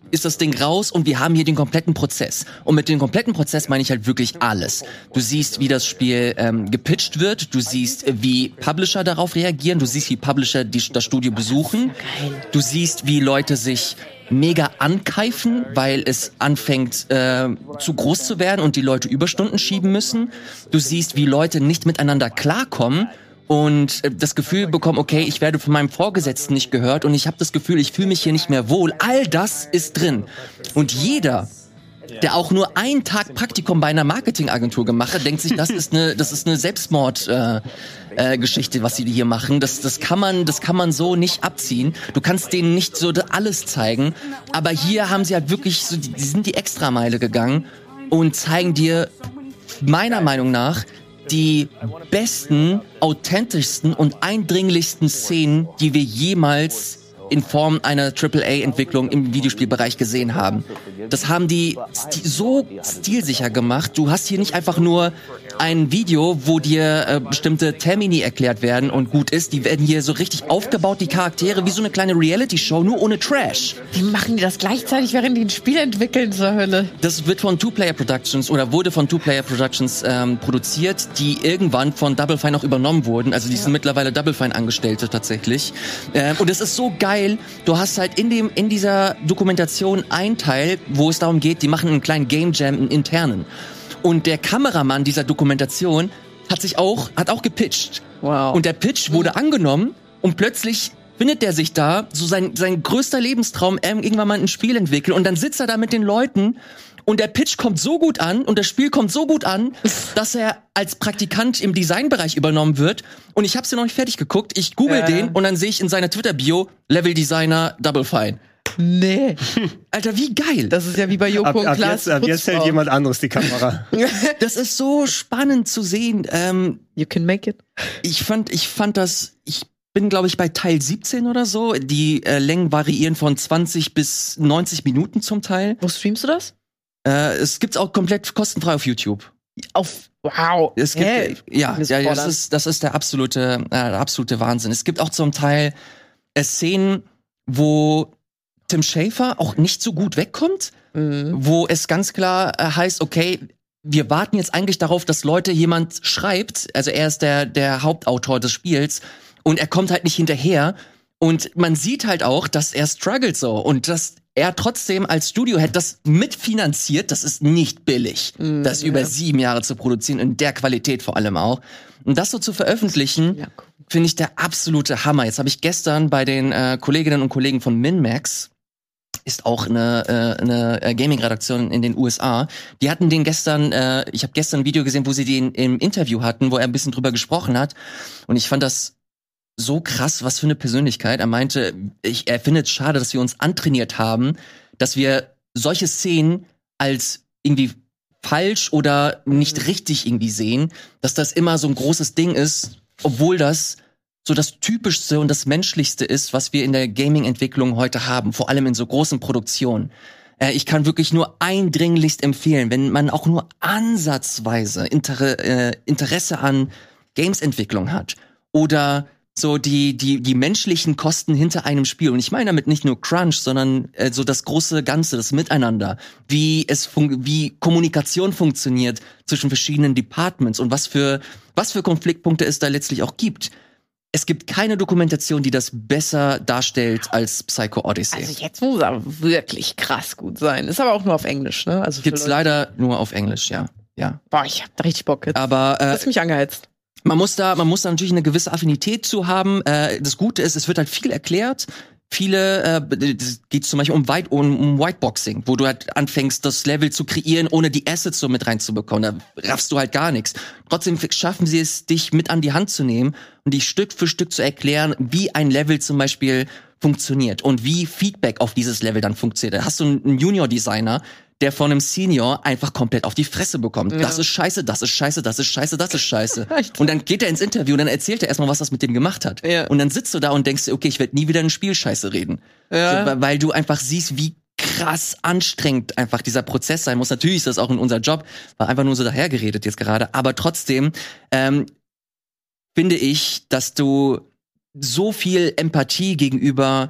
ist das Ding raus und wir haben hier den kompletten Prozess. Und mit dem kompletten Prozess meine ich halt wirklich alles. Du siehst, wie das Spiel ähm, gepitcht wird, du siehst, wie Publisher darauf reagieren, du siehst, wie Publisher die, das Studio besuchen, du siehst, wie Leute sich mega ankeifen, weil es anfängt äh, zu groß zu werden und die Leute Überstunden schieben müssen. Du siehst, wie Leute nicht miteinander klarkommen und äh, das Gefühl bekommen, okay, ich werde von meinem Vorgesetzten nicht gehört und ich habe das Gefühl, ich fühle mich hier nicht mehr wohl. All das ist drin. Und jeder, der auch nur einen Tag Praktikum bei einer Marketingagentur gemacht hat, denkt sich, das ist eine, das ist eine Selbstmord äh, äh, Geschichte, was sie hier machen. Das, das kann man, das kann man so nicht abziehen. Du kannst denen nicht so alles zeigen. Aber hier haben sie halt wirklich so, die, die sind die Extrameile gegangen und zeigen dir meiner Meinung nach die besten, authentischsten und eindringlichsten Szenen, die wir jemals in Form einer Triple A Entwicklung im Videospielbereich gesehen haben. Das haben die sti- so stilsicher gemacht. Du hast hier nicht einfach nur ein Video, wo dir äh, bestimmte Termini erklärt werden und gut ist. Die werden hier so richtig aufgebaut, die Charaktere, wie so eine kleine Reality-Show, nur ohne Trash. Wie machen die das gleichzeitig, während die ein Spiel entwickeln zur Hölle? Das wird von Two-Player Productions oder wurde von Two-Player Productions ähm, produziert, die irgendwann von Double Fine auch übernommen wurden. Also die sind mittlerweile Double Fine Angestellte tatsächlich. Ähm, und es ist so geil. Du hast halt in dem in dieser Dokumentation einen Teil, wo es darum geht, die machen einen kleinen Game Jam, einen internen. Und der Kameramann dieser Dokumentation hat sich auch hat auch gepitcht. Wow. Und der Pitch wurde angenommen und plötzlich findet der sich da, so sein sein größter Lebenstraum, ähm, irgendwann mal ein Spiel entwickeln und dann sitzt er da mit den Leuten und der Pitch kommt so gut an und das Spiel kommt so gut an, dass er als Praktikant im Designbereich übernommen wird. Und ich hab's ja noch nicht fertig geguckt. Ich google äh. den und dann sehe ich in seiner Twitter-Bio Level Designer Double Fine. Nee. Alter, wie geil. Das ist ja wie bei Joko Ab, und ab, Klaas. jetzt, ab jetzt hält jemand anderes die Kamera. Das ist so spannend zu sehen. Ähm, You can make it. ich fand, ich fand das, ich bin, glaube ich, bei Teil siebzehn oder so. Die äh, Längen variieren von zwanzig bis neunzig Minuten zum Teil. Wo streamst du das? Äh, es gibt's auch komplett kostenfrei auf YouTube. Auf, wow. Es gibt, Hä? ja, Das ist ja, das fordernd. ist, das ist der absolute, äh, der absolute Wahnsinn. Es gibt auch zum Teil äh, Szenen, wo Tim Schafer auch nicht so gut wegkommt, Mhm. wo es ganz klar äh, heißt, okay, wir warten jetzt eigentlich darauf, dass Leute jemand schreibt, also er ist der, der Hauptautor des Spiels und er kommt halt nicht hinterher und man sieht halt auch, dass er struggelt so und dass er trotzdem als Studiohead das mitfinanziert, das ist nicht billig, Mhm, das über ja. sieben Jahre zu produzieren, in der Qualität vor allem auch. Und das so zu veröffentlichen, Ja, cool. finde ich der absolute Hammer. Jetzt habe ich gestern bei den äh, Kolleginnen und Kollegen von MinMax, ist auch eine, äh, eine äh, Gaming-Redaktion in den U S A. Die hatten den gestern, äh, ich habe gestern ein Video gesehen, wo sie den im Interview hatten, wo er ein bisschen drüber gesprochen hat. Und ich fand das so krass, was für eine Persönlichkeit. Er meinte, ich, er findet es schade, dass wir uns antrainiert haben, dass wir solche Szenen als irgendwie falsch oder nicht richtig irgendwie sehen, dass das immer so ein großes Ding ist, obwohl das so das Typischste und das Menschlichste ist, was wir in der Gaming-Entwicklung heute haben, vor allem in so großen Produktionen. Äh, ich kann wirklich nur eindringlichst empfehlen, wenn man auch nur ansatzweise Inter- äh, Interesse an Games-Entwicklung hat oder so die die die menschlichen Kosten hinter einem Spiel. Und ich meine damit nicht nur Crunch, sondern äh, so das große Ganze, das Miteinander, wie es fun- wie Kommunikation funktioniert zwischen verschiedenen Departments und was für was für Konfliktpunkte es da letztlich auch gibt. Es gibt keine Dokumentation, die das besser darstellt als Psycho Odyssey. Also jetzt muss es aber wirklich krass gut sein. Ist aber auch nur auf Englisch, ne? Also für Gibt's Leute- leider nur auf Englisch, ja. Ja. Boah, ich hab da richtig Bock jetzt. Aber Du äh, hast mich angeheizt. man muss da, man muss da natürlich eine gewisse Affinität zu haben. Äh, das Gute ist, es wird halt viel erklärt. Viele, äh, das geht zum Beispiel um, White, um, um Whiteboxing, wo du halt anfängst, das Level zu kreieren, ohne die Assets so mit reinzubekommen. Da raffst du halt gar nichts. Trotzdem schaffen sie es, dich mit an die Hand zu nehmen und dich Stück für Stück zu erklären, wie ein Level zum Beispiel funktioniert und wie Feedback auf dieses Level dann funktioniert. Da hast du einen Junior-Designer, der von einem Senior einfach komplett auf die Fresse bekommt. Ja. Das ist scheiße, das ist scheiße, das ist scheiße, das ist scheiße. Echt? Und dann geht er ins Interview und dann erzählt er erstmal, was das mit dem gemacht hat. Ja. Und dann sitzt du da und denkst dir, okay, ich werde nie wieder ein Spiel scheiße reden. Ja. So, weil du einfach siehst, wie krass anstrengend einfach dieser Prozess sein muss. Natürlich ist das auch in unser Job, war einfach nur so dahergeredet jetzt gerade. Aber trotzdem ähm, finde ich, dass du so viel Empathie gegenüber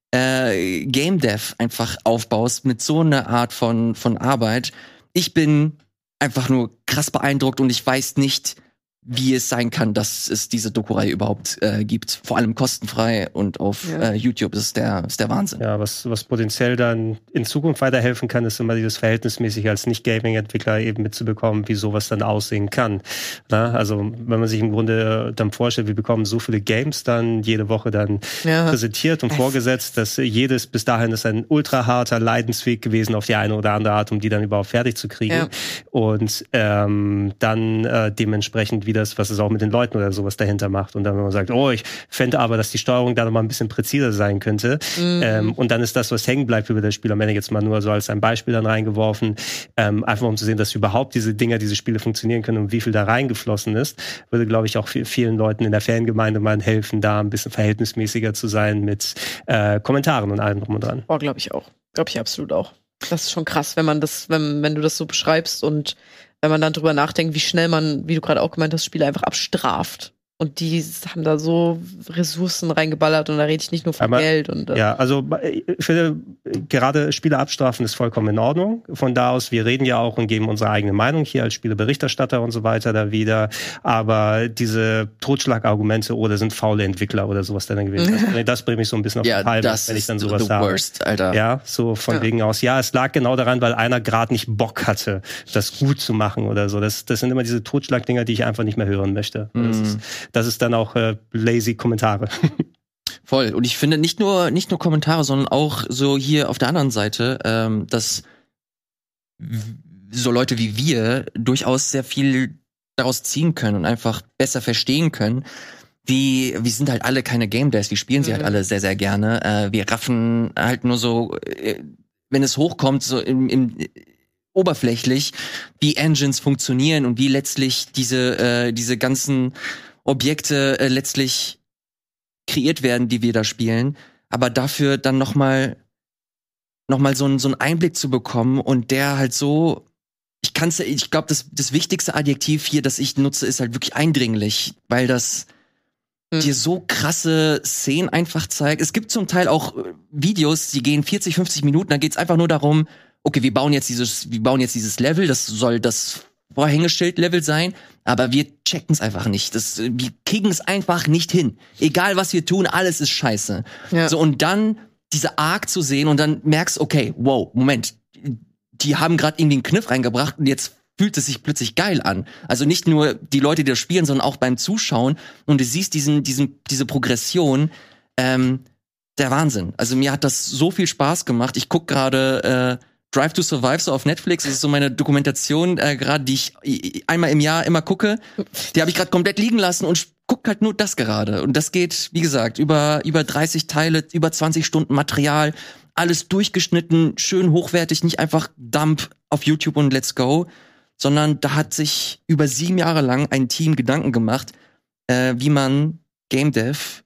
äh, Game Dev einfach aufbaust mit so einer Art von, von Arbeit. Ich bin einfach nur krass beeindruckt und ich weiß nicht, wie es sein kann, dass es diese Doku-Reihe überhaupt äh, gibt. Vor allem kostenfrei und auf ja. äh, YouTube ist der, ist der Wahnsinn. Ja, was, was potenziell dann in Zukunft weiterhelfen kann, ist immer dieses verhältnismäßig als Nicht-Gaming-Entwickler eben mitzubekommen, wie sowas dann aussehen kann. Na, also wenn man sich im Grunde dann vorstellt, wir bekommen so viele Games dann jede Woche dann ja. präsentiert und vorgesetzt, dass jedes bis dahin ist ein ultra harter Leidensweg gewesen auf die eine oder andere Art, um die dann überhaupt fertig zu kriegen. Ja. Und ähm, dann äh, dementsprechend wieder das, was es auch mit den Leuten oder sowas dahinter macht. Und dann, wenn man sagt, oh, ich fände aber, dass die Steuerung da noch mal ein bisschen präziser sein könnte. Mhm. Ähm, und dann ist das, was hängen bleibt über das Spiel am Ende jetzt mal nur so als ein Beispiel dann reingeworfen, ähm, einfach um zu sehen, dass überhaupt diese Dinger, diese Spiele funktionieren können und wie viel da reingeflossen ist, würde, glaube ich, auch vielen Leuten in der Fangemeinde mal helfen, da ein bisschen verhältnismäßiger zu sein mit äh, Kommentaren und allem drum und dran. Boah, glaube ich auch. Glaube ich absolut auch. Das ist schon krass, wenn man das, wenn, wenn du das so beschreibst und wenn man dann drüber nachdenkt, wie schnell man, wie du gerade auch gemeint hast, Spiele einfach abstraft. Und die haben da so Ressourcen reingeballert und da rede ich nicht nur von Aber, Geld. Und, äh ja, also ich finde, gerade Spiele abstrafen ist vollkommen in Ordnung. Von da aus, wir reden ja auch und geben unsere eigene Meinung hier als Spieleberichterstatter und so weiter da wieder. Aber diese Totschlagargumente oder sind faule Entwickler oder sowas dann gewesen. Das, das bringt mich so ein bisschen auf ja, den Palm, wenn ich dann sowas habe. Worst, Alter. Ja, so von ja. wegen aus. Ja, es lag genau daran, weil einer gerade nicht Bock hatte, das gut zu machen oder so. Das, das sind immer diese Totschlagdinger, die ich einfach nicht mehr hören möchte. Mhm. Das ist, Das ist dann auch äh, lazy Kommentare. Voll. Und ich finde nicht nur nicht nur Kommentare, sondern auch so hier auf der anderen Seite, ähm, dass so Leute wie wir durchaus sehr viel daraus ziehen können und einfach besser verstehen können. Wie, wir sind halt alle keine Game Devs, wir spielen sie mhm. halt alle sehr, sehr gerne. Äh, wir raffen halt nur so, äh, wenn es hochkommt, so im, im oberflächlich, wie Engines funktionieren und wie letztlich diese äh, diese ganzen Objekte äh, letztlich kreiert werden, die wir da spielen, aber dafür dann noch mal noch mal so einen so einen Einblick zu bekommen und der halt so, ich kann's, ich glaube, das das wichtigste Adjektiv hier, das ich nutze, ist halt wirklich eindringlich, weil das hm. dir so krasse Szenen einfach zeigt. Es gibt zum Teil auch Videos, die gehen vierzig, fünfzig Minuten, da geht's einfach nur darum, okay, wir bauen jetzt dieses, wir bauen jetzt dieses Level, das soll das Vorhängeschild-Level sein, aber wir checken es einfach nicht. Das, wir kriegen es einfach nicht hin. Egal, was wir tun, alles ist scheiße. Ja. So, und dann diese Arc zu sehen und dann merkst, okay, wow, Moment, die haben gerade irgendwie einen Kniff reingebracht und jetzt fühlt es sich plötzlich geil an. Also nicht nur die Leute, die das spielen, sondern auch beim Zuschauen. Und du siehst diesen, diesen, diese Progression, ähm, der Wahnsinn. Also mir hat das so viel Spaß gemacht. Ich guck gerade äh, Drive to Survive so auf Netflix, das ist so meine Dokumentation äh, gerade, die ich i- einmal im Jahr immer gucke. Die habe ich gerade komplett liegen lassen und guck halt nur das gerade. Und das geht, wie gesagt, über über dreißig Teile, über zwanzig Stunden Material, alles durchgeschnitten, schön hochwertig, nicht einfach Dump auf YouTube und let's go, sondern da hat sich über sieben Jahre lang ein Team Gedanken gemacht, äh, wie man Game Dev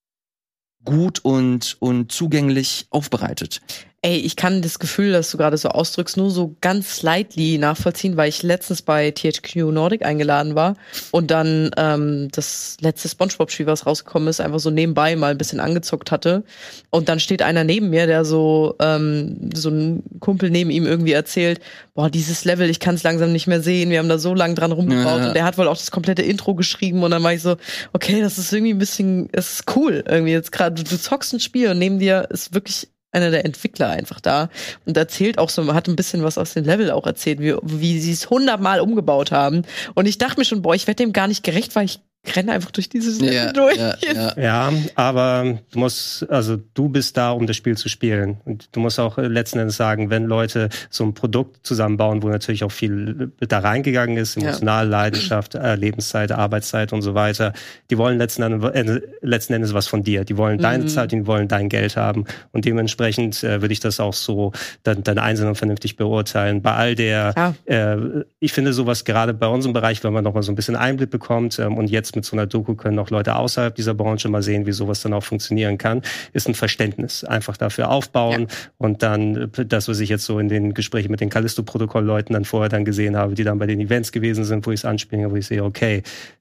gut und und zugänglich aufbereitet. Ey, ich kann das Gefühl, das du gerade so ausdrückst, nur so ganz slightly nachvollziehen, weil ich letztens bei T H Q Nordic eingeladen war und dann ähm, das letzte SpongeBob-Spiel, was rausgekommen ist, einfach so nebenbei mal ein bisschen angezockt hatte. Und dann steht einer neben mir, der so ähm, so ein Kumpel neben ihm irgendwie erzählt, boah, dieses Level, ich kann es langsam nicht mehr sehen, wir haben da so lang dran rumgebaut ja. Und der hat wohl auch das komplette Intro geschrieben und dann war ich so, okay, das ist irgendwie ein bisschen, es ist cool irgendwie jetzt gerade, du, du zockst ein Spiel und neben dir ist wirklich einer der Entwickler einfach da und erzählt auch so, hat ein bisschen was aus dem Level auch erzählt, wie, wie sie es hundertmal umgebaut haben. Und ich dachte mir schon, boah, ich werde dem gar nicht gerecht, weil ich renne einfach durch dieses Level ja, durch. Ja, ja. ja, aber du musst, also du bist da, um das Spiel zu spielen. Und du musst auch letzten Endes sagen, wenn Leute so ein Produkt zusammenbauen, wo natürlich auch viel da reingegangen ist, emotional, ja. Leidenschaft, äh, Lebenszeit, Arbeitszeit und so weiter, die wollen letzten Endes, äh, letzten Endes was von dir. Die wollen deine mhm. Zeit, die wollen dein Geld haben. Und dementsprechend äh, würde ich das auch so dann, dann einzeln und vernünftig beurteilen. Bei all der, ja. äh, ich finde sowas gerade bei unserem Bereich, wenn man noch mal so ein bisschen Einblick bekommt ähm, und jetzt mit so einer Doku können auch Leute außerhalb dieser Branche mal sehen, wie sowas dann auch funktionieren kann, ist ein Verständnis. Einfach dafür aufbauen ja. und dann das, was ich jetzt so in den Gesprächen mit den Callisto-Protokoll-Leuten dann vorher dann gesehen habe, die dann bei den Events gewesen sind, wo ich es anspiele, wo ich sehe, okay,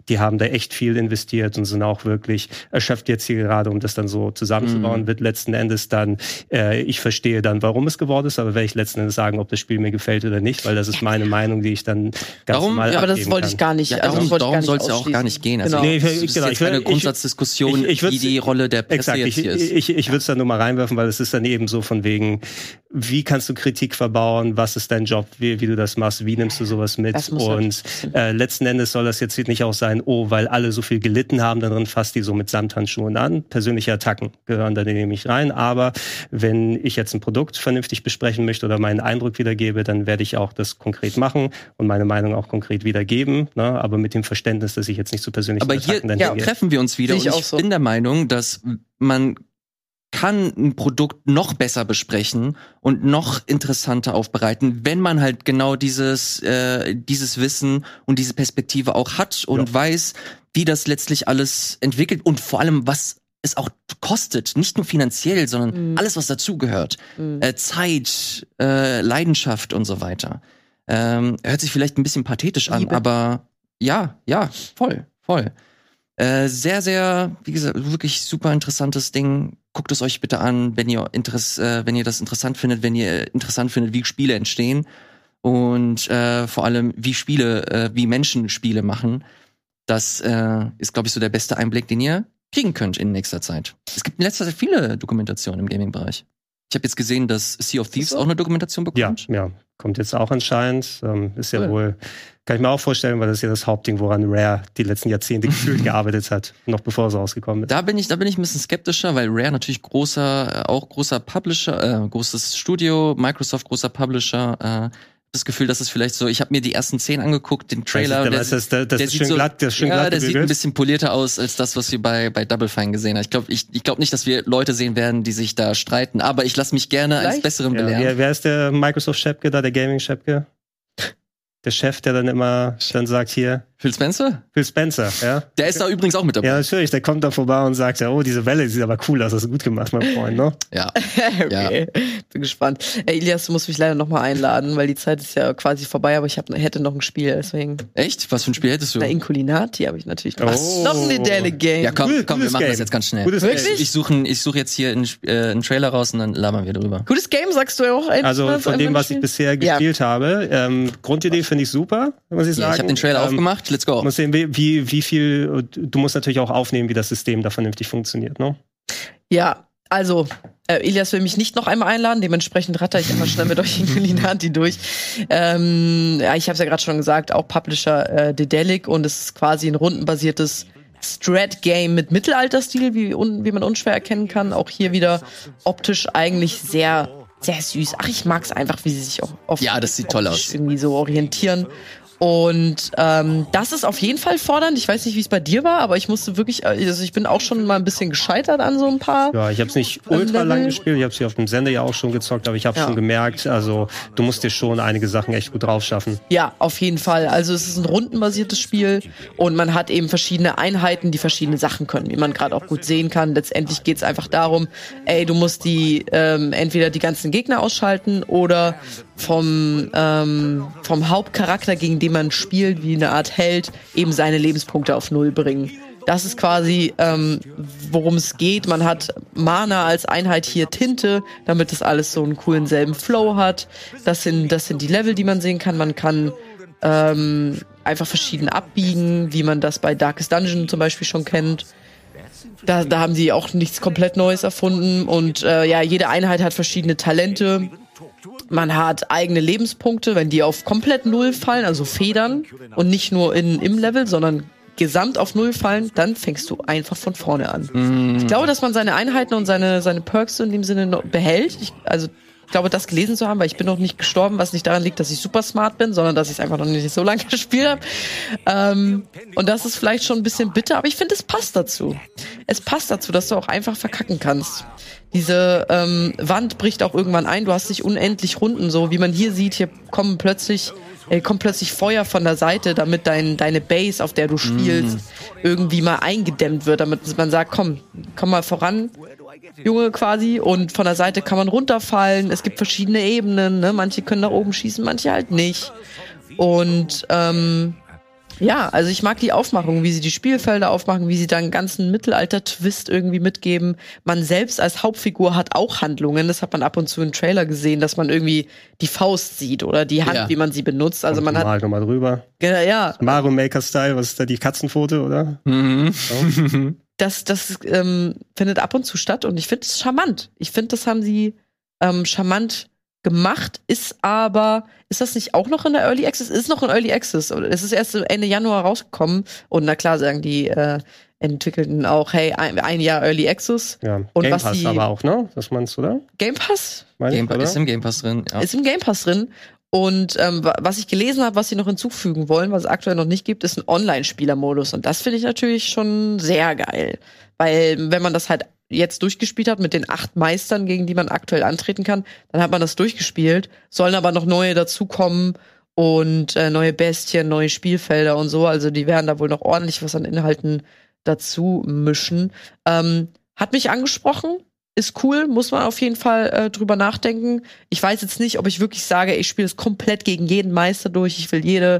die haben da echt viel investiert und sind auch wirklich erschöpft jetzt hier gerade, um das dann so zusammenzubauen, mhm. wird letzten Endes dann, äh, ich verstehe dann, warum es geworden ist, aber werde ich letzten Endes sagen, ob das Spiel mir gefällt oder nicht, weil das ist meine Meinung, die ich dann ganz darum, normal ja, aber das abgeben wollte kann. ich gar nicht. Ja, also darum das darum soll es ja auch gar nicht gehen. Also genau. Nee, ich, das ist genau, jetzt eine Grundsatzdiskussion, ich, ich, ich wie die Rolle der Presse exakt, jetzt ich, hier ist. Ich, ich, ich würde es da nur mal reinwerfen, weil es ist dann eben so von wegen, wie kannst du Kritik verbauen, was ist dein Job, wie, wie du das machst, wie nimmst du sowas mit und äh, letzten Endes soll das jetzt nicht auch sein, oh, weil alle so viel gelitten haben, dann fasst die so mit Samthandschuhen an. Persönliche Attacken gehören da nämlich rein, aber wenn ich jetzt ein Produkt vernünftig besprechen möchte oder meinen Eindruck wiedergebe, dann werde ich auch das konkret machen und meine Meinung auch konkret wiedergeben, ne? Aber mit dem Verständnis, dass ich jetzt nicht zu persönlichen aber Attacken hier dann ja, hingehe. treffen wir uns wieder Sehe ich und ich auch so. bin der Meinung, dass man kann ein Produkt noch besser besprechen und noch interessanter aufbereiten, wenn man halt genau dieses äh, dieses Wissen und diese Perspektive auch hat und ja. weiß, wie das letztlich alles entwickelt und vor allem, was es auch kostet, nicht nur finanziell, sondern mhm. alles, was dazugehört. Mhm. Äh, Zeit, äh, Leidenschaft und so weiter. Ähm, hört sich vielleicht ein bisschen pathetisch an, Liebe. aber ja, ja, voll, voll. Äh, sehr, sehr, wie gesagt, wirklich super interessantes Ding. Guckt es euch bitte an, wenn ihr Interess, äh, wenn ihr das interessant findet, wenn ihr interessant findet, wie Spiele entstehen und äh, vor allem wie Spiele, äh, wie Menschen Spiele machen. Das äh, ist, glaube ich, so der beste Einblick, den ihr kriegen könnt in nächster Zeit. Es gibt in letzter Zeit viele Dokumentationen im Gaming-Bereich. Ich habe jetzt gesehen, dass Sea of Thieves so? auch eine Dokumentation bekommt. Ja, ja, kommt jetzt auch anscheinend. Ähm, ist ja Cool. wohl, kann ich mir auch vorstellen, weil das ist ja das Hauptding, woran Rare die letzten Jahrzehnte gefühlt gearbeitet hat, noch bevor es rausgekommen ist. Da bin ich, da bin ich ein bisschen skeptischer, weil Rare natürlich großer, äh, auch großer Publisher, äh, großes Studio, Microsoft großer Publisher. Äh, das Gefühl, dass es vielleicht so, ich habe mir die ersten zehn angeguckt, den Trailer, das der, ist, das, das, das der ist sieht schön so, glatt, das ist schön ja, glatt der sieht ein gebügelt. bisschen polierter aus als das, was wir bei bei Double Fine gesehen haben. Ich glaube, ich, ich glaube nicht, dass wir Leute sehen werden, die sich da streiten, aber ich lasse mich gerne Vielleicht? eines Besseren Ja, belehren. wer, wer ist der Microsoft-Chefke da, der Gaming-Chefke? Der Chef, der dann immer dann sagt, hier, Phil Spencer? Phil Spencer, ja? Der ist da übrigens auch mit dabei. Ja, natürlich, der kommt da vorbei und sagt, ja, oh, diese Welle sieht aber cool aus, hast du gut gemacht, mein Freund, ne? Ja. Okay, bin gespannt. Ey, Elias, du musst mich leider nochmal einladen, weil die Zeit ist ja quasi vorbei, aber ich hab, hätte noch ein Spiel, deswegen. Echt? Was für ein Spiel hättest du? Na, Inculinati habe ich natürlich noch. Oh. Noch ein Dedelic Game. Ja, komm, Cool, komm, wir cooles machen Game. das jetzt ganz schnell. Gutes Wirklich? Game. Ich suche ich such jetzt hier einen, äh, einen Trailer raus und dann labern wir drüber. Gutes Game, sagst du ja auch. Also Endlich mal von dem, was ich Spiel? bisher Ja. gespielt habe, ähm, Grundidee finde ich super, muss ich sagen. Ja, ich habe den Trailer ähm, aufgemacht, let's go. Muss sehen, wie, wie, wie viel, du musst natürlich auch aufnehmen, wie das System da vernünftig funktioniert, ne? Ja, also, äh, Elias will mich nicht noch einmal einladen, dementsprechend ratter ich immer schnell mit euch Inculinati durch. Ähm, ja, ich habe es ja gerade schon gesagt, auch Publisher äh, Dedelic und es ist quasi ein rundenbasiertes Strat-Game mit Mittelalterstil, wie, un, wie man unschwer erkennen kann. Auch hier wieder optisch eigentlich sehr, sehr süß. Ach, ich mag's einfach, wie sie sich auch oft Ja, das sieht toll optisch aus. irgendwie so orientieren. Und ähm, das ist auf jeden Fall fordernd. Ich weiß nicht, wie es bei dir war, aber ich musste wirklich, also ich bin auch schon mal ein bisschen gescheitert an so ein paar. Ja, ich habe es nicht Ein ultra lang Level. gespielt, ich habe es hier auf dem Sender ja auch schon gezockt, aber ich habe Ja. schon gemerkt, also du musst dir schon einige Sachen echt gut drauf schaffen. Ja, auf jeden Fall. Also es ist ein rundenbasiertes Spiel und man hat eben verschiedene Einheiten, die verschiedene Sachen können, wie man gerade auch gut sehen kann. Letztendlich geht's einfach darum, ey, du musst die ähm, entweder die ganzen Gegner ausschalten oder vom ähm, vom Hauptcharakter, gegen den man spielt, wie eine Art Held, eben seine Lebenspunkte auf Null bringen. Das ist quasi, ähm, worum es geht. Man hat Mana als Einheit hier, Tinte, damit das alles so einen coolen selben Flow hat. Das sind, das sind die Level, die man sehen kann. Man kann ähm, einfach verschieden abbiegen, wie man das bei Darkest Dungeon zum Beispiel schon kennt. Da, da haben sie auch nichts komplett Neues erfunden. Und äh, ja, jede Einheit hat verschiedene Talente. Man hat eigene Lebenspunkte, wenn die auf komplett Null fallen, also Federn und nicht nur in, im Level, sondern gesamt auf Null fallen, dann fängst du einfach von vorne an. Mm. Ich glaube, dass man seine Einheiten und seine, seine Perks in dem Sinne noch behält. Ich, also ich glaube, das gelesen zu haben, weil ich bin noch nicht gestorben, was nicht daran liegt, dass ich super smart bin, sondern dass ich es einfach noch nicht so lange gespielt habe. Ähm, und das ist vielleicht schon ein bisschen bitter, aber ich finde, es passt dazu. Es passt dazu, dass du auch einfach verkacken kannst. Diese ähm, Wand bricht auch irgendwann ein, du hast nicht unendlich Runden, so wie man hier sieht, hier kommen plötzlich äh, kommt plötzlich Feuer von der Seite, damit dein, deine Base, auf der du spielst, mm. irgendwie mal eingedämmt wird, damit man sagt, komm, komm mal voran, Junge, quasi, und von der Seite kann man runterfallen, es gibt verschiedene Ebenen, ne? Manche können nach oben schießen, manche halt nicht. Und ähm, Ja, also ich mag die Aufmachung, wie sie die Spielfelder aufmachen, wie sie da einen ganzen Mittelalter-Twist irgendwie mitgeben. Man selbst als Hauptfigur hat auch Handlungen. Das hat man ab und zu im Trailer gesehen, dass man irgendwie die Faust sieht oder die Hand, Ja. wie man sie benutzt. Also man hat Mal nochmal drüber. ja, ja Mario Maker-Style, was ist da die Katzenpfote, oder? Mhm. So. das, das ähm, findet ab und zu statt und ich finde es charmant. Ich finde, das haben sie ähm, charmant gemacht, ist aber, ist das nicht auch noch in der Early Access? Ist noch in Early Access. Es ist erst Ende Januar rausgekommen und na klar sagen die äh, Entwickelten auch, hey, ein, ein Jahr Early Access. Ja, Und Game was Pass die- aber auch, ne? Das meinst du, oder? Game Pass Meine Game ich, Pass oder? ist im Game Pass drin. Ja. ist im Game Pass drin. Und ähm, wa- was ich gelesen habe, was sie noch hinzufügen wollen, was es aktuell noch nicht gibt, ist ein Online-Spieler-Modus. Und das finde ich natürlich schon sehr geil. Weil wenn man das halt jetzt durchgespielt hat mit den acht Meistern, gegen die man aktuell antreten kann, dann hat man das durchgespielt, sollen aber noch neue dazukommen und äh, neue Bestien, neue Spielfelder und so. Also die werden da wohl noch ordentlich was an Inhalten dazu mischen. Ähm, hat mich angesprochen. Ist cool, muss man auf jeden Fall äh, drüber nachdenken. Ich weiß jetzt nicht, ob ich wirklich sage, ich spiele es komplett gegen jeden Meister durch, ich will jede,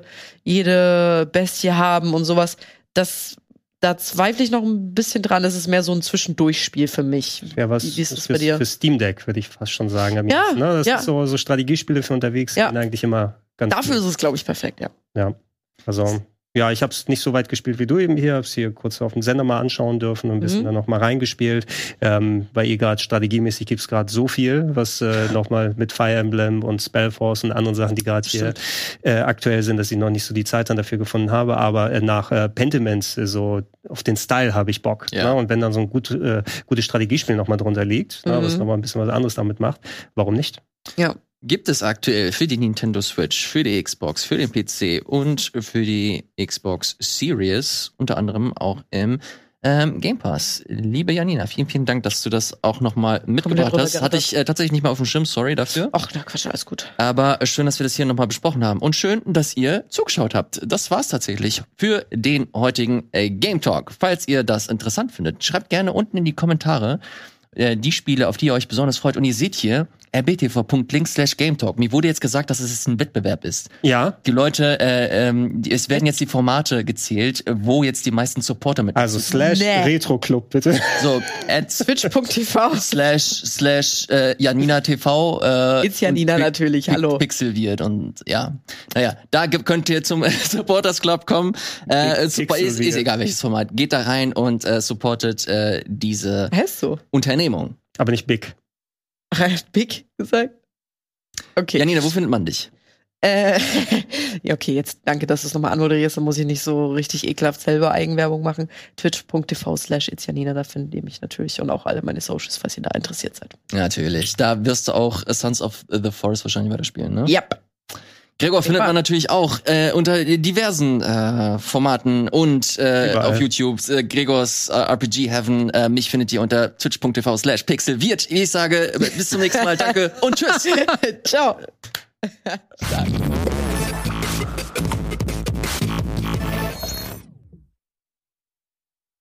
jede Bestie haben und sowas. Das, da zweifle ich noch ein bisschen dran. Das ist mehr so ein Zwischendurchspiel für mich. Ja, was Wie, wie ist das für, bei dir? für Steam Deck, würde ich fast schon sagen. am Ja, liebsten, ne? Das ja. ist so, so Strategiespiele für unterwegs, Ja. sind eigentlich immer ganz Dafür gut. ist es, glaube ich, perfekt, ja. Ja, also ja, ich habe es nicht so weit gespielt wie du eben hier. Habe es hier kurz auf dem Sender mal anschauen dürfen und ein bisschen Mhm. dann noch mal reingespielt. Ähm, weil ihr gerade strategiemäßig gibt's gerade so viel, was äh, noch mal mit Fire Emblem und Spellforce und anderen Sachen, die gerade hier äh, aktuell sind, dass ich noch nicht so die Zeit dann dafür gefunden habe. Aber äh, nach äh, Pentiment, äh, so auf den Style habe ich Bock. Ja. Ne? Und wenn dann so ein gut, äh, gutes Strategiespiel noch mal drunter liegt, ne? Mhm. was noch mal ein bisschen was anderes damit macht, warum nicht? Ja. Gibt es aktuell für die Nintendo Switch, für die Xbox, für den P C und für die Xbox Series, unter anderem auch im ähm, Game Pass. Liebe Janina, vielen, vielen Dank, dass du das auch nochmal mitgebracht drüber hast. Hatte ich äh, tatsächlich nicht mal auf dem Schirm, sorry dafür. Ach, na Quatsch, alles gut. Aber schön, dass wir das hier nochmal besprochen haben. Und schön, dass ihr zugeschaut habt. Das war's tatsächlich für den heutigen äh, Game Talk. Falls ihr das interessant findet, schreibt gerne unten in die Kommentare äh, die Spiele, auf die ihr euch besonders freut. Und ihr seht hier r b t v punkt link slash game talk. Mir wurde jetzt gesagt, dass es jetzt ein Wettbewerb ist. Ja, Die Leute, äh, ähm, die, es werden jetzt die Formate gezählt, wo jetzt die meisten Supporter mit. also slash Nee. Retro Club, bitte. So, at Twitch punkt t v slash slash äh, Janina T V. Äh, Ist Janina und Pi- natürlich, Pi- hallo. Pixel wird und ja, naja, da gibt, könnt ihr zum Supporters Club kommen. Äh, Pix- super, ist, ist Pixel egal welches Format. Geht da rein und äh, supportet äh, diese Heißt so? Unternehmung. Aber nicht big. Ach, er hat Big gesagt? Okay. Janina, wo findet man dich? Äh, ja, okay, jetzt danke, dass du es nochmal anmoderierst, dann muss ich nicht so richtig ekelhaft selber Eigenwerbung machen. twitch punkt t v slash itzjanina, da findet ihr mich natürlich und auch alle meine Socials, falls ihr da interessiert seid. Natürlich. Da wirst du auch Sons of the Forest wahrscheinlich weiterspielen, ne? Yep. Gregor findet Denk mal. man natürlich auch äh, unter diversen äh, Formaten und äh, Überall. auf YouTube. Äh, Gregors äh, R P G Heaven. Äh, mich findet ihr unter twitch punkt t v slash pixel wird. Ich sage bis zum nächsten Mal. Danke und tschüss. Ciao. Stark.